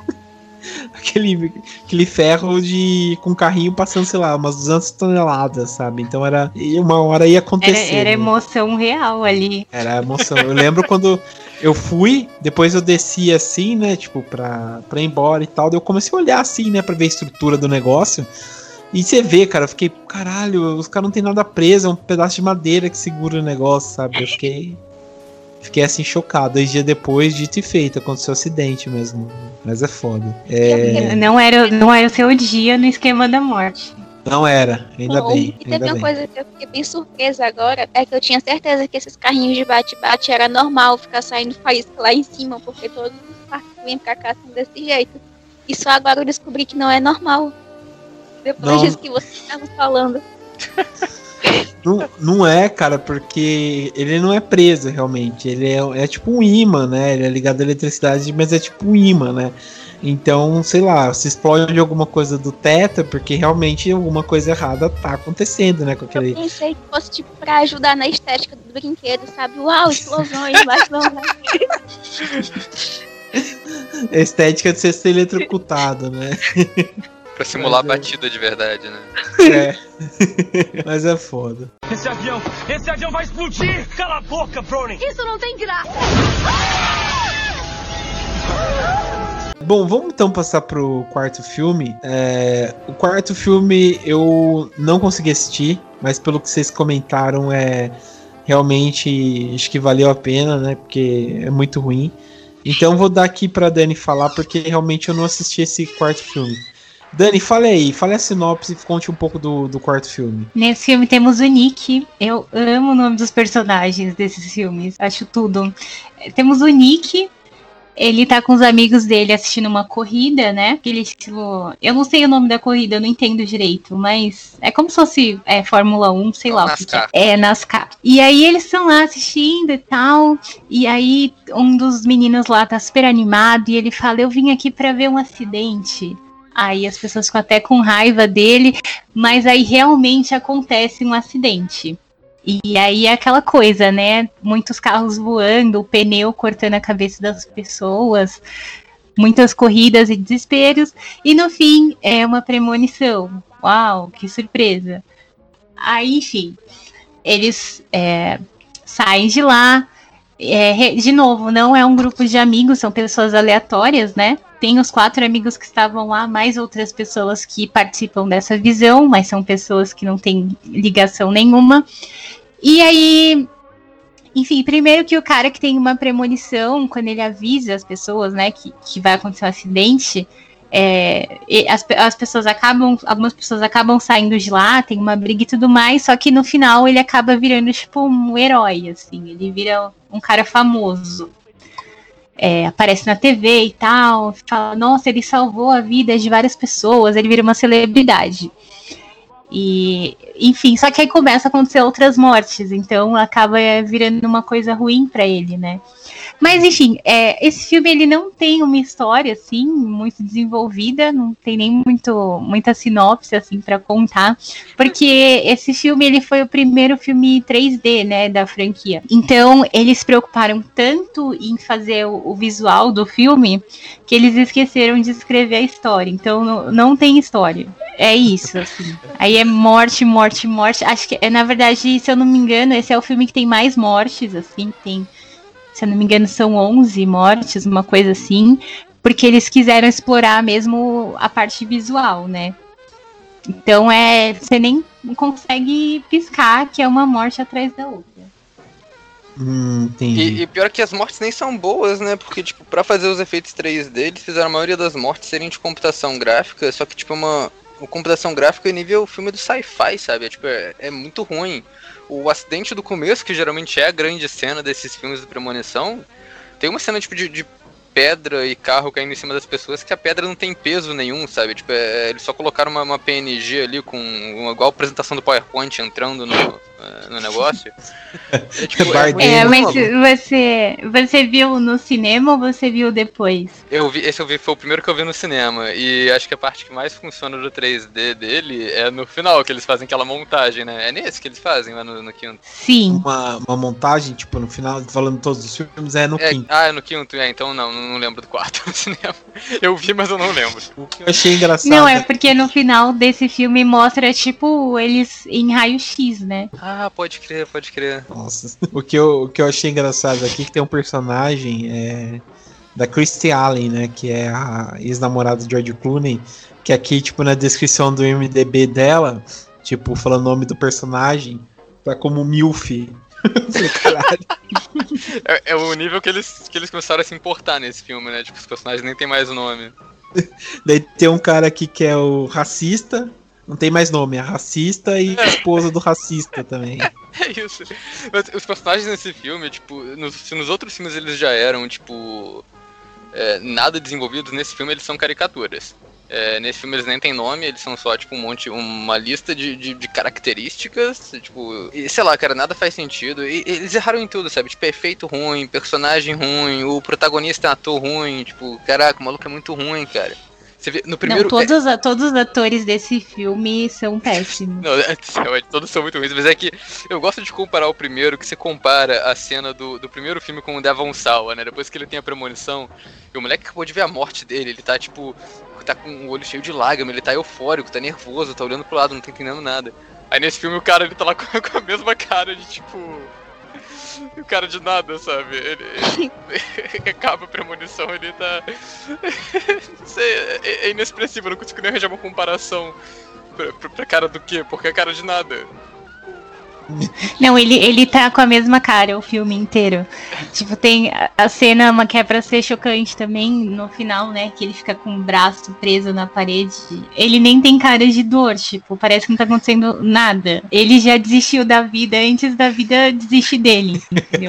Aquele, aquele ferro de, com carrinho passando, sei lá, umas duzentas toneladas, sabe? Então era. E uma hora ia acontecer. Era, era né? emoção real ali. Era emoção. Eu lembro quando eu fui, depois eu desci assim, né? Tipo, pra, pra ir embora e tal. Daí eu comecei a olhar assim, né? Pra ver a estrutura do negócio. E você vê, cara, eu fiquei, caralho, os caras não tem nada preso, é um pedaço de madeira que segura o negócio, sabe? Eu fiquei. Fiquei assim chocado. Dois dias depois, dito e feito, aconteceu um acidente mesmo. Mas é foda. É... Não, era, não era o seu dia no esquema da morte. Não era, ainda Bom, bem. E teve ainda uma bem. coisa que eu fiquei bem surpresa agora, é que eu tinha certeza que esses carrinhos de bate-bate era normal ficar saindo faísca lá em cima, porque todos os parques que vêm pra cá são desse jeito. E só agora eu descobri que não é normal. Depois Não. disso que você estava falando. Não, não é, cara, porque ele não é preso realmente. Ele é, é tipo um imã, né? Ele é ligado à eletricidade, mas é tipo um imã, né? Então, sei lá, se explode alguma coisa do teto, porque realmente alguma coisa errada tá acontecendo, né? Com aquele... Eu pensei que fosse tipo pra ajudar na estética do brinquedo, sabe? Uau, explosões, mas não, né? A estética de você ser eletrocutado, né? Pra simular Mas é. a batida de verdade, né? É. Mas é foda. Esse avião, esse avião vai explodir! Cala a boca, Brownie! Isso não tem graça! Bom, vamos então passar pro quarto filme. É, o quarto filme eu não consegui assistir, mas pelo que vocês comentaram, é realmente acho que valeu a pena, né? Porque é muito ruim. Então vou dar aqui pra Dani falar, porque realmente eu não assisti esse quarto filme. Dani, fale aí, fale a sinopse e conte um pouco do, do quarto filme. Nesse filme temos o Nick. Eu amo o nome dos personagens desses filmes. Acho tudo. Temos o Nick. Ele tá com os amigos dele assistindo uma corrida, né? Aquele estilo... Eu não sei o nome da corrida, eu não entendo direito. Mas é como se fosse é, Fórmula um, sei lá o que, que é. É, NASCAR. E aí eles estão lá assistindo e tal. E aí um dos meninos lá tá super animado. E ele fala, eu vim aqui pra ver um acidente. Aí as pessoas ficam até com raiva dele, mas aí realmente acontece um acidente. E aí é aquela coisa, né? Muitos carros voando, o pneu cortando a cabeça das pessoas, muitas corridas e desesperos. E no fim é uma premonição. Uau, que surpresa. Aí, enfim, eles é, saem de lá. É, de novo, não é um grupo de amigos, são pessoas aleatórias, né? Tem os quatro amigos que estavam lá, mais outras pessoas que participam dessa visão, mas são pessoas que não têm ligação nenhuma. E aí, enfim, primeiro que o cara que tem uma premonição, quando ele avisa as pessoas, né, que, que vai acontecer um acidente, é, as, as pessoas acabam, algumas pessoas acabam saindo de lá, tem uma briga e tudo mais, só que no final ele acaba virando, tipo, um herói, assim, ele vira um cara famoso. É, aparece na T V e tal, fala, nossa, ele salvou a vida de várias pessoas, ele vira uma celebridade. E, enfim, só que aí começa a acontecer outras mortes, então acaba virando uma coisa ruim pra ele, né? Mas, enfim, é, esse filme ele não tem uma história, assim, muito desenvolvida, não tem nem muito, muita sinopse, assim, pra contar, porque esse filme, ele foi o primeiro filme três D, né, da franquia. Então, eles se preocuparam tanto em fazer o, o visual do filme, que eles esqueceram de escrever a história, então não, não tem história. É isso, assim. Aí é morte, morte, morte. Acho que, é, na verdade, se eu não me engano, esse é o filme que tem mais mortes, assim, tem... Se eu não me engano, são onze mortes, uma coisa assim, porque eles quiseram explorar mesmo a parte visual, né? Então, é, você nem consegue piscar que é uma morte atrás da outra. Hum, entendi. E, e pior que as mortes nem são boas, né? Porque, tipo, pra fazer os efeitos três D, eles fizeram a maioria das mortes serem de computação gráfica, só que, tipo, uma, uma computação gráfica é nível filme do sci-fi, sabe? É, tipo, é, é muito ruim. O acidente do começo, que geralmente é a grande cena desses filmes de premonição, tem uma cena tipo de, de pedra e carro caindo em cima das pessoas que a pedra não tem peso nenhum, sabe? Tipo, é, eles só colocaram uma, uma P N G ali com uma igual a apresentação do PowerPoint entrando no, no negócio. É, tipo, é, é mas você, você viu no cinema ou você viu depois? Eu vi, esse eu vi, foi o primeiro que eu vi no cinema. E acho que a parte que mais funciona do três D dele é no final, que eles fazem aquela montagem, né? É nesse que eles fazem lá no, no quinto. Sim. Uma, uma montagem, tipo, no final, falando todos os filmes, é no é, quinto. Ah, é no quinto, é, então não, não lembro do quarto no cinema. Eu vi, mas eu não lembro. O que eu achei engraçado. Não, é porque no final desse filme mostra, tipo, eles em raio-x, né? Ah, pode crer, pode crer. Nossa. O que eu, o que eu achei engraçado aqui é que tem um personagem é, da Christy Allen, né? Que é a ex-namorada de George Clooney. Que aqui, tipo, na descrição do I M D B dela, tipo, falando o nome do personagem, tá como Milf. Caralho. É, é o nível que eles, que eles começaram a se importar nesse filme, né? Tipo, os personagens nem tem mais o nome. Daí tem um cara aqui que é o racista. Não tem mais nome, é racista e é. esposa do racista também. É isso. Mas os personagens nesse filme, tipo, nos, se nos outros filmes eles já eram, tipo, é, nada desenvolvidos, nesse filme eles são caricaturas. É, nesse filme eles nem tem nome, eles são só, tipo, um monte, uma lista de, de, de características, tipo, e, sei lá, cara, nada faz sentido. E, eles erraram em tudo, sabe? Tipo, efeito ruim, personagem ruim, o protagonista é um ator ruim, tipo, caraca, o maluco é muito ruim, cara. Você vê, no primeiro... Não, todos, é... todos os atores desse filme são péssimos. Não, é, todos são muito ruins, mas é que eu gosto de comparar o primeiro, que você compara a cena do, do primeiro filme com o Devon Sawa, né? Depois que ele tem a premonição, e o moleque acabou de ver a morte dele, ele tá, tipo, tá com o olho cheio de lágrima, ele tá eufórico, tá nervoso, tá olhando pro lado, não tá entendendo nada. Aí nesse filme o cara, ele tá lá com, com a mesma cara de, tipo... O cara de nada, sabe? Ele, ele, ele acaba a premonição, ele tá... Não sei, é, é inexpressivo, eu não consigo nem arranjar uma comparação pra, pra, pra cara do quê? Porque é cara de nada. Não, ele, ele tá com a mesma cara o filme inteiro. Tipo, tem a, a cena, uma que é pra ser chocante também, no final, né? Que ele fica com o braço preso na parede. Ele nem tem cara de dor, tipo, parece que não tá acontecendo nada. Ele já desistiu da vida antes da vida desistir dele, entendeu?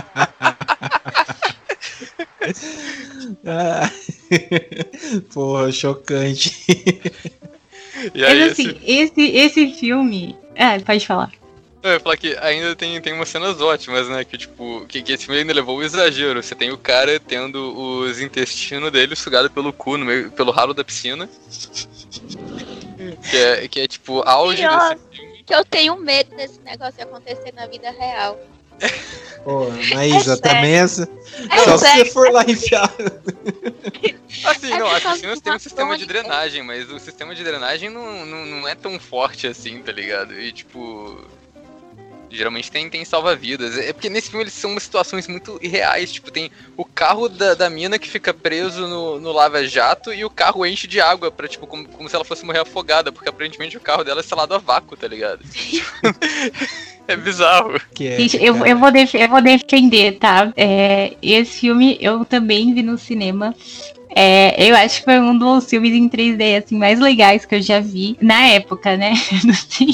Ah, porra, chocante. E aí, Mas assim, esse, esse, esse filme... Ah, pode falar. Eu ia falar que ainda tem, tem umas cenas ótimas, né? Que tipo, que, que esse filme ainda levou o exagero. Você tem o cara tendo os intestinos dele sugados pelo cu, no meio, pelo ralo da piscina. Que é, que é tipo, auge desse filme. que eu tenho medo desse negócio acontecer na vida real. Pô, Maísa, é também essa. É Só se sério. você for lá enfiar. Assim, É não, por a causa piscina do tem um sistema de bafônico. drenagem, mas o sistema de drenagem não, não, não é tão forte assim, tá ligado? E tipo. Geralmente tem, tem salva-vidas. É porque nesse filme eles são situações muito irreais. Tipo, tem o carro da, da mina que fica preso no, no lava-jato e o carro enche de água, pra, tipo, como, como se ela fosse morrer afogada, porque aparentemente o carro dela é selado a vácuo, tá ligado? É bizarro. Que é, Gente, eu, eu, vou def- eu vou defender, tá? É, esse filme eu também vi no cinema. É, eu acho que foi um dos filmes em três D assim, mais legais que eu já vi na época, né? Não sei.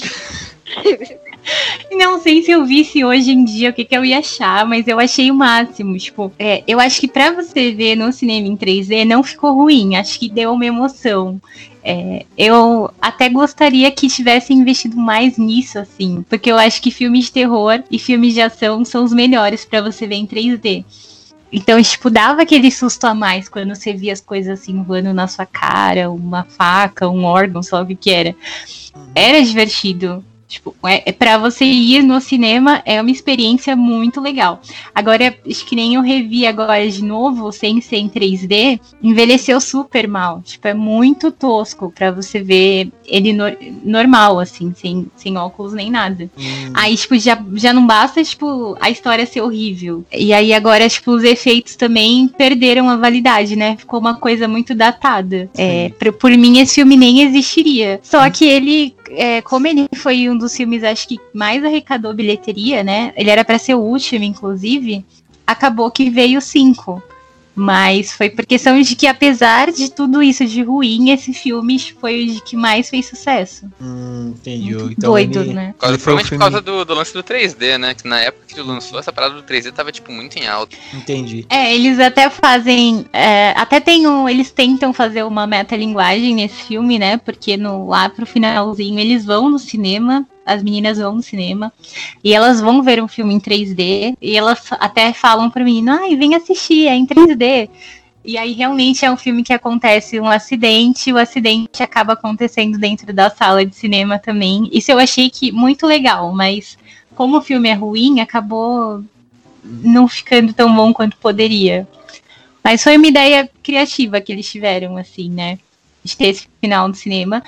Não sei se eu visse hoje em dia o que, que eu ia achar, mas eu achei o máximo. Tipo, é, eu acho que pra você ver no cinema em três D não ficou ruim. Acho que deu uma emoção. É, eu até gostaria que tivesse investido mais nisso, assim, porque eu acho que filmes de terror e filmes de ação são os melhores pra você ver em três D. Então, tipo, dava aquele susto a mais quando você via as coisas assim voando na sua cara, uma faca, um órgão, sei lá o que que era. Era divertido. Tipo, é, é pra você ir no cinema, é uma experiência muito legal. Agora, acho que nem eu revi agora de novo, sem ser em três D, envelheceu super mal. Tipo, é muito tosco pra você ver ele no, normal, assim, sem, sem óculos nem nada. Hum. Aí, tipo, já, já não basta, tipo, a história ser horrível. E aí agora, tipo, os efeitos também perderam a validade, né? Ficou uma coisa muito datada. É, por, por mim, esse filme nem existiria. Só que ele, é, como ele foi um dos filmes, acho que mais arrecadou bilheteria, né? Ele era pra ser o último, inclusive. Acabou que veio cinco. Mas foi por questão de que, apesar de tudo isso de ruim, esse filme foi o de que mais fez sucesso. Hum, entendi. Muito Então doido, ele, né? Por causa, ele foi o provavelmente filme... por causa do, do lance do três D, né? Que na época que ele lançou, essa parada do três D tava, tipo, muito em alta. Entendi. É, eles até fazem. É, até tem um. Eles tentam fazer uma metalinguagem nesse filme, né? Porque no, lá pro finalzinho eles vão no cinema. As meninas vão no cinema e elas vão ver um filme em três D e elas até falam pro menino, ai, vem assistir, é em três D. E aí realmente é um filme que acontece um acidente, e o acidente acaba acontecendo dentro da sala de cinema também. Isso eu achei que muito legal, mas como o filme é ruim, acabou não ficando tão bom quanto poderia. Mas foi uma ideia criativa que eles tiveram, assim, né? De ter esse final do cinema.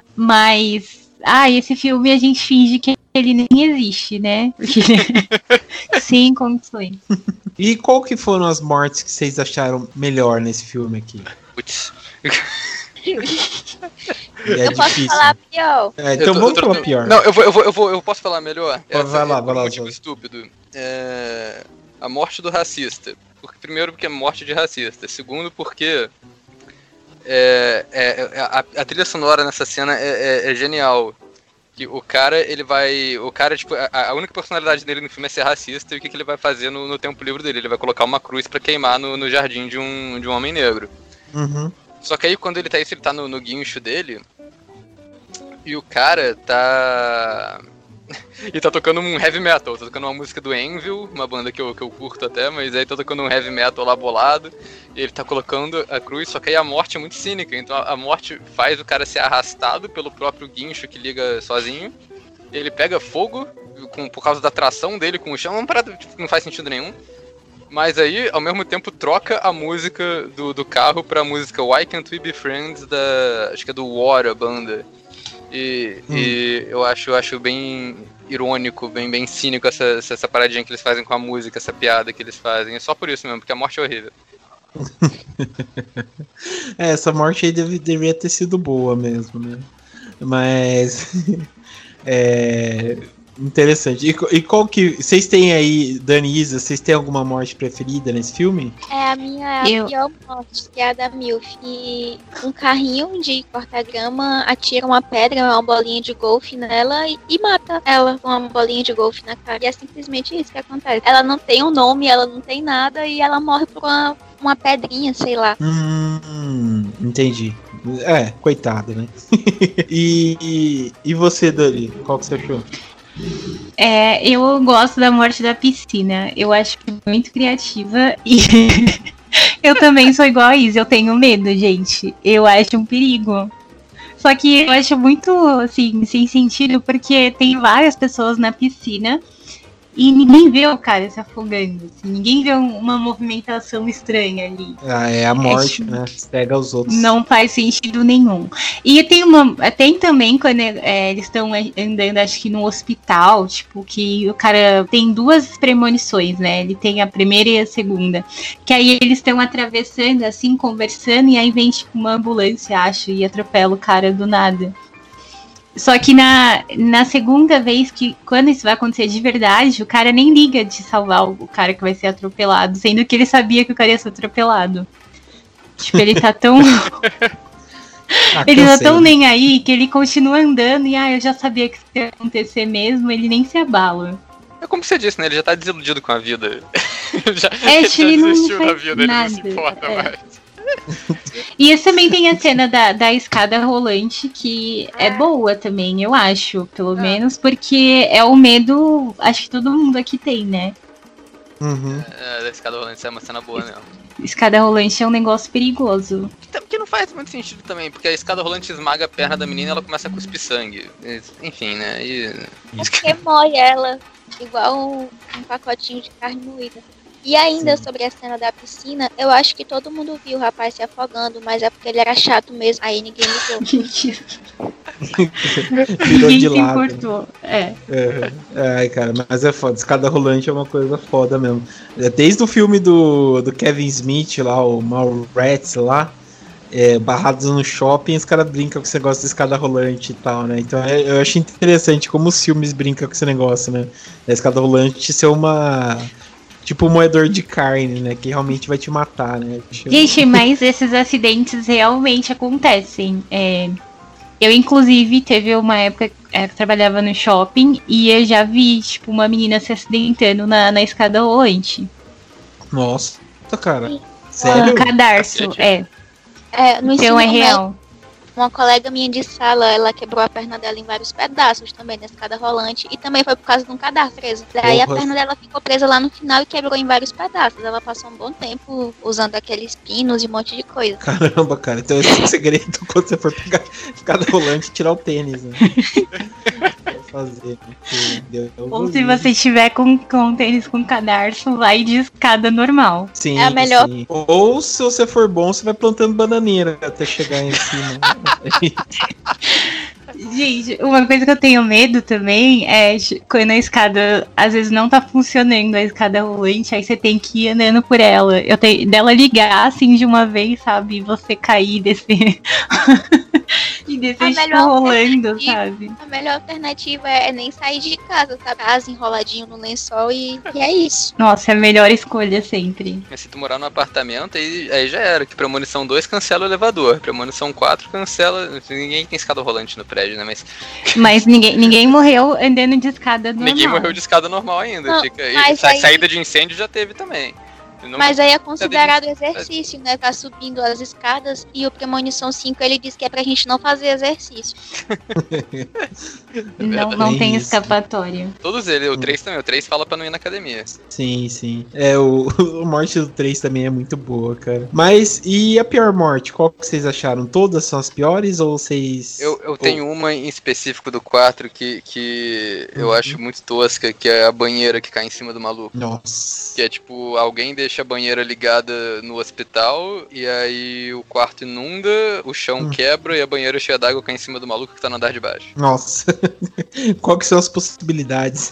Mas ah, esse filme a gente finge que ele nem existe, né? Porque sem condições. E qual que foram as mortes que vocês acharam melhor nesse filme aqui? Putz. E é eu posso difícil. falar pior. É, então Eu tô- vamos eu tô- falar pior. Não, eu vou, eu vou, eu vou, eu posso falar melhor? Vai Essa lá, é vai lá, um motivo Zé. estúpido. É, a morte do racista. Porque, primeiro, porque é morte de racista. Segundo, porque é, é, é, a, a trilha sonora nessa cena é, é, é genial. Que o cara, ele vai... O cara, tipo, a, a única personalidade dele no filme é ser racista. E o que, que ele vai fazer no, no tempo livre dele? Ele vai colocar uma cruz pra queimar no, no jardim de um, de um homem negro. Uhum. Só que aí quando ele tá isso, ele tá no, no guincho dele. E o cara tá... e tá tocando um heavy metal. Tá tocando uma música do Anvil, uma banda que eu, que eu curto até. Mas aí tá tocando um heavy metal lá bolado. E ele tá colocando a cruz. Só que aí a morte é muito cínica. Então a, a morte faz o cara ser arrastado pelo próprio guincho que liga sozinho. Ele pega fogo com, por causa da tração dele com o chão. É uma parada tipo, que não faz sentido nenhum. Mas aí, ao mesmo tempo, troca a música do, do carro pra música Why Can't We Be Friends, da, acho que é do War, a banda. E, hum. e eu, acho, eu acho bem irônico, bem, bem cínico essa, essa paradinha que eles fazem com a música, essa piada que eles fazem. É só por isso mesmo, porque a morte é horrível. É, essa morte aí deve, deveria ter sido boa mesmo, né? Mas... é... Interessante. E, e qual que... Vocês têm aí, Dani e Isa, vocês têm alguma morte preferida nesse filme? É, a minha Eu- pior morte, que é a da Milf. E um carrinho de corta-grama atira uma pedra, uma bolinha de golfe nela e, e mata ela com uma bolinha de golfe na cara. E é simplesmente isso que acontece. Ela não tem um nome, ela não tem nada e ela morre por uma, uma pedrinha, sei lá. Hum, entendi. É, coitada, né? e, e, e você, Dani? Qual que você achou? É, eu gosto da morte da piscina. Eu acho muito criativa e eu também sou igual a Isa. Eu tenho medo, gente. Eu acho um perigo. Só que eu acho muito, assim, sem sentido, porque tem várias pessoas na piscina e ninguém vê o cara se afogando. Assim, ninguém vê uma movimentação estranha ali. Ah, é a morte, é, tipo, né? Pega os outros. Não faz sentido nenhum. E tem uma. Tem também quando é, eles estão andando, acho que no hospital, tipo, que o cara tem duas premonições, né? Ele tem a primeira e a segunda. Que aí eles estão atravessando, assim, conversando, e aí vem, tipo, uma ambulância, acho, e atropela o cara do nada. Só que na, na segunda vez, que quando isso vai acontecer de verdade, o cara nem liga de salvar o cara que vai ser atropelado, sendo que ele sabia que o cara ia ser atropelado. Tipo, ele tá tão... Ah, ele tá cansei. tão nem aí que ele continua andando e, ah, eu já sabia que isso ia acontecer mesmo, ele nem se abala. É como você disse, né? Ele já tá desiludido com a vida. já, É, ele já ele não desistiu faz da vida, nada, ele não se importa é. mais. E esse também tem a cena da, da escada rolante, que é boa também, eu acho, pelo É. menos, porque é o medo, acho que todo mundo aqui tem, né? Uhum. É, da escada rolante é uma cena boa mesmo. Escada rolante é um negócio perigoso. Que, que não faz muito sentido também, porque a escada rolante esmaga a perna da menina e ela começa a cuspir sangue. Enfim, né? E... Porque moe ela, igual um, um pacotinho de carne moída. E ainda Sim. sobre a cena da piscina, eu acho que todo mundo viu o rapaz se afogando, mas é porque ele era chato mesmo, aí ninguém ligou. Mentira. Virou Ninguém de se lado. importou. É. É. Ai, cara, mas é foda. Escada rolante é uma coisa foda mesmo. É, desde o filme do, do Kevin Smith lá, o Mallrats lá, é, barrados no shopping, os caras brincam com esse negócio de escada rolante e tal, né? Então é, eu acho interessante como os filmes brincam com esse negócio, né? A escada rolante ser uma... tipo um moedor de carne, né? Que realmente vai te matar, né? Gente, mas esses acidentes realmente acontecem. É, eu, inclusive, teve uma época é, que eu trabalhava no shopping e eu já vi, tipo, uma menina se acidentando na, na escada rolante. Nossa, cara. Sim. Com Sério? um cadarço, é. É, no Então é ensino médio, real. uma colega minha de sala, ela quebrou a perna dela em vários pedaços também, na escada rolante, e também foi por causa de um cadarço preso. Daí a Porra. perna dela ficou presa lá no final e quebrou em vários pedaços. Ela passou um bom tempo usando aqueles pinos e um monte de coisa. Caramba, cara. Então esse é o segredo quando você for pegar escada rolante e tirar o tênis, né? Vai fazer, né? Porque Deus Ou se livre. você tiver com, com tênis com cadarço, vai de escada normal. Sim, É a melhor- sim. Ou se você for bom, você vai plantando bananeira até chegar em cima. Gente, uma coisa que eu tenho medo também é de- quando a escada às vezes não tá funcionando, a escada rolante, aí você tem que ir andando por ela. Eu tenho dela ligar assim de uma vez, sabe? E você cair e descer. E descer A tipo, melhor rolando, alternativa- sabe? A melhor alternativa é nem sair de casa, tá? Casa enroladinho no lençol e, e é isso. Nossa, é a melhor escolha sempre. Mas se tu morar num apartamento, aí, aí já era. Que premonição dois cancela o elevador. Premonição quatro cancela. Ninguém tem escada rolante no prédio, né? Mas Mas ninguém, ninguém morreu andando de escada normal. ninguém morreu de escada normal ainda. Não, Fica- e mas sa- aí- saída de incêndio já teve também. Não- Mas aí é considerado exercício, né? Tá subindo as escadas e o Premonição cinco ele diz que é pra gente não fazer exercício. Não, não É tem isso. escapatória. Todos eles, o três também. O três fala pra não ir na academia. Sim, sim. É, o, o morte do três também é muito boa, cara. Mas, e a pior morte? Qual que vocês acharam? Todas são as piores ou vocês... Eu, eu tenho uma em específico do quatro que, que eu Uhum. acho muito tosca, que é a banheira que cai em cima do maluco. Nossa. Que é tipo, alguém deixa a banheira ligada no hospital e aí o quarto inunda, o chão Hum. quebra e a banheira cheia d'água cai em cima do maluco que tá no andar de baixo. Nossa. Qual que são as possibilidades?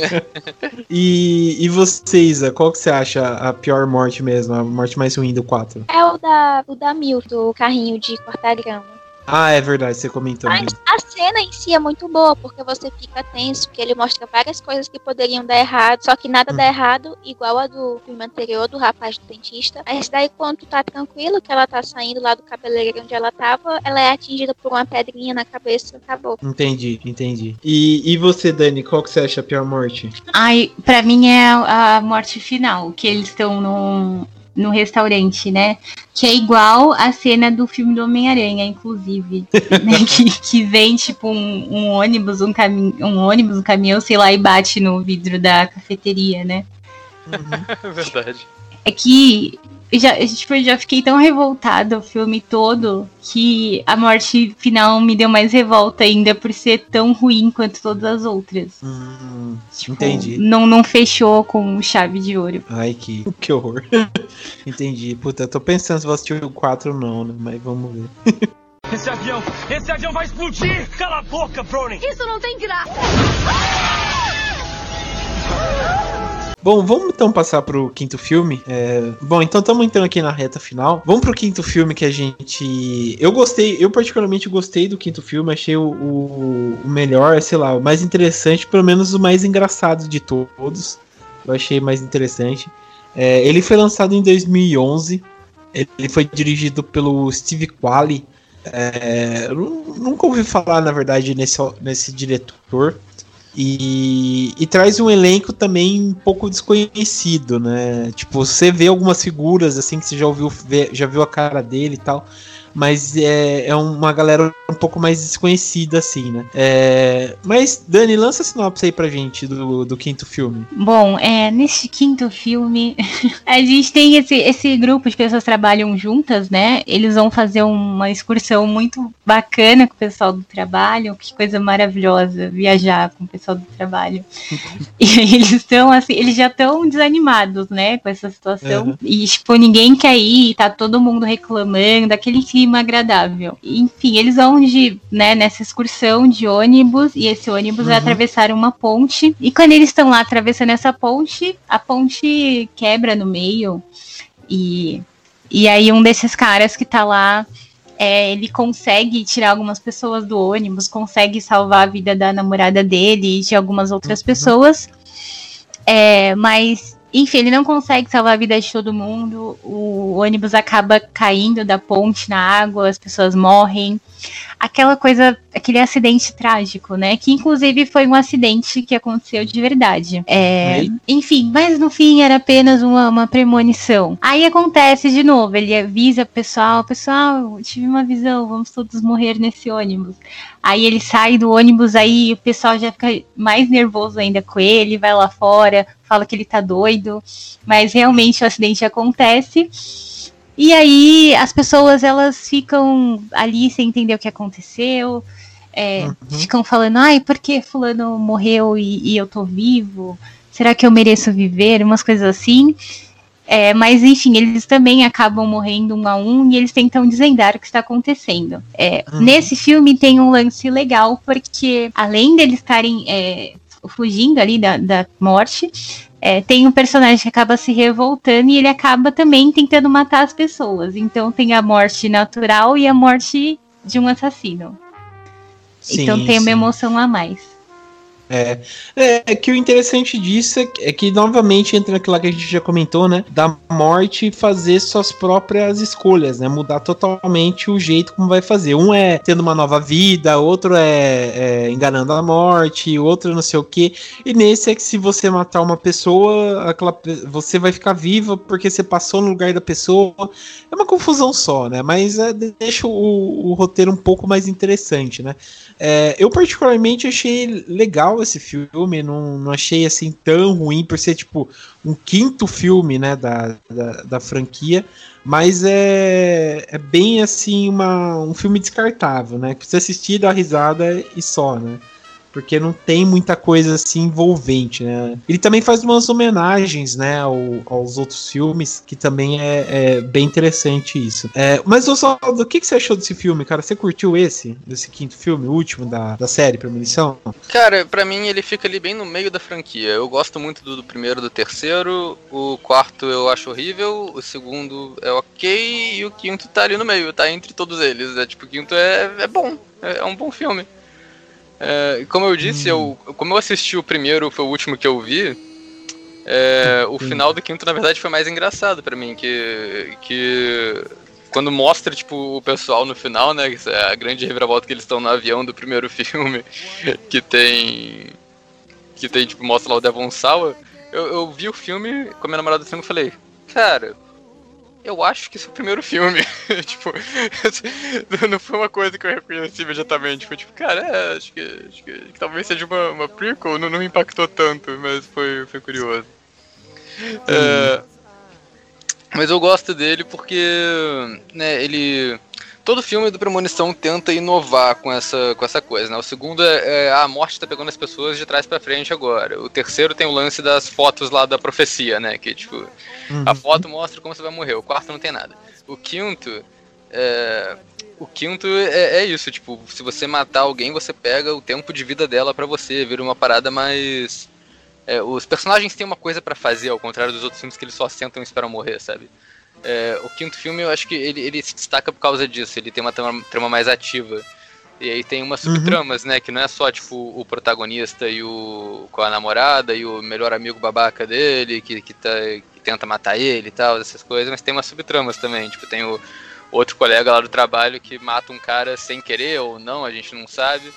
e, e você, Isa, qual que você acha a pior morte mesmo? A morte mais ruim do quatro? É o da, o da Mil, do carrinho de cortar grama. Ah, é verdade, você comentou Mas mesmo. a cena em si é muito boa, porque você fica tenso, porque ele mostra várias coisas que poderiam dar errado, só que nada Hum. dá errado, igual a do filme anterior, do rapaz do dentista. Mas daí quando tu tá tranquilo, que ela tá saindo lá do cabeleireiro onde ela tava, ela é atingida por uma pedrinha na cabeça, acabou. Entendi, entendi. E, e você, Dani, qual que você acha a pior morte? Ai, pra mim é a morte final, que eles estão no, no restaurante, né? Que é igual a cena do filme do Homem-Aranha, inclusive. Né? que, que vem, tipo, um, um ônibus, um, cami um ônibus, um caminhão, sei lá, e bate no vidro da cafeteria, né? É verdade. É que já, tipo, eu já fiquei tão revoltada o filme todo que a morte final me deu mais revolta ainda por ser tão ruim quanto todas as outras. Hum, tipo, entendi. Não, não fechou com chave de ouro. Ai, que, que horror. Entendi. Puta, eu tô pensando se vou assistir o quatro ou não, né? Mas vamos ver. Esse avião, esse avião vai explodir! Cala a boca, Browning! Isso não tem graça! Bom, vamos então passar pro quinto filme. É... Bom, então estamos entrando aqui na reta final. Vamos pro quinto filme que a gente... Eu gostei, eu particularmente gostei do quinto filme. Achei o, o, o melhor, sei lá, o mais interessante, pelo menos o mais engraçado de todos. Eu achei mais interessante. É, ele foi lançado em dois mil e onze. Ele foi dirigido pelo Steve Qualley. É, nunca ouvi falar, na verdade, nesse, nesse diretor. E, e traz um elenco também um pouco desconhecido, né? Tipo, você vê algumas figuras assim que você já ouviu, já viu a cara dele e tal, mas é, é uma galera um pouco mais desconhecida, assim, né? É, mas, Dani, lança a sinopse aí pra gente do, do quinto filme. Bom, é, nesse quinto filme, a gente tem esse, esse grupo de pessoas que trabalham juntas, né? Eles vão fazer uma excursão muito bacana com o pessoal do trabalho. Que coisa maravilhosa viajar com o pessoal do trabalho. E eles estão assim, eles já estão desanimados, né, com essa situação. Uhum. E, tipo, ninguém quer ir, tá todo mundo reclamando, aquele clima agradável. Enfim, eles vão de, né, nessa excursão de ônibus, e esse ônibus uhum. vai atravessar uma ponte, e quando eles estão lá atravessando essa ponte, a ponte quebra no meio, e, e aí um desses caras que tá lá, é, ele consegue tirar algumas pessoas do ônibus, consegue salvar a vida da namorada dele e de algumas outras uhum. pessoas, é, mas enfim, ele não consegue salvar a vida de todo mundo, o ônibus acaba caindo da ponte na água, as pessoas morrem. Aquela coisa, aquele acidente trágico, né? Que inclusive foi um acidente que aconteceu de verdade. É, enfim, mas no fim era apenas uma, uma premonição. Aí acontece de novo, ele avisa o pessoal, pessoal, tive uma visão, vamos todos morrer nesse ônibus. Aí ele sai do ônibus, aí o pessoal já fica mais nervoso ainda com ele, vai lá fora, fala que ele tá doido, mas realmente o acidente acontece. E aí as pessoas, elas ficam ali sem entender o que aconteceu, é, uhum. ficam falando, ai, por que fulano morreu e, e eu tô vivo? Será que eu mereço viver? Umas coisas assim. É, mas enfim, eles também acabam morrendo um a um e eles tentam desvendar o que está acontecendo. É, uhum. Nesse filme tem um lance legal, porque além deles estarem é, fugindo ali da, da morte, É, tem um personagem que acaba se revoltando e ele acaba também tentando matar as pessoas. Então tem a morte natural e a morte de um assassino. Sim, então tem sim. uma emoção a mais. É, é que o interessante disso é que, é que novamente entra naquilo que a gente já comentou, né? Da morte fazer suas próprias escolhas, né? Mudar totalmente o jeito como vai fazer. Um é tendo uma nova vida, outro é, é enganando a morte, outro não sei o quê. E nesse é que se você matar uma pessoa, aquela, você vai ficar viva porque você passou no lugar da pessoa. É uma confusão só, né? Mas é, deixa o, o roteiro um pouco mais interessante, né? É, eu particularmente achei legal esse filme, não, não achei assim tão ruim por ser tipo um quinto filme, né, da, da, da franquia, mas é, é bem assim uma, um filme descartável, né, que você assistir, dar risada e só, né, porque não tem muita coisa assim envolvente, né. Ele também faz umas homenagens, né, ao, aos outros filmes, que também é, é bem interessante isso. É, mas, Oswaldo, o que, que você achou desse filme, cara? Você curtiu esse, desse quinto filme, o último da, da série Premonição? Cara, pra mim ele fica ali bem no meio da franquia. Eu gosto muito do, do primeiro e do terceiro, o quarto eu acho horrível, o segundo é ok, e o quinto tá ali no meio, tá entre todos eles. É tipo, o quinto é, é bom, é, é um bom filme. É, como eu disse, hum. eu, como eu assisti o primeiro, foi o último que eu vi, é, o final do quinto, na verdade, foi mais engraçado pra mim, que, que quando mostra, tipo, o pessoal no final, né, a grande reviravolta que eles estão no avião do primeiro filme, que tem, que tem, tipo, mostra lá o Devon Sawa, eu, eu vi o filme com a minha namorada do filme e falei, cara, eu acho que esse é o primeiro filme. Tipo, não foi uma coisa que eu reconheci imediatamente. Foi tipo, cara, é, acho, que, acho, que, acho que talvez seja uma, uma prequel. Não, não me impactou tanto, mas foi, foi curioso. É, Mas eu gosto dele porque, né, ele... Todo filme do Premonição tenta inovar com essa, com essa coisa, né? O segundo é, é a morte tá pegando as pessoas de trás pra frente agora. O terceiro tem o lance das fotos lá da profecia, né? Que, tipo, uhum. a foto mostra como você vai morrer. O quarto não tem nada. O quinto... É... O quinto é, é isso, tipo, se você matar alguém, você pega o tempo de vida dela pra você. Vira uma parada mais... É, os personagens têm uma coisa pra fazer, ao contrário dos outros filmes que eles só sentam e esperam morrer, sabe? É, o quinto filme eu acho que ele, ele se destaca por causa disso, ele tem uma trama, trama mais ativa. E aí tem umas subtramas, uhum. né, que não é só tipo o protagonista e o com a namorada e o melhor amigo babaca dele que, que, tá, que tenta matar ele e tal, essas coisas, mas tem umas subtramas também, tipo, tem o outro colega lá do trabalho que mata um cara sem querer ou não, a gente não sabe,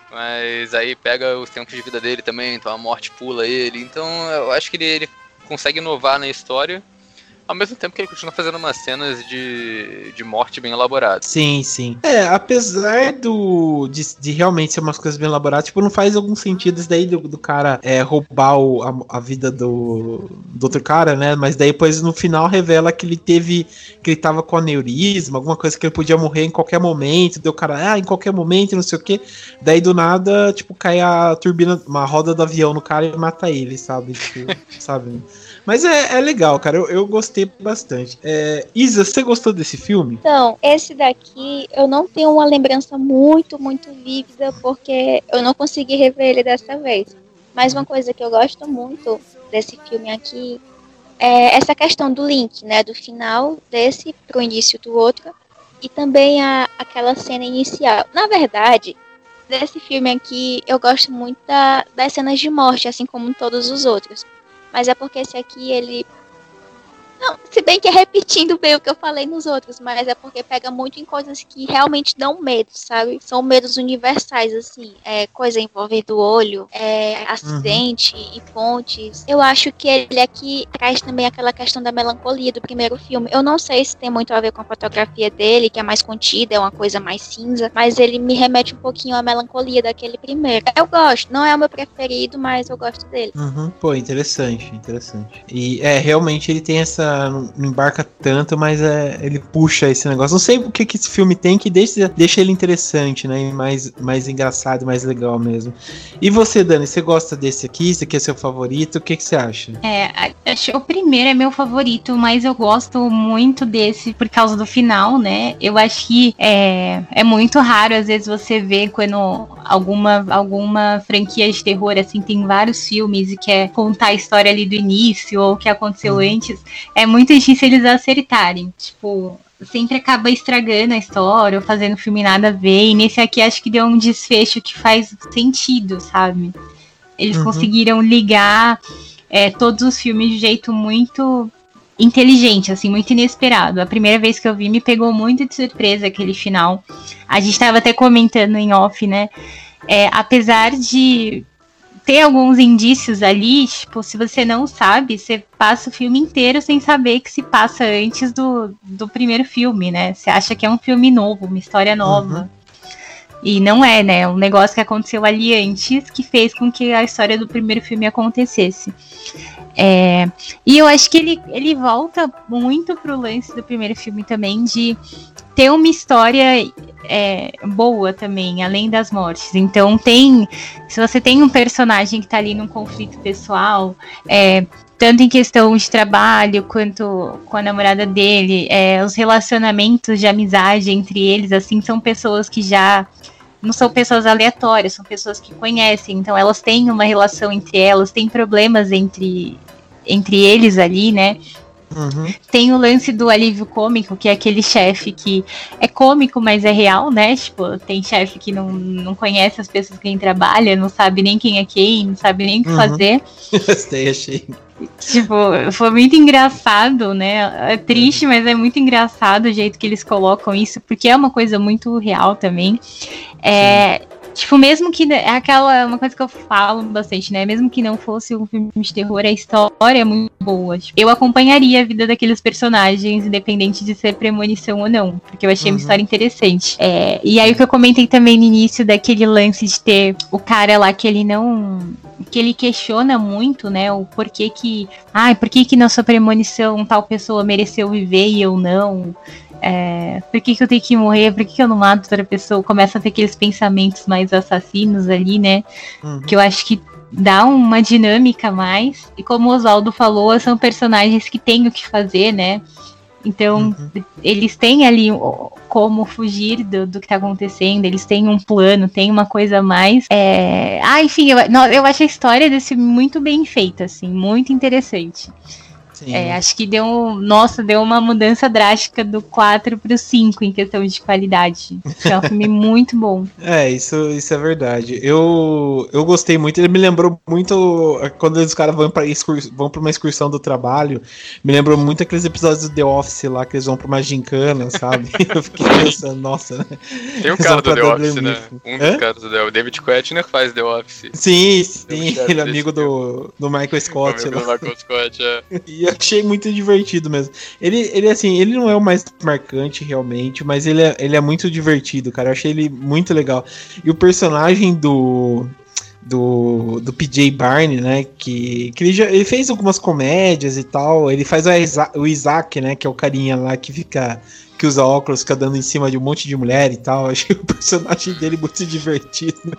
mas aí pega os tempos de vida dele também, então a morte pula ele, então eu acho que ele, ele consegue inovar na história, ao mesmo tempo que ele continua fazendo umas cenas de, de morte bem elaboradas. Sim, sim. É, apesar do de, de realmente ser umas coisas bem elaboradas, tipo, não faz algum sentido isso daí do, do cara é, roubar o, a, a vida do, do outro cara, né? Mas daí depois no final revela que ele teve, que ele tava com aneurisma, alguma coisa que ele podia morrer em qualquer momento, deu o cara, ah, em qualquer momento, não sei o quê. Daí do nada, tipo, cai a turbina, uma roda do avião no cara e mata ele, sabe? Tipo, sabe? Mas é, é legal, cara. Eu, eu gostei bastante. É, Isa, você gostou desse filme? Então, esse daqui eu não tenho uma lembrança muito, muito vívida, porque eu não consegui rever ele dessa vez. Mas uma coisa que eu gosto muito desse filme aqui é essa questão do link, né? Do final desse pro início do outro. E também a, aquela cena inicial. Na verdade, desse filme aqui eu gosto muito da, das cenas de morte, assim como todos os outros. Mas é porque esse aqui, ele... Não, se bem que é repetindo bem o que eu falei nos outros, mas é porque pega muito em coisas que realmente dão medo, sabe? São medos universais, assim. É coisa envolvendo o olho, é acidente uhum. e pontes. Eu acho que ele aqui traz também aquela questão da melancolia do primeiro filme. Eu não sei se tem muito a ver com a fotografia dele, que é mais contida, é uma coisa mais cinza, mas ele me remete um pouquinho à melancolia daquele primeiro. Eu gosto, não é o meu preferido, mas eu gosto dele. Uhum. Pô, interessante, interessante. E é, realmente ele tem essa... Não, não embarca tanto, mas é, ele puxa esse negócio. Não sei o que, que esse filme tem que deixa, deixa ele interessante, né? E mais, mais engraçado, mais legal mesmo. E você, Dani, você gosta desse aqui? Esse aqui é seu favorito? O que, que você acha? É, acho, o primeiro é meu favorito, mas eu gosto muito desse por causa do final, né? Eu acho que é, é muito raro, às vezes, você ver quando alguma, alguma franquia de terror, assim, tem vários filmes e quer contar a história ali do início ou o que aconteceu hum. antes. É muito difícil eles acertarem. Tipo, sempre acaba estragando a história ou fazendo filme nada a ver. E nesse aqui acho que deu um desfecho que faz sentido, sabe? Eles uhum. conseguiram ligar é, todos os filmes de um jeito muito inteligente, assim, muito inesperado. A primeira vez que eu vi me pegou muito de surpresa aquele final. A gente estava até comentando em off, né? É, apesar de ter alguns indícios ali, tipo, se você não sabe, você passa o filme inteiro sem saber que se passa antes do, do primeiro filme, né? Você acha que é um filme novo, uma história nova. Uhum. E não é, né? É um negócio que aconteceu ali antes que fez com que a história do primeiro filme acontecesse. É, e eu acho que ele, ele volta muito pro lance do primeiro filme também, de ter uma história é, boa também, além das mortes. Então tem, se você tem um personagem que tá ali num conflito pessoal, é, tanto em questão de trabalho quanto com a namorada dele, é, os relacionamentos de amizade entre eles, assim, são pessoas que já não são pessoas aleatórias, são pessoas que conhecem, então elas têm uma relação entre elas, têm problemas entre, entre eles ali, né? Uhum. Tem o lance do alívio cômico, que é aquele chefe que é cômico, mas é real, né? Tipo, tem chefe que não, não conhece as pessoas com quem trabalha, não sabe nem quem é quem, não sabe nem o que uhum. fazer. Gostei, achei. Tipo, foi muito engraçado, né? É triste, mas é muito engraçado o jeito que eles colocam isso, porque é uma coisa muito real também. É, tipo, mesmo que... É aquela... Uma coisa que eu falo bastante, né? Mesmo que não fosse um filme de terror, a história é muito boa. Tipo, eu acompanharia a vida daqueles personagens, independente de ser premonição ou não. Porque eu achei uhum. uma história interessante. É, e aí o que eu comentei também no início daquele lance de ter o cara lá que ele não... Que ele questiona muito, né? O porquê que... Ai, por que que na sua premonição tal pessoa mereceu viver e eu não... É, por que que eu tenho que morrer? Por que que eu não mato outra pessoa? Começa a ter aqueles pensamentos mais assassinos ali, né? Uhum. Que eu acho que dá uma dinâmica a mais. E como o Oswaldo falou, são personagens que têm o que fazer, né? Então, uhum. eles têm ali como fugir do, do que tá acontecendo, eles têm um plano, tem uma coisa a mais. É... Ah, enfim, eu, eu acho a história desse filme muito bem feita, assim, muito interessante. É, acho que deu, nossa, deu uma mudança drástica do quatro pro cinco em questão de qualidade. É um filme muito bom. É, isso, isso é verdade. Eu, eu gostei muito, ele me lembrou muito quando os caras vão pra, vão pra uma excursão do trabalho, me lembrou muito aqueles episódios do The Office lá, que eles vão pra uma gincana, sabe? Eu fiquei pensando, nossa, né? Tem um cara do The Office, né? Um dos caras do The Office, David Koechner faz The Office. Sim, sim, ele é amigo do, do Michael Scott. Amigo do Michael Scott, é. E achei muito divertido mesmo. Ele, ele, assim, ele não é o mais marcante realmente, mas ele é, ele é muito divertido, cara. Eu achei ele muito legal. E o personagem do... Do, do P J Barney, né? Que, que ele, já, ele fez algumas comédias e tal. Ele faz o Isaac, o Isaac, né? Que é o carinha lá que fica... Que usa óculos, fica dando em cima de um monte de mulher e tal. Eu achei o personagem dele muito divertido.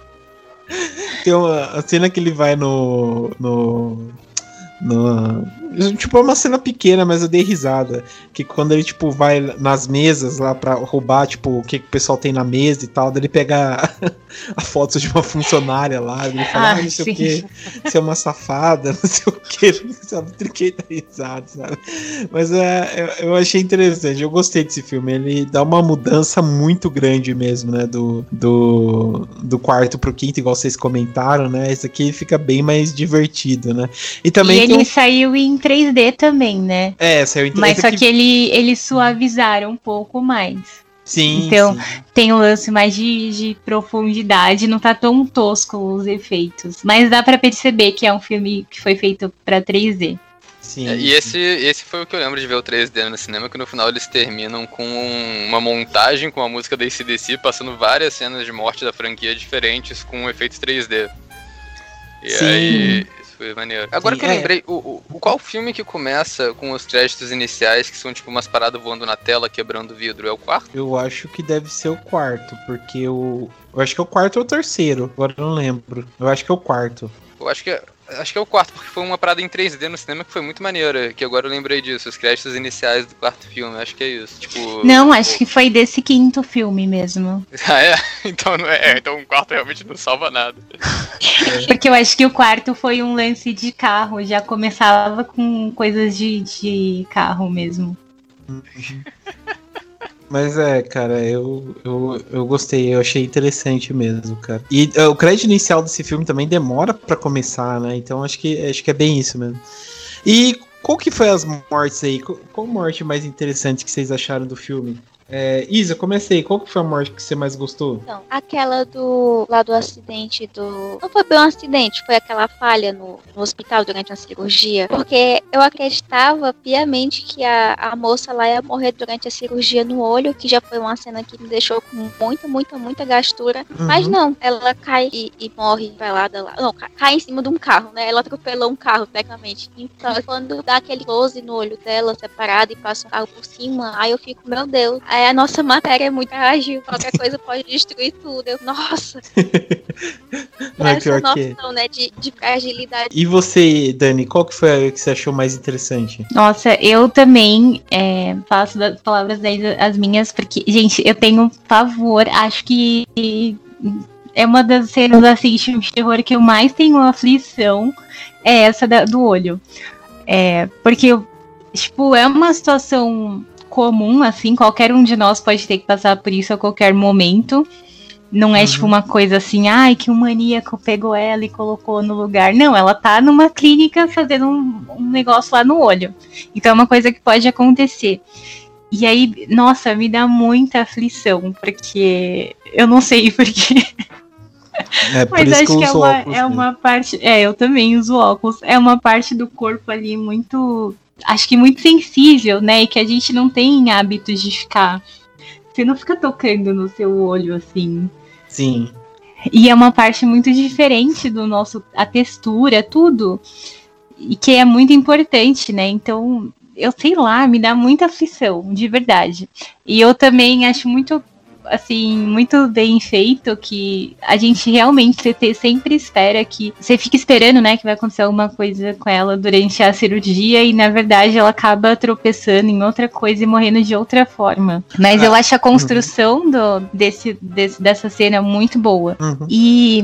Tem uma a cena que ele vai no... no No, tipo, é uma cena pequena, mas eu dei risada. Que quando ele, tipo, vai nas mesas lá pra roubar, tipo, o que, que o pessoal tem na mesa e tal, daí ele pega a, a foto de uma funcionária lá, ele fala, ah, ah não sei sim. o que, você é uma safada, não sei o que, sabe, triquei da risada, sabe? Mas é, eu, eu achei interessante, eu gostei desse filme, ele dá uma mudança muito grande mesmo, né, do, do, do quarto pro quinto, igual vocês comentaram, né, esse aqui fica bem mais divertido, né? E também e ele um... saiu em três D também, né? É, saiu em três D. Mas só que, que ele, eles suavizaram um pouco mais. Sim. Então, sim. tem um lance mais de, de profundidade, não tá tão tosco os efeitos. Mas dá pra perceber que é um filme que foi feito pra três D. Sim, é, e esse, esse foi o que eu lembro de ver o três D no cinema, que no final eles terminam com uma montagem com a música da A C D C, passando várias cenas de morte da franquia diferentes com efeitos três D. E Sim. aí... Foi maneiro. Agora Sim, que eu é. lembrei, o, o, qual filme que começa com os créditos iniciais, que são tipo umas paradas voando na tela, quebrando o vidro? É o quarto? Eu acho que deve ser o quarto, porque o... Eu acho que é o quarto ou o terceiro, agora eu não lembro. Eu acho que é o quarto. Eu acho que é... Acho que é o quarto, porque foi uma parada em três D no cinema que foi muito maneira, que agora eu lembrei disso, os créditos iniciais do quarto filme, acho que é isso. Tipo, não, acho o... que foi desse quinto filme mesmo. Ah, é? Então, não é, então o quarto realmente não salva nada. Porque eu acho que o quarto foi um lance de carro, já começava com coisas de, de carro mesmo. Mas é, cara, eu, eu, eu gostei, eu achei interessante mesmo, cara. E uh, o crédito inicial desse filme também demora pra começar, né? Então acho que, acho que é bem isso mesmo. E qual que foi as mortes aí? Qual, qual morte mais interessante que vocês acharam do filme? É, Isa, comecei. Qual que foi a morte que você mais gostou? Então, aquela do lá do acidente do... Não foi bem um acidente, foi aquela falha no, no hospital durante a cirurgia. Porque eu acreditava piamente que a, a moça lá ia morrer durante a cirurgia no olho, que já foi uma cena que me deixou com muita, muita, muita gastura. Uhum. Mas não, ela cai e, e morre pelada lá. Não, cai, cai em cima de um carro, né? Ela atropelou um carro, tecnicamente. Então, quando dá aquele close no olho dela, separado, e passa um carro por cima, aí eu fico, meu Deus... A nossa matéria é muito ágil, qualquer coisa pode destruir tudo. Eu, nossa! Não é essa noção, que... né, de, de fragilidade. E você, Dani, qual que foi a que você achou mais interessante? Nossa, eu também é, faço das palavras deles as minhas, porque, gente, eu tenho pavor, acho que é uma das cenas assim, de terror que eu mais tenho aflição, é essa da, do olho. É, porque, tipo, é uma situação... comum, assim, qualquer um de nós pode ter que passar por isso a qualquer momento. Não é uhum. tipo uma coisa assim, ai, que um maníaco pegou ela e colocou no lugar. Não, ela tá numa clínica fazendo um, um negócio lá no olho. Então é uma coisa que pode acontecer. E aí, nossa, me dá muita aflição, porque eu não sei porque É, por Mas isso acho que eu que é uso uma, óculos. é né? uma parte. É, eu também uso óculos. É uma parte do corpo ali muito. Acho que muito sensível, né? E que a gente não tem hábitos de ficar. Você não fica tocando no seu olho assim. Sim. E é uma parte muito diferente do nosso. A textura, tudo. E que é muito importante, né? Então, eu sei lá, me dá muita aflição, de verdade. E eu também acho muito, assim, muito bem feito que a gente realmente você te- sempre espera que. Você fica esperando, né, que vai acontecer alguma coisa com ela durante a cirurgia e, na verdade, ela acaba tropeçando em outra coisa e morrendo de outra forma. Mas Ah, eu acho a construção do, desse, desse, dessa cena muito boa. Uhum. E.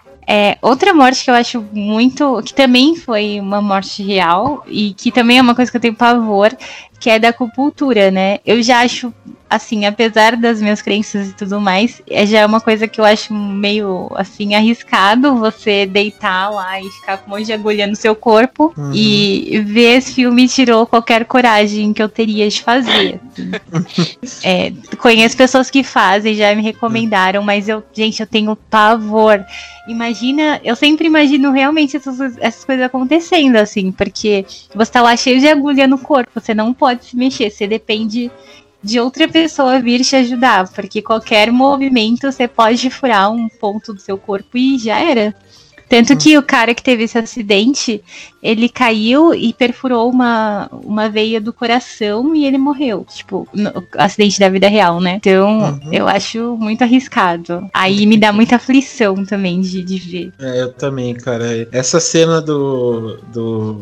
É, outra morte que eu acho muito. Que também foi uma morte real, e que também é uma coisa que eu tenho pavor, que é da acupuntura, né? Eu já acho, assim, apesar das minhas crenças e tudo mais, é já uma coisa que eu acho meio, assim, arriscado você deitar lá e ficar com um monte de agulha no seu corpo. Uhum. E ver esse filme tirou qualquer coragem que eu teria de fazer. Assim. É, conheço pessoas que fazem, já me recomendaram, mas eu, gente, eu tenho pavor. Imagina, eu sempre imagino realmente essas, essas coisas acontecendo, assim, porque você tá lá cheio de agulha no corpo, você não pode se mexer, você depende de outra pessoa vir te ajudar, porque qualquer movimento você pode furar um ponto do seu corpo e já era. Tanto que o cara que teve esse acidente, ele caiu e perfurou uma, uma veia do coração e ele morreu. Tipo, no, acidente da vida real, né? Então, Uhum. eu acho muito arriscado. Aí me dá muita aflição também de, de ver. É, eu também, cara. Essa cena do, do,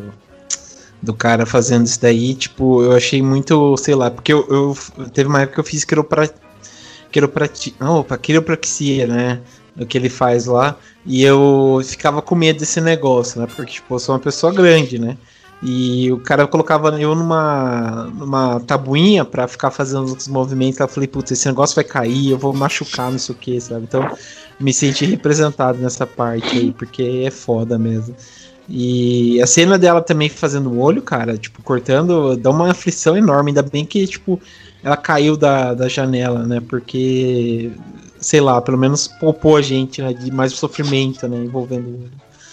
do cara fazendo isso daí, tipo, eu achei muito, sei lá, porque eu, eu teve uma época que eu fiz quiropra, quiroprati, não, opa, quiropraxia, né? O que ele faz lá, e eu ficava com medo desse negócio, né? Porque, tipo, eu sou uma pessoa grande, né? E o cara colocava eu numa, numa tabuinha pra ficar fazendo os movimentos. Eu falei, putz, esse negócio vai cair, eu vou machucar, não sei o que, sabe? Então, me senti representado nessa parte aí, porque é foda mesmo. E a cena dela também fazendo o olho, cara, tipo, cortando, dá uma aflição enorme. Ainda bem que, tipo, ela caiu da, da janela, né? Porque, sei lá, pelo menos poupou a gente, né, de mais sofrimento, né, envolvendo o olho.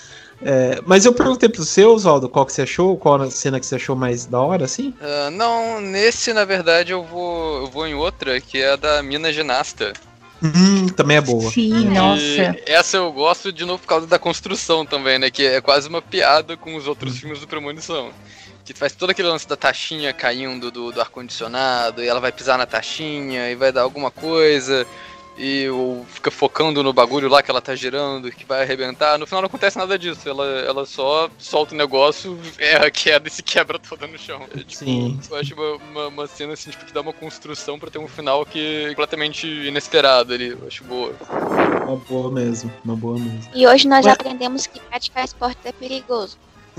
É, mas eu perguntei pro seu, Oswaldo, qual que você achou? Qual a cena que você achou mais da hora, assim? Uh, não, nesse, na verdade, eu vou, eu vou em outra, que é a da mina ginasta. Hum, também é boa. Sim, E nossa. essa eu gosto de novo por causa da construção também, né? Que é quase uma piada com os outros filmes do Premonição. Que faz todo aquele lance da taxinha caindo do, do ar-condicionado, e ela vai pisar na taxinha, e vai dar alguma coisa, e ou fica focando no bagulho lá que ela tá girando, que vai arrebentar. No final não acontece nada disso, ela, ela só solta o negócio, erra a queda e se quebra toda no chão. É, tipo, Sim. eu acho uma, uma, uma cena assim, tipo, que dá uma construção pra ter um final que é completamente inesperado ali, eu acho boa. Uma boa mesmo, uma boa mesmo. E hoje nós Ué. aprendemos que praticar esporte é perigoso.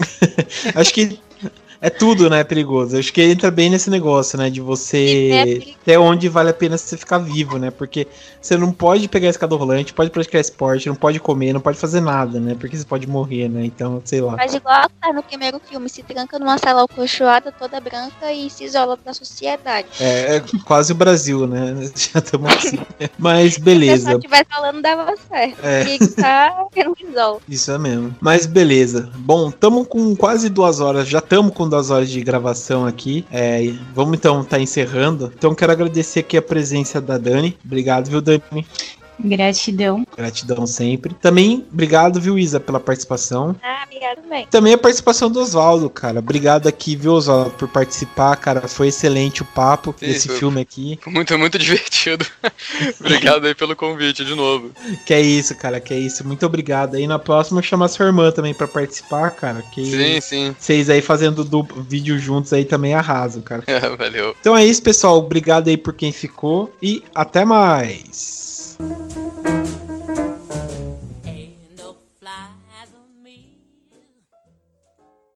Acho que é tudo, né, perigoso. Acho que entra bem nesse negócio, né, de É você perigoso. até onde vale a pena você ficar vivo, né, porque você não pode pegar a escada rolante, pode praticar esporte, não pode comer, não pode fazer nada, né, porque você pode morrer, né, então, sei lá. Mas igual tá no primeiro filme, se tranca numa sala alcochoada toda branca e se isola da sociedade. É, é quase o Brasil, né, já estamos assim. Mas Se o beleza, pessoal estivesse falando, dava certo. É. Tinha que estar tendo isol. isso é mesmo. Mas beleza. Bom, estamos com quase duas horas, já estamos com duas horas de gravação aqui. É, vamos então estar tá encerrando. Então quero agradecer aqui a presença da Dani. Obrigado, viu, Dani? Gratidão. Gratidão sempre. Também, obrigado, viu, Isa, pela participação. Ah, obrigado também. Também a participação do Oswaldo, cara. Obrigado aqui, viu, Oswaldo, por participar, cara. Foi excelente o papo Sim, desse foi- filme aqui. Foi muito, muito divertido. Obrigado aí pelo convite de novo. Que é isso, cara, que é isso. Muito obrigado. Aí na próxima eu chamar sua irmã também pra participar, cara. Que Sim, sim. vocês aí fazendo do vídeo juntos aí também arrasam, cara. Valeu. Então é isso, pessoal. Obrigado aí por quem ficou e até mais.